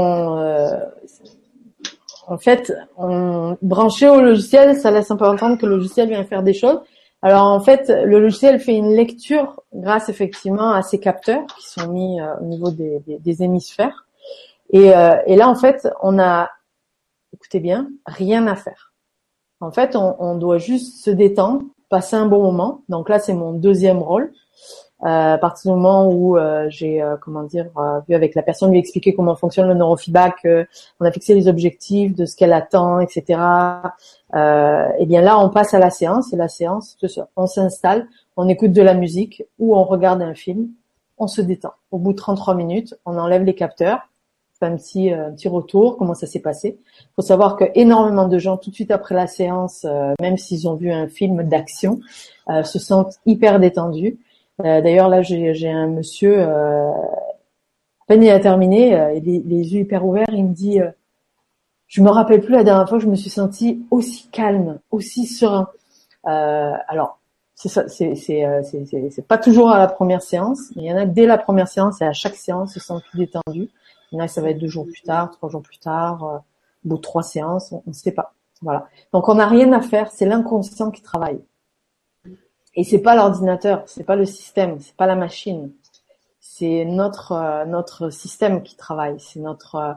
en fait, branché au logiciel, ça laisse un peu entendre que le logiciel vient faire des choses. Alors en fait, le logiciel fait une lecture grâce effectivement à ces capteurs qui sont mis au niveau des hémisphères. Et là en fait, on a, écoutez bien, rien à faire. En fait, on doit juste se détendre, passer un bon moment. Donc là, c'est mon deuxième rôle. À partir du moment où j'ai vu avec la personne, lui expliquer comment fonctionne le neurofeedback, on a fixé les objectifs de ce qu'elle attend, etc. Et bien là, on passe à la séance. Et la séance, c'est ça. On s'installe, on écoute de la musique ou on regarde un film, on se détend. Au bout de 33 minutes, on enlève les capteurs, fait un petit retour, comment ça s'est passé. Il faut savoir que énormément de gens, tout de suite après la séance, même s'ils ont vu un film d'action, se sentent hyper détendus. D'ailleurs, là, j'ai un monsieur, à peine il a terminé, les yeux hyper ouverts, il me dit, je me rappelle plus la dernière fois que je me suis sentie aussi calme, aussi serein. Alors, c'est ça, c'est pas toujours à la première séance, mais il y en a dès la première séance et à chaque séance, ils sont plus détendus. Il y en a, ça va être 2 jours plus tard, 3 jours plus tard, au bout de 3 séances, on ne sait pas. Voilà. Donc, on n'a rien à faire, c'est l'inconscient qui travaille. Et c'est pas l'ordinateur, c'est pas le système, c'est pas la machine. C'est notre système qui travaille, c'est notre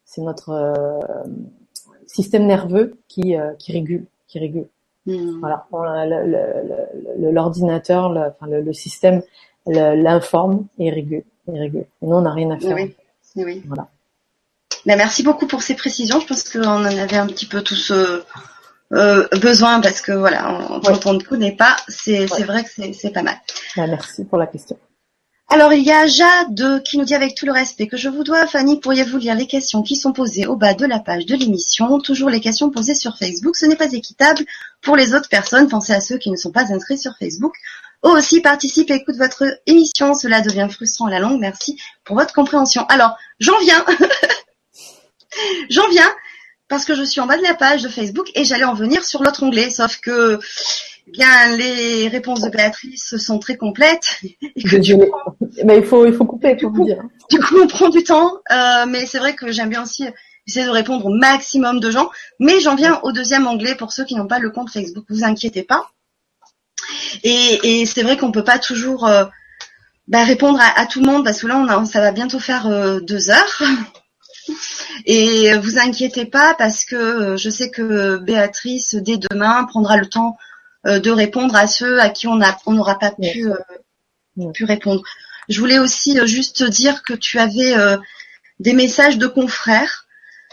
système nerveux qui régule. Voilà. L'ordinateur, le système l'informe et régule. Et nous, on n'a rien à faire. Oui. Voilà. Ben, merci beaucoup pour ces précisions. Je pense qu'on en avait un petit peu tous besoin parce que voilà, quand on ne connaît pas, c'est vrai que c'est pas mal. Ben, merci pour la question. Alors, il y a Jade qui nous dit avec tout le respect que je vous dois, Fanny, pourriez-vous lire les questions qui sont posées au bas de la page de l'émission? Toujours les questions posées sur Facebook, ce n'est pas équitable pour les autres personnes. Pensez à ceux qui ne sont pas inscrits sur Facebook. Eux aussi participent et écoutent votre émission. Cela devient frustrant à la longue. Merci pour votre compréhension. Alors, j'en viens parce que je suis en bas de la page de Facebook et j'allais en venir sur l'autre onglet, sauf que bien les réponses de Béatrice sont très complètes et que mais il faut couper pour vous dire. Du coup, on prend du temps, mais c'est vrai que j'aime bien aussi essayer de répondre au maximum de gens. Mais j'en viens au deuxième onglet pour ceux qui n'ont pas le compte Facebook. Vous inquiétez pas. Et c'est vrai qu'on peut pas toujours répondre à tout le monde parce que là, ça va bientôt faire 2 heures. Et vous inquiétez pas parce que je sais que Béatrice, dès demain, prendra le temps de répondre à ceux à qui on n'aura pas pu répondre. Je voulais aussi juste dire que tu avais des messages de confrères,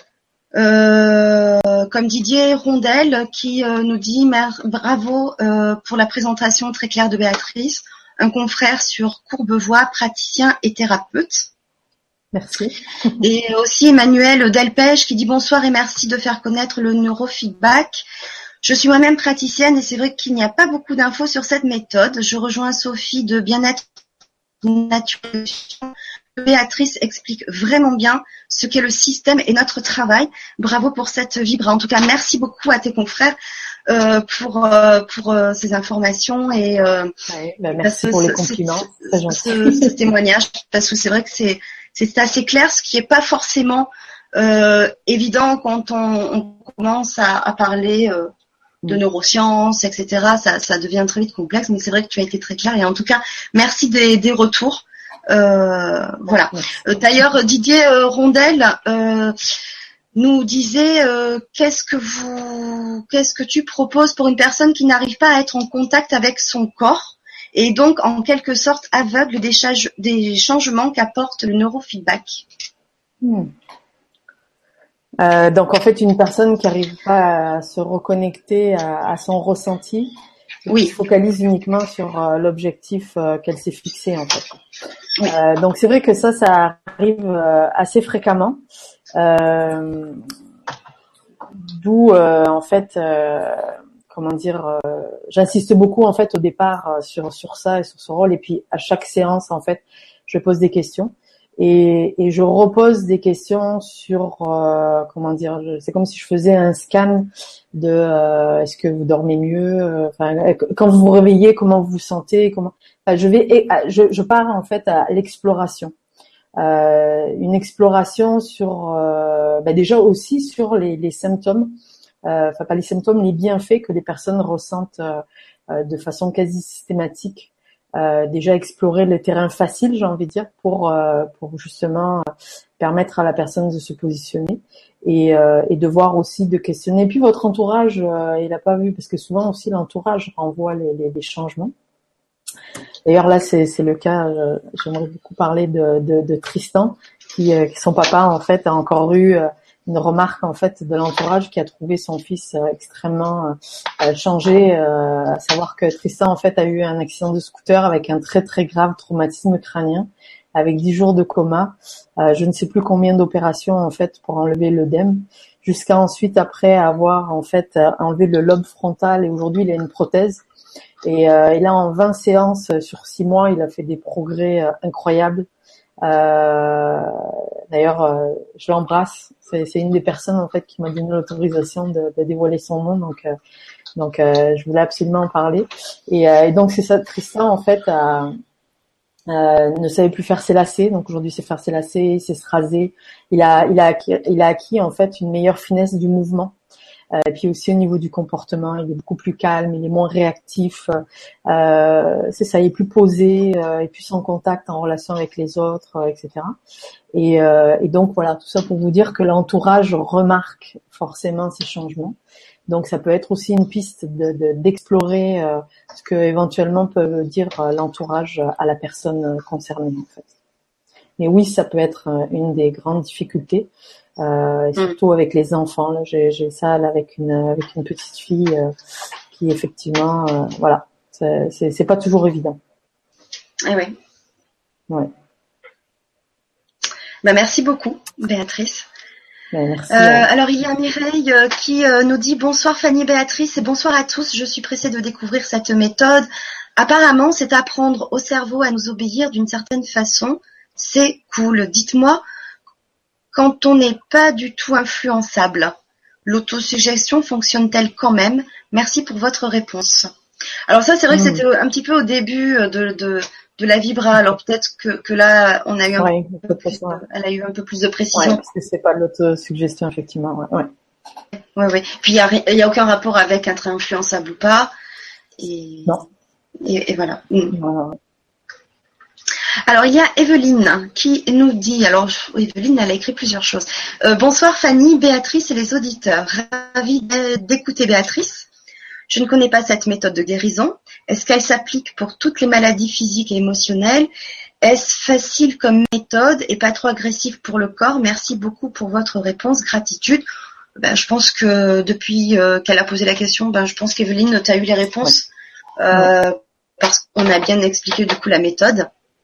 comme Didier Rondel qui nous dit bravo pour la présentation très claire de Béatrice, un confrère sur Courbevoie, praticien et thérapeute. Merci. Et aussi Emmanuel Delpech qui dit bonsoir et merci de faire connaître le neurofeedback. Je suis moi-même praticienne et c'est vrai qu'il n'y a pas beaucoup d'infos sur cette méthode. Je rejoins Sophie de Bien-être Naturel. Béatrice explique vraiment bien ce qu'est le système et notre travail. Bravo pour cette vibra. En tout cas, merci beaucoup à tes confrères pour ces informations et merci pour les compliments. Ce témoignage parce que c'est vrai que c'est assez clair, ce qui est pas forcément évident quand on commence à parler de neurosciences, etc. Ça devient très vite complexe, mais c'est vrai que tu as été très clair et en tout cas, merci des retours. Voilà. D'ailleurs, Didier Rondel nous disait qu'est-ce que tu proposes pour une personne qui n'arrive pas à être en contact avec son corps et donc en quelque sorte aveugle des changements qu'apporte le neurofeedback. Donc en fait, une personne qui n'arrive pas à se reconnecter à son ressenti, qui se focalise uniquement sur l'objectif qu'elle s'est fixé en fait. Donc c'est vrai que ça arrive assez fréquemment. d'où en fait, comment dire, j'insiste beaucoup en fait au départ sur ça et sur ce rôle, et puis à chaque séance en fait, je pose des questions et je repose des questions sur comment dire, c'est comme si je faisais un scan de est-ce que vous dormez mieux, enfin quand vous vous réveillez, comment vous vous sentez, comment, enfin, je pars en fait à l'exploration. Une exploration sur déjà aussi sur les symptômes, enfin pas les symptômes, les bienfaits que les personnes ressentent de façon quasi systématique. Déjà explorer le terrain facile, j'ai envie de dire, pour justement permettre à la personne de se positionner et de voir aussi, de questionner. Et puis votre entourage, il a pas vu, parce que souvent aussi l'entourage renvoie les changements. D'ailleurs là c'est le cas, j'aimerais beaucoup parler de Tristan qui son papa en fait a encore eu une remarque en fait de l'entourage qui a trouvé son fils extrêmement changé, à savoir que Tristan en fait a eu un accident de scooter avec un très très grave traumatisme crânien avec 10 jours de coma, je ne sais plus combien d'opérations en fait pour enlever l'œdème, jusqu'à ensuite après avoir en fait enlevé le lobe frontal, et aujourd'hui il a une prothèse. Et là, en 20 séances sur 6 mois, il a fait des progrès incroyables. D'ailleurs, je l'embrasse. C'est une des personnes en fait qui m'a donné l'autorisation de dévoiler son nom. Donc, je voulais absolument en parler. Et donc, c'est ça. Tristan en fait ne savait plus faire ses lacets. Donc aujourd'hui, il sait faire ses lacets, il sait se raser. Il a acquis en fait une meilleure finesse du mouvement. Et puis aussi au niveau du comportement, il est beaucoup plus calme, il est moins réactif, c'est ça, il est plus posé, il est plus en contact, en relation avec les autres, etc. Et donc voilà, tout ça pour vous dire que l'entourage remarque forcément ces changements. Donc ça peut être aussi une piste d'explorer ce que éventuellement peut dire l'entourage à la personne concernée en fait. Mais oui, ça peut être une des grandes difficultés. Et surtout avec les enfants. Là, j'ai ça là, avec une petite fille qui effectivement, voilà, c'est pas toujours évident. Eh oui. Ouais. Bah, merci beaucoup, Béatrice. Merci. Alors il y a Mireille qui nous dit bonsoir Fanny et Béatrice et bonsoir à tous. Je suis pressée de découvrir cette méthode. Apparemment, c'est apprendre au cerveau à nous obéir d'une certaine façon. C'est cool. Dites-moi, quand on n'est pas du tout influençable, l'autosuggestion fonctionne-t-elle quand même? Merci pour votre réponse. Alors ça, c'est vrai que c'était un petit peu au début de la vibra. Alors peut-être que là, on a eu elle a eu un peu plus de précision. Ouais, parce que c'est pas de l'autosuggestion, effectivement. Ouais. Puis il y a aucun rapport avec être influençable ou pas. Et, non. Et voilà. Voilà. Alors, il y a Evelyne qui nous dit, alors Evelyne, elle a écrit plusieurs choses. Bonsoir Fanny, Béatrice et les auditeurs. Ravie d'écouter Béatrice. Je ne connais pas cette méthode de guérison. Est-ce qu'elle s'applique pour toutes les maladies physiques et émotionnelles? Est-ce facile comme méthode et pas trop agressif pour le corps? Merci beaucoup pour votre réponse. Gratitude. Je pense que depuis qu'elle a posé la question, je pense qu'Evelyne, tu as eu les réponses. Parce qu'on a bien expliqué du coup la méthode.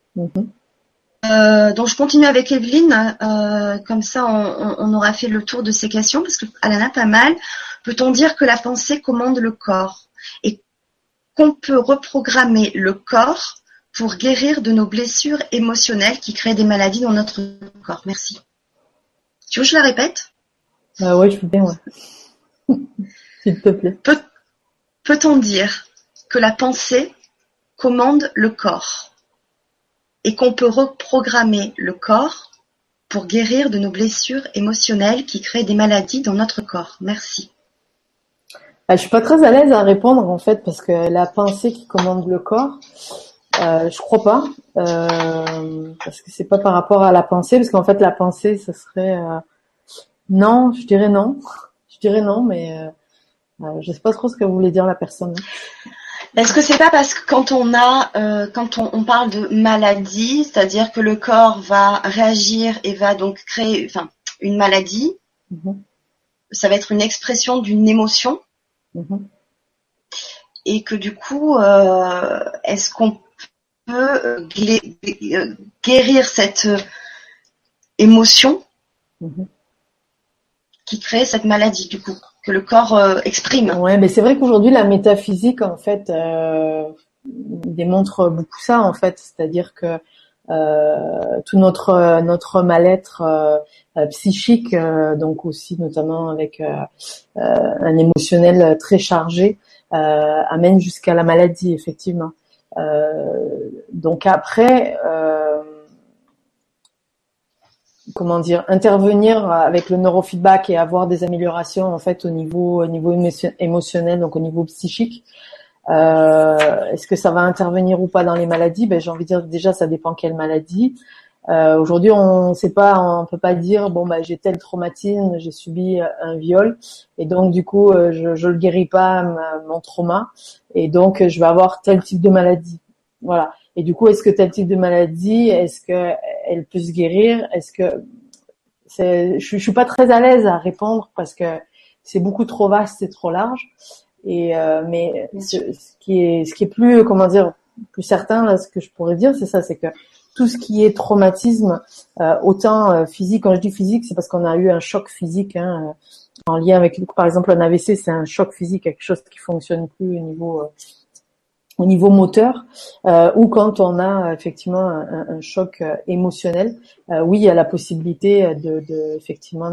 Donc je continue avec Evelyne, comme ça on aura fait le tour de ces questions parce qu'elle en a pas mal. Peut-on dire que la pensée commande le corps et qu'on peut reprogrammer le corps pour guérir de nos blessures émotionnelles qui créent des maladies dans notre corps? Merci. Tu veux que je la répète? Oui, je veux bien, ouais. S'il te plaît. Peut-on dire que la pensée commande le corps et qu'on peut reprogrammer le corps pour guérir de nos blessures émotionnelles qui créent des maladies dans notre corps? Merci. Je suis pas très à l'aise à répondre en fait parce que la pensée qui commande le corps, je crois pas, parce que c'est pas par rapport à la pensée, parce qu'en fait la pensée, ça serait non, je dirais non, mais je sais pas trop ce que voulait dire la personne. Est-ce que c'est pas parce que quand on parle de maladie, c'est-à-dire que le corps va réagir et va donc créer, une maladie, ça va être une expression d'une émotion, et que du coup, est-ce qu'on peut guérir cette émotion qui crée cette maladie du coup, que le corps exprime. Ouais, mais c'est vrai qu'aujourd'hui la métaphysique en fait démontre beaucoup ça en fait, c'est-à-dire que tout notre mal-être psychique, donc aussi notamment avec un émotionnel très chargé, amène jusqu'à la maladie effectivement. Donc après, comment dire, intervenir avec le neurofeedback et avoir des améliorations en fait au niveau émotionnel, donc au niveau psychique. Est-ce que ça va intervenir ou pas dans les maladies? Ben j'ai envie de dire déjà ça dépend quelle maladie. Aujourd'hui on sait pas, on peut pas dire bon bah j'ai tel traumatisme, j'ai subi un viol et donc du coup je le guéris pas mon trauma et donc je vais avoir tel type de maladie. Voilà. Et du coup est-ce que tel type de maladie, est-ce que elle peut se guérir? Est-ce que je suis pas très à l'aise à répondre parce que c'est beaucoup trop vaste et trop large. Et mais ce qui est plus comment dire plus certain là, ce que je pourrais dire, c'est ça, c'est que tout ce qui est traumatisme, autant physique, quand je dis physique, c'est parce qu'on a eu un choc physique, hein, en lien avec, par exemple, un AVC, c'est un choc physique, quelque chose qui fonctionne plus au niveau moteur, ou quand on a effectivement un choc émotionnel, oui, il y a la possibilité effectivement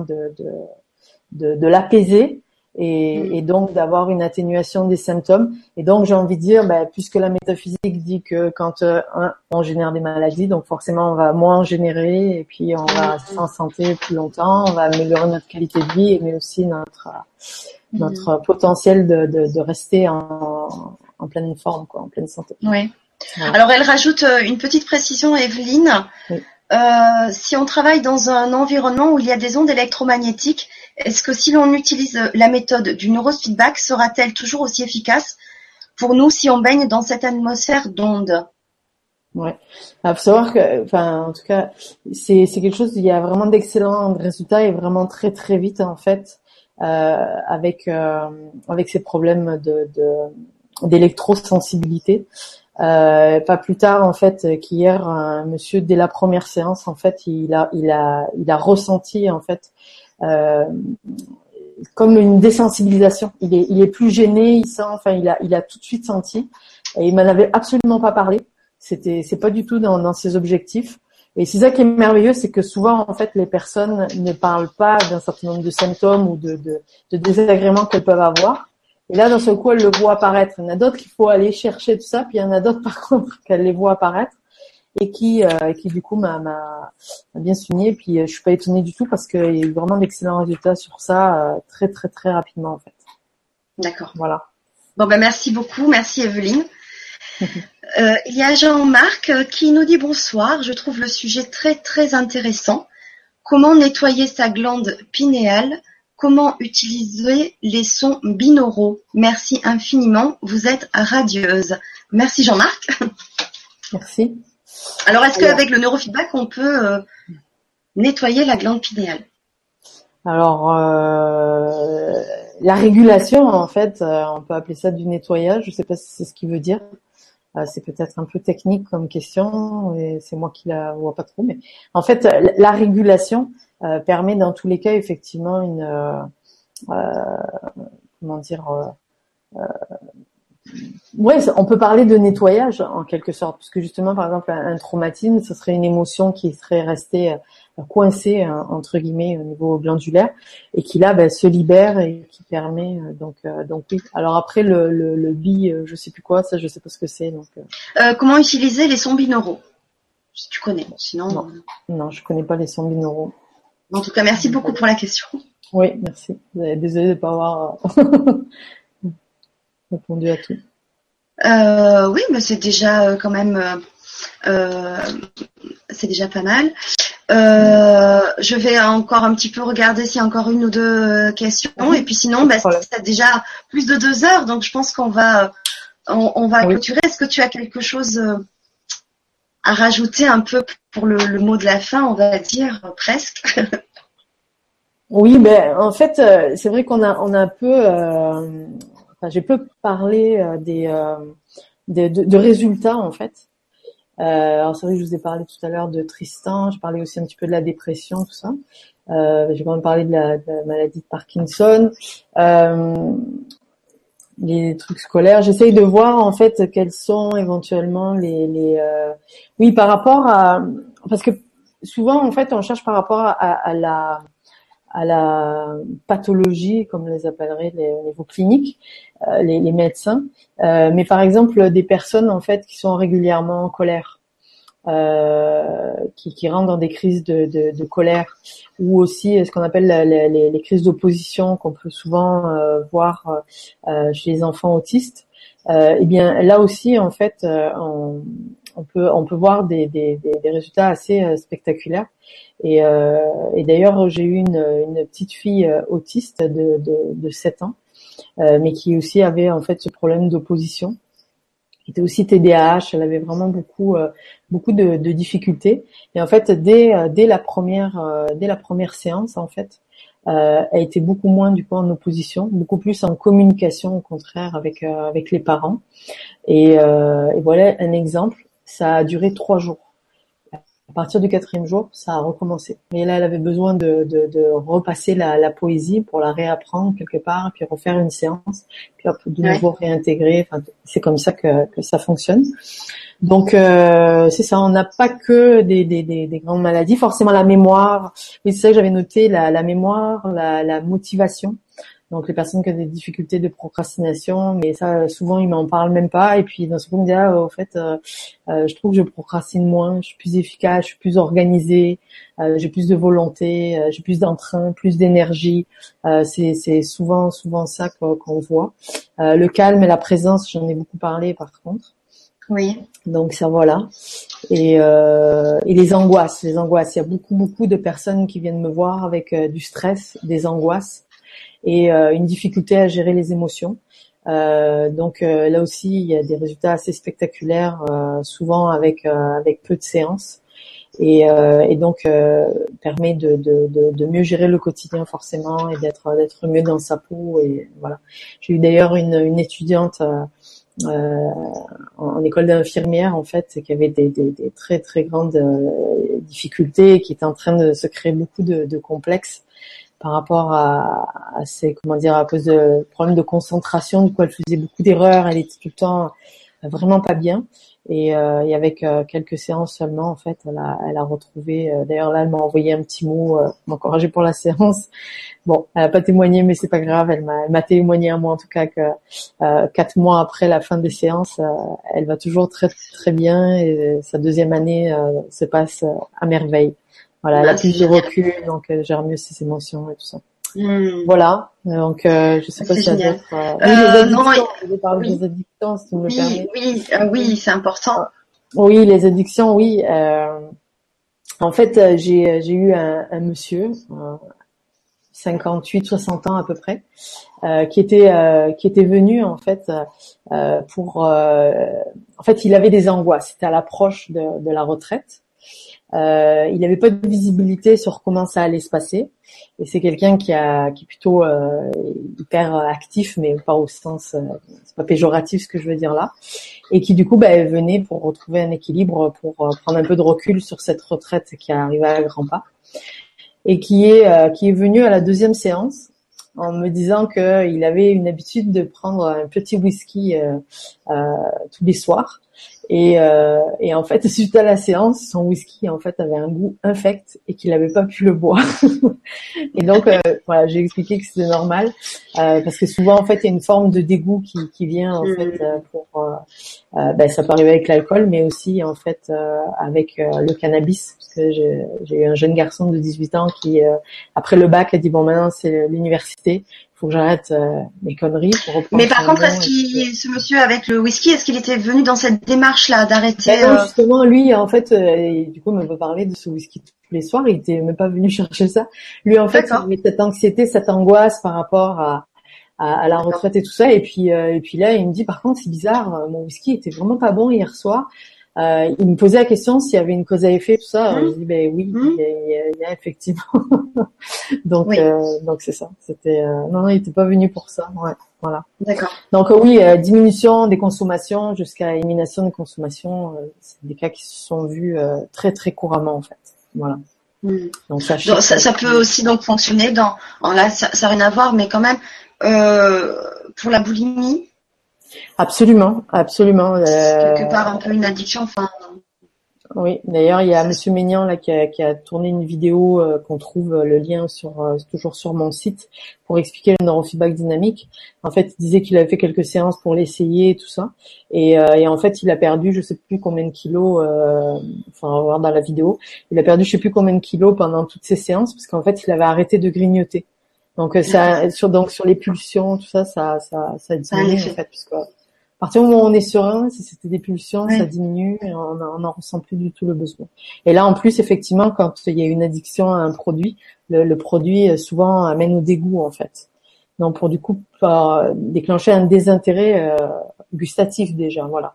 de l'apaiser et donc d'avoir une atténuation des symptômes. Et donc j'ai envie de dire, puisque la métaphysique dit que quand on génère des maladies, donc forcément on va moins en générer et puis on va rester en santé plus longtemps, on va améliorer notre qualité de vie, mais aussi notre potentiel de rester en pleine forme, quoi, en pleine santé. Oui. Voilà. Alors elle rajoute une petite précision, Evelyne. Oui. Si on travaille dans un environnement où il y a des ondes électromagnétiques, est-ce que si l'on utilise la méthode du neurofeedback, sera-t-elle toujours aussi efficace pour nous si on baigne dans cette atmosphère d'ondes? Ouais. Il faut savoir que, en tout cas, c'est quelque chose, il y a vraiment d'excellents résultats et vraiment très très vite en fait, avec ces problèmes d'électrosensibilité. Pas plus tard en fait qu'hier, un monsieur dès la première séance en fait, il a ressenti en fait comme une désensibilisation. Il est plus gêné, il a tout de suite senti. Et il m'en avait absolument pas parlé. C'est pas du tout dans ses objectifs. Et c'est ça qui est merveilleux, c'est que souvent en fait les personnes ne parlent pas d'un certain nombre de symptômes ou de désagréments qu'elles peuvent avoir. Et là, d'un seul coup, elle le voit apparaître. Il y en a d'autres qu'il faut aller chercher tout ça, puis il y en a d'autres par contre qu'elle les voit apparaître et qui du coup m'a bien souligné. Puis je suis pas étonnée du tout parce qu'il y a eu vraiment d'excellents résultats sur ça très très très rapidement en fait. D'accord. Voilà. Bon merci beaucoup, merci Evelyne. Il y a Jean-Marc qui nous dit bonsoir. Je trouve le sujet très très intéressant. Comment nettoyer sa glande pinéale? Comment utiliser les sons binauraux? Merci infiniment, vous êtes radieuse. Merci Jean-Marc. Merci. Alors, est-ce qu'avec le neurofeedback, on peut nettoyer la glande pinéale? Alors, la régulation, en fait, on peut appeler ça du nettoyage. Je ne sais pas si c'est ce qu'il veut dire. C'est peut-être un peu technique comme question et c'est moi qui la vois pas trop. Mais en fait, la régulation permet dans tous les cas effectivement comment dire on peut parler de nettoyage en quelque sorte, puisque justement par exemple un traumatisme, ce serait une émotion qui serait restée coincée entre guillemets au niveau glandulaire et qui là se libère et qui permet donc oui. Alors après le je sais plus quoi, ça je sais pas ce que c'est donc. Comment utiliser les sons binauraux? Si tu connais, sinon. Non, je connais pas les sons binauraux. En tout cas, merci beaucoup pour la question. Oui, merci. Désolée de pas avoir répondu à tout. Oui, mais c'est déjà quand même, c'est déjà pas mal. Je vais encore un petit peu regarder s'il y a encore une ou deux questions, et puis sinon, c'est déjà plus de 2 heures, donc je pense qu'on va clôturer. Est-ce que tu as quelque chose à rajouter un peu pour le mot de la fin, on va dire presque? Oui, en fait, c'est vrai qu'on a un peu, j'ai peu parlé de résultats en fait. Alors c'est vrai que je vous ai parlé tout à l'heure de Tristan, j'ai parlé aussi un petit peu de la dépression, tout ça. J'ai quand même parlé de la maladie de Parkinson, les trucs scolaires. J'essaye de voir en fait quels sont éventuellement oui, par rapport à, parce que souvent en fait on cherche par rapport à la pathologie, comme les appelleraient au niveau clinique, les médecins. Mais par exemple, des personnes en fait qui sont régulièrement en colère, qui rentrent dans des crises de colère, ou aussi ce qu'on appelle les crises d'opposition qu'on peut souvent voir chez les enfants autistes. Eh bien, là aussi, en fait, on peut voir des résultats assez spectaculaires. Et d'ailleurs, j'ai eu une petite fille autiste de 7 ans, mais qui aussi avait en fait ce problème d'opposition, qui était aussi TDAH. Elle avait vraiment beaucoup de difficultés. Et en fait, dès la première séance, en fait, elle était beaucoup moins du coup en opposition, beaucoup plus en communication au contraire avec les parents. Et voilà un exemple. Ça a duré 3 jours. À partir du 4e jour, ça a recommencé. Mais là, elle avait besoin de repasser la poésie pour la réapprendre quelque part, puis refaire une séance, puis hop, de nouveau réintégrer. Enfin, c'est comme ça que ça fonctionne. Donc c'est ça. On n'a pas que des grandes maladies. Forcément, la mémoire. Oui, c'est ça que j'avais noté. La mémoire, la motivation. Donc les personnes qui ont des difficultés de procrastination, mais ça souvent ils m'en parlent même pas. Et puis dans ce coup on me dit au fait je trouve que je procrastine moins, je suis plus efficace, je suis plus organisée, j'ai plus de volonté, j'ai plus d'entrain, plus d'énergie. C'est souvent ça qu'on voit. Le calme et la présence, j'en ai beaucoup parlé par contre. Oui. Donc ça voilà. Et les angoisses. Il y a beaucoup de personnes qui viennent me voir avec du stress, des angoisses, et une difficulté à gérer les émotions. Donc là aussi, il y a des résultats assez spectaculaires, souvent avec peu de séances, et donc permet de mieux gérer le quotidien forcément, et d'être mieux dans sa peau. Et voilà. J'ai eu d'ailleurs une étudiante en école d'infirmière en fait, qui avait des très très grandes difficultés, et qui était en train de se créer beaucoup de complexes par rapport à ces, comment dire, à cause de problèmes de concentration. Du coup, elle faisait beaucoup d'erreurs, elle était tout le temps vraiment pas bien. Et avec quelques séances seulement, en fait, elle a retrouvé. D'ailleurs, là, elle m'a envoyé un petit mot, m'encourager pour la séance. Bon, elle a pas témoigné, mais c'est pas grave. Elle m'a témoigné à moi, en tout cas, que 4 mois après la fin des séances, elle va toujours très très bien, et sa 2e année se passe à merveille. Voilà, elle a plus de recul, donc elle gère mieux ses émotions et tout ça. Voilà, donc je sais pas si il y a d'autres... Oui, les addictions, je parle des addictions, si tu me le permets. Oui, c'est important. Oui, les addictions, oui. En fait, j'ai eu un monsieur, 58-60 ans à peu près, qui était venu en fait en fait, il avait des angoisses. C'était à l'approche de la retraite. Il n'avait pas de visibilité sur comment ça allait se passer, et c'est quelqu'un qui est plutôt hyper actif, mais pas au sens, c'est pas péjoratif ce que je veux dire là, et qui du coup venait pour retrouver un équilibre, pour prendre un peu de recul sur cette retraite qui arrivait à grands pas, et qui est venu à la 2e séance en me disant qu'il avait une habitude de prendre un petit whisky tous les soirs. Et en fait, suite à la séance, son whisky en fait avait un goût infect, et qu'il n'avait pas pu le boire. Et donc voilà, j'ai expliqué que c'était normal, parce que souvent en fait il y a une forme de dégoût qui vient en fait ça peut arriver avec l'alcool, mais aussi en fait avec le cannabis, parce que j'ai eu un jeune garçon de 18 ans qui après le bac a dit bon, maintenant c'est l'université, faut que j'arrête mes conneries pour reprendre. Mais par contre, ce monsieur avec le whisky, est-ce qu'il était venu dans cette démarche-là d'arrêter non, justement, lui, en fait, du coup, me veut parler de ce whisky tous les soirs. Il était même pas venu chercher ça. Lui, en fait, il avait cette anxiété, cette angoisse par rapport à la retraite et tout ça. Et puis là, il me dit, par contre, c'est bizarre, mon whisky était vraiment pas bon hier soir. il me posait la question s'il y avait une cause à effet, tout ça. Je dis ben oui, Mmh. il y a effectivement. Donc Oui, donc c'est ça. C'était non, il était pas venu pour ça. Ouais, voilà. d'accord. Donc oui, diminution des consommations jusqu'à élimination des consommations, c'est des cas qui se sont vus très très couramment en fait. Voilà. Mmh. Donc sachez Donc, que ça peut aussi donc fonctionner dans, alors là, ça n'a rien à voir, mais quand même, pour la boulimie, absolument, absolument. quelque part un peu une addiction, enfin, Oui, d'ailleurs, il y a Monsieur Maignan là qui a tourné une vidéo qu'on trouve le lien sur toujours sur mon site pour expliquer le neurofeedback dynamique. En fait, il disait qu'il avait fait quelques séances pour l'essayer et tout ça, et en fait, il a perdu je sais plus combien de kilos. Enfin, on va voir dans la vidéo, il a perdu je sais plus combien de kilos pendant toutes ces séances parce qu'en fait, il avait arrêté de grignoter. Donc ça sur les pulsions, tout ça a ça a un diminué en effet. fait puisque à partir du moment où on est serein, si c'était des pulsions, ça Oui, diminue et on n'en ressent plus du tout le besoin. Et là, en plus, effectivement, quand il y a une addiction à un produit, le produit souvent amène au dégoût, en fait. Donc, pour du coup, déclencher un désintérêt gustatif déjà, voilà.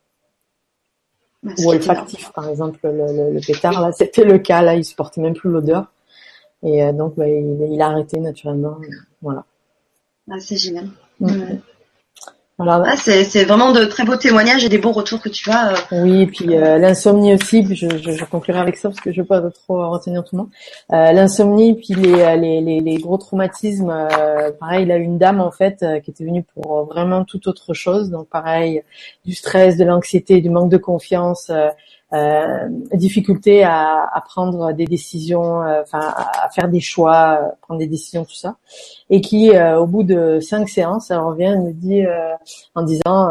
ce Ou qui est énorme. olfactif, par exemple, le pétard, là, c'était le cas, là, il supportait même plus l'odeur. Et donc, il a arrêté naturellement, voilà. Ah, c'est génial. Mm. Ouais. Voilà. Ah, c'est vraiment de très beaux témoignages et des beaux retours que tu as. Oui, et puis l'insomnie aussi, puis je conclurai avec ça parce que je veux pas trop retenir tout le monde. L'insomnie, puis les gros traumatismes. Pareil, il a une dame en fait qui était venue pour vraiment toute autre chose. Donc pareil, du stress, de l'anxiété, du manque de confiance, difficulté à prendre des décisions, enfin à faire des choix, prendre des décisions, tout ça. Et qui, au bout de 5 séances, elle revient et me dit en disant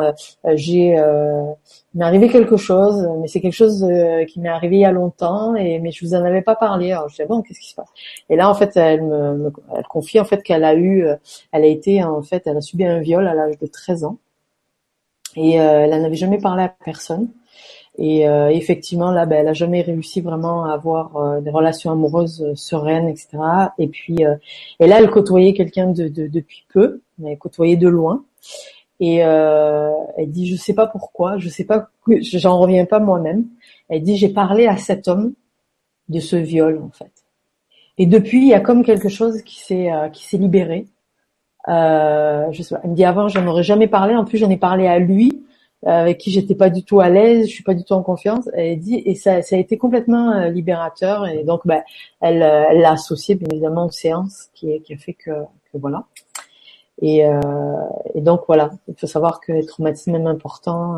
il m'est arrivé quelque chose, mais c'est quelque chose qui m'est arrivé il y a longtemps, mais je vous en avais pas parlé. Alors je dis bon, qu'est-ce qui se passe? Et là en fait, elle confie en fait qu'elle a eu, elle a subi un viol à l'âge de 13 ans et elle n'en avait jamais parlé à personne. Et effectivement là, elle a jamais réussi vraiment à avoir des relations amoureuses sereines, etc. Et puis et là, elle côtoyait quelqu'un depuis peu, mais elle côtoyait de loin. Et elle dit je sais pas pourquoi, je sais pas, j'en reviens pas moi-même. Elle dit j'ai parlé à cet homme de ce viol en fait. Et depuis il y a comme quelque chose qui s'est libéré. Je sais pas. Elle me dit avant j'en aurais jamais parlé. En plus j'en ai parlé à lui avec qui j'étais pas du tout à l'aise, je suis pas du tout en confiance. Elle dit et ça a été complètement libérateur. Et donc elle l'a associé bien évidemment aux séances qui a fait que voilà. Et donc voilà, il faut savoir que les traumatismes même importants,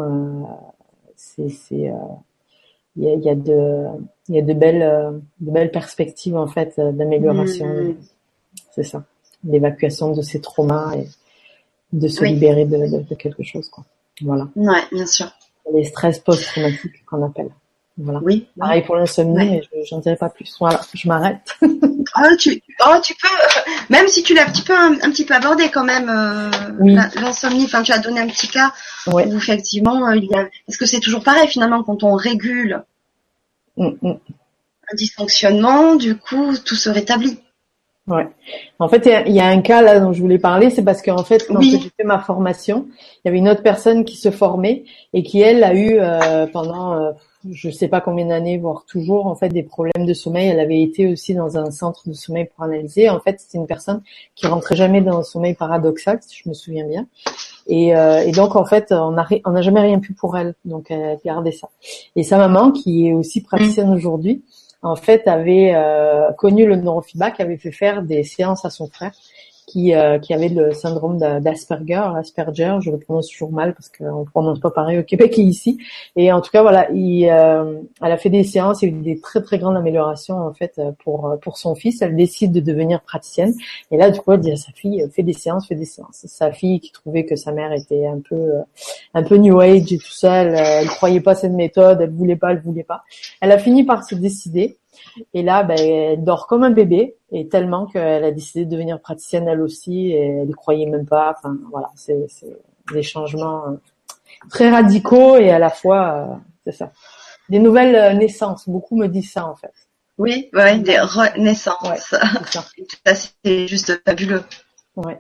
il y a de belles perspectives en fait d'amélioration. Mmh. C'est ça, l'évacuation de ces traumas et de se Oui, libérer de quelque chose quoi. Voilà, ouais, bien sûr. les stress post-traumatiques qu'on appelle. Voilà. Oui, oui. Pareil pour l'insomnie, Ouais. mais j'en dirai pas plus. Voilà, je m'arrête. Tu peux, même si tu l'as un petit peu abordé quand même, Oui, l'insomnie, enfin, tu as donné un petit cas ouais. où effectivement, est-ce que c'est toujours pareil finalement quand on régule Mm. un dysfonctionnement, du coup, tout se rétablit. Ouais. En fait, il y a un cas là dont je voulais parler, c'est parce qu'en fait, quand j'ai Oui, fait ma formation, il y avait une autre personne qui se formait et qui, elle, a eu pendant je sais pas combien d'années, voire toujours, en fait, des problèmes de sommeil. Elle avait été aussi dans un centre de sommeil pour analyser. En fait, c'était une personne qui rentrait jamais dans un sommeil paradoxal, si je me souviens bien. Et donc, en fait, on n'a jamais rien pu pour elle. Donc, elle a gardé ça. Et sa maman, qui est aussi praticienne aujourd'hui, en fait, avait connu le neurofeedback, avait fait faire des séances à son frère qui avait le syndrome Asperger, je le prononce toujours mal parce qu'on prononce pas pareil au Québec et ici. Et en tout cas, voilà, elle a fait des séances, il y a eu des très très grandes améliorations en fait pour son fils. Elle décide de devenir praticienne et là, du coup, elle dit à sa fille, fais des séances. Sa fille qui trouvait que sa mère était un peu new age et tout ça, elle croyait pas cette méthode, elle voulait pas. Elle a fini par se décider. Et là, elle dort comme un bébé, et tellement qu'elle a décidé de devenir praticienne elle aussi, et elle y croyait même pas. Enfin, voilà, c'est des changements très radicaux et à la fois, c'est ça, des nouvelles naissances. Beaucoup me disent ça en fait. oui, ouais, des Ouais, renaissances. c'est ça. Ça, c'est juste fabuleux. Ouais,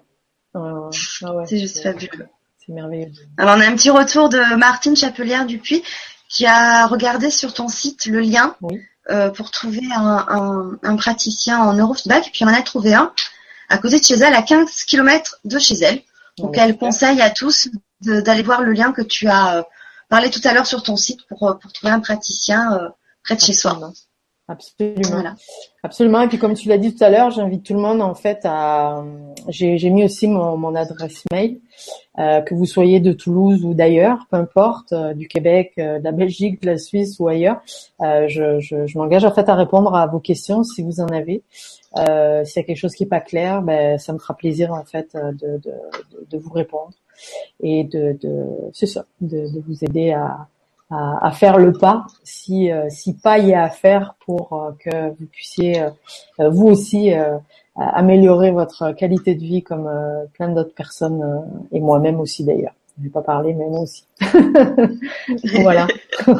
ah ouais, C'est juste fabuleux. c'est merveilleux. Alors, on a un petit retour de Martine Chapelière Dupuis qui a regardé sur ton site le lien Oui. Pour trouver un praticien en neurofeedback, et puis on en a trouvé un à côté de chez elle, à 15 km de chez elle. Donc elle conseille à tous d'aller voir le lien que tu as parlé tout à l'heure sur ton site pour trouver un praticien près de chez soi. Absolument. Voilà. Absolument. Et puis comme tu l'as dit tout à l'heure, j'invite tout le monde en fait à. J'ai mis aussi mon adresse mail, que vous soyez de Toulouse ou d'ailleurs, peu importe, du Québec, de la Belgique, de la Suisse ou ailleurs. Je m'engage en fait à répondre à vos questions si vous en avez. S'il y a quelque chose qui est pas clair, ça me fera plaisir en fait de vous répondre et c'est ça, de vous aider à faire le pas si pas il y a à faire pour que vous puissiez vous aussi améliorer votre qualité de vie comme plein d'autres personnes et moi-même aussi d'ailleurs. Je vais pas parler, mais moi aussi. Voilà.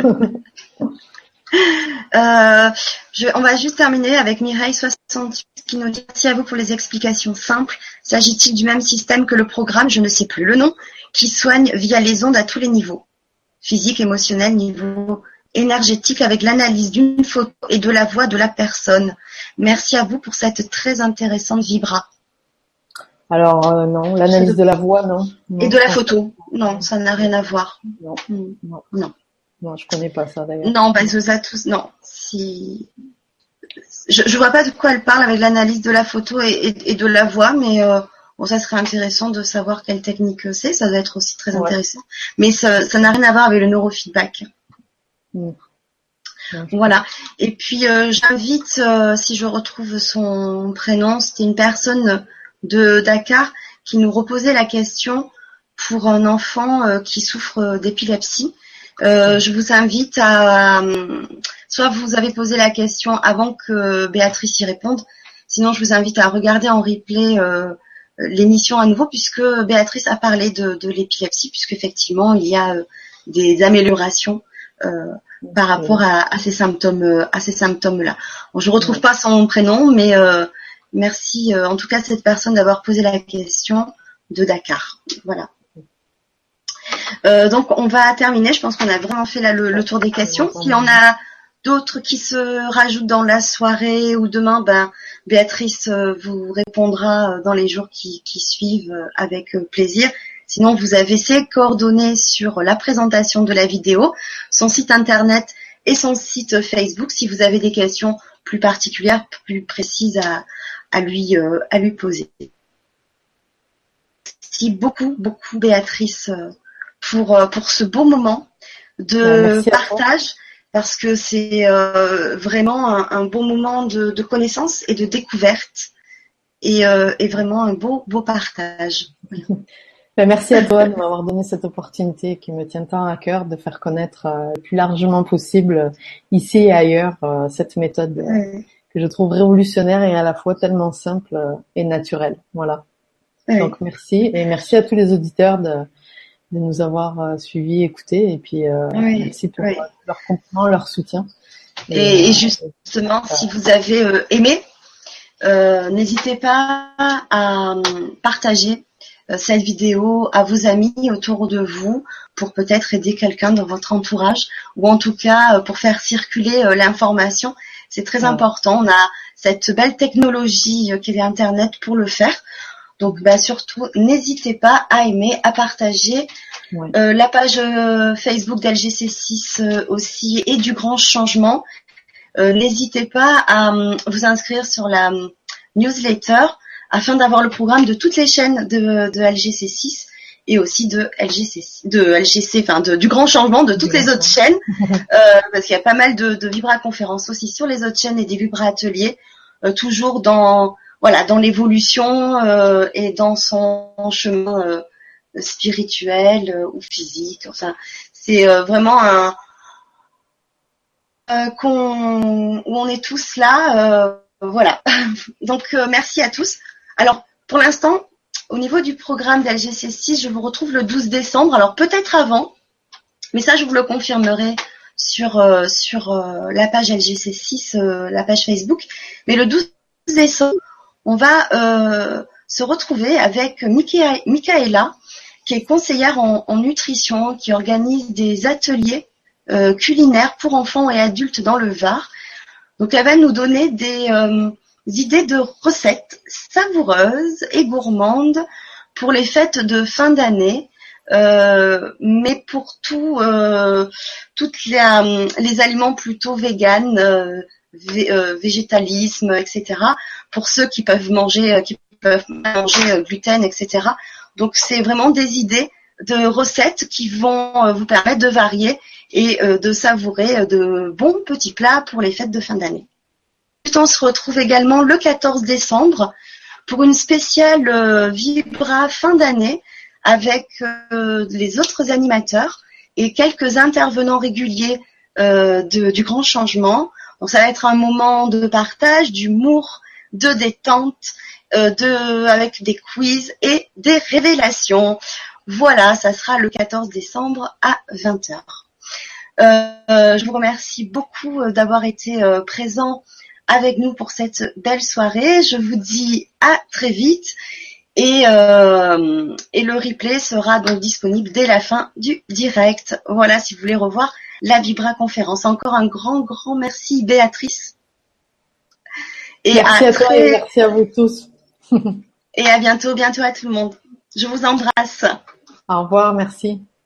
On va juste terminer avec Mireille68 qui nous dit merci à vous pour les explications simples. S'agit-il du même système que le programme, je ne sais plus le nom, qui soigne via les ondes à tous les niveaux? Physique, émotionnel, niveau énergétique, avec l'analyse d'une photo et de la voix de la personne. Merci à vous pour cette très intéressante vibra. Alors non, l'analyse de la voix, non. Et de la photo, non, ça n'a rien à voir. Non. Non, je connais pas ça d'ailleurs. Non, tous, non. Si je vois pas de quoi elle parle avec l'analyse de la photo et de la voix, mais bon, ça serait intéressant de savoir quelle technique c'est. Ça doit être aussi très intéressant. Mais ça n'a rien à voir avec le neurofeedback. Voilà. Et puis j'invite, si je retrouve son prénom, c'était une personne de Dakar qui nous reposait la question pour un enfant qui souffre d'épilepsie. Je vous invite à soit vous avez posé la question avant que Béatrice y réponde, sinon je vous invite à regarder en replay l'émission à nouveau puisque Béatrice a parlé de l'épilepsie, puisqu'effectivement il y a des améliorations par rapport à ces symptômes-là. Bon, je retrouve pas son prénom, mais merci en tout cas cette personne d'avoir posé la question de Dakar. Voilà. Donc on va terminer. Je pense qu'on a vraiment fait là le tour des questions. S'il y en a d'autres qui se rajoutent dans la soirée ou demain, Béatrice vous répondra dans les jours qui suivent avec plaisir. Sinon, vous avez ses coordonnées sur la présentation de la vidéo, son site internet et son site Facebook si vous avez des questions plus particulières, plus précises à lui poser. Merci beaucoup Béatrice pour ce beau moment de partage, parce que c'est vraiment un beau moment de connaissance et de découverte et vraiment un beau partage. Merci à toi de m'avoir donné cette opportunité qui me tient tant à cœur de faire connaître le plus largement possible ici et ailleurs cette méthode que je trouve révolutionnaire et à la fois tellement simple et naturelle. Voilà. Donc merci, et merci à tous les auditeurs de nous avoir suivis, écoutés, et puis merci pour leur compréhension, leur soutien. Et justement, si vous avez aimé, n'hésitez pas à partager cette vidéo à vos amis autour de vous pour peut-être aider quelqu'un dans votre entourage, ou en tout cas pour faire circuler l'information. C'est très important. On a cette belle technologie qu'est l'Internet pour le faire. Donc surtout, n'hésitez pas à aimer, à partager la page Facebook d'LGC6 aussi et du Grand Changement. N'hésitez pas à vous inscrire sur la newsletter afin d'avoir le programme de toutes les chaînes de LGC6 et aussi de du Grand Changement, de toutes les autres chaînes, parce qu'il y a pas mal de vibra-conférences aussi sur les autres chaînes et des vibra-ateliers, toujours dans l'évolution et dans son chemin spirituel ou physique. Enfin, c'est vraiment où on est tous là. Voilà. Donc merci à tous. Alors pour l'instant, au niveau du programme d'LGC6, je vous retrouve le 12 décembre. Alors peut-être avant, mais ça je vous le confirmerai sur la page LGC6, la page Facebook. Mais le 12 décembre, on va se retrouver avec Michaela, qui est conseillère en nutrition, qui organise des ateliers culinaire pour enfants et adultes dans le Var. Donc elle va nous donner des idées de recettes savoureuses et gourmandes pour les fêtes de fin d'année, mais pour toutes les aliments plutôt véganes, végétalisme, etc. Pour ceux qui peuvent manger gluten, etc. Donc c'est vraiment des idées de recettes qui vont vous permettre de varier et de savourer de bons petits plats pour les fêtes de fin d'année. On se retrouve également le 14 décembre pour une spéciale Vibra fin d'année avec les autres animateurs et quelques intervenants réguliers du Grand Changement. Donc ça va être un moment de partage, d'humour, de détente, avec des quiz et des révélations. Voilà, ça sera le 14 décembre à 20h. Je vous remercie beaucoup d'avoir été présent avec nous pour cette belle soirée. Je vous dis à très vite et le replay sera donc disponible dès la fin du direct. Voilà, si vous voulez revoir la Vibra conférence. Encore un grand merci Béatrice. Et merci à toi et merci à vous tous. Et à bientôt à tout le monde. Je vous embrasse. Au revoir, merci.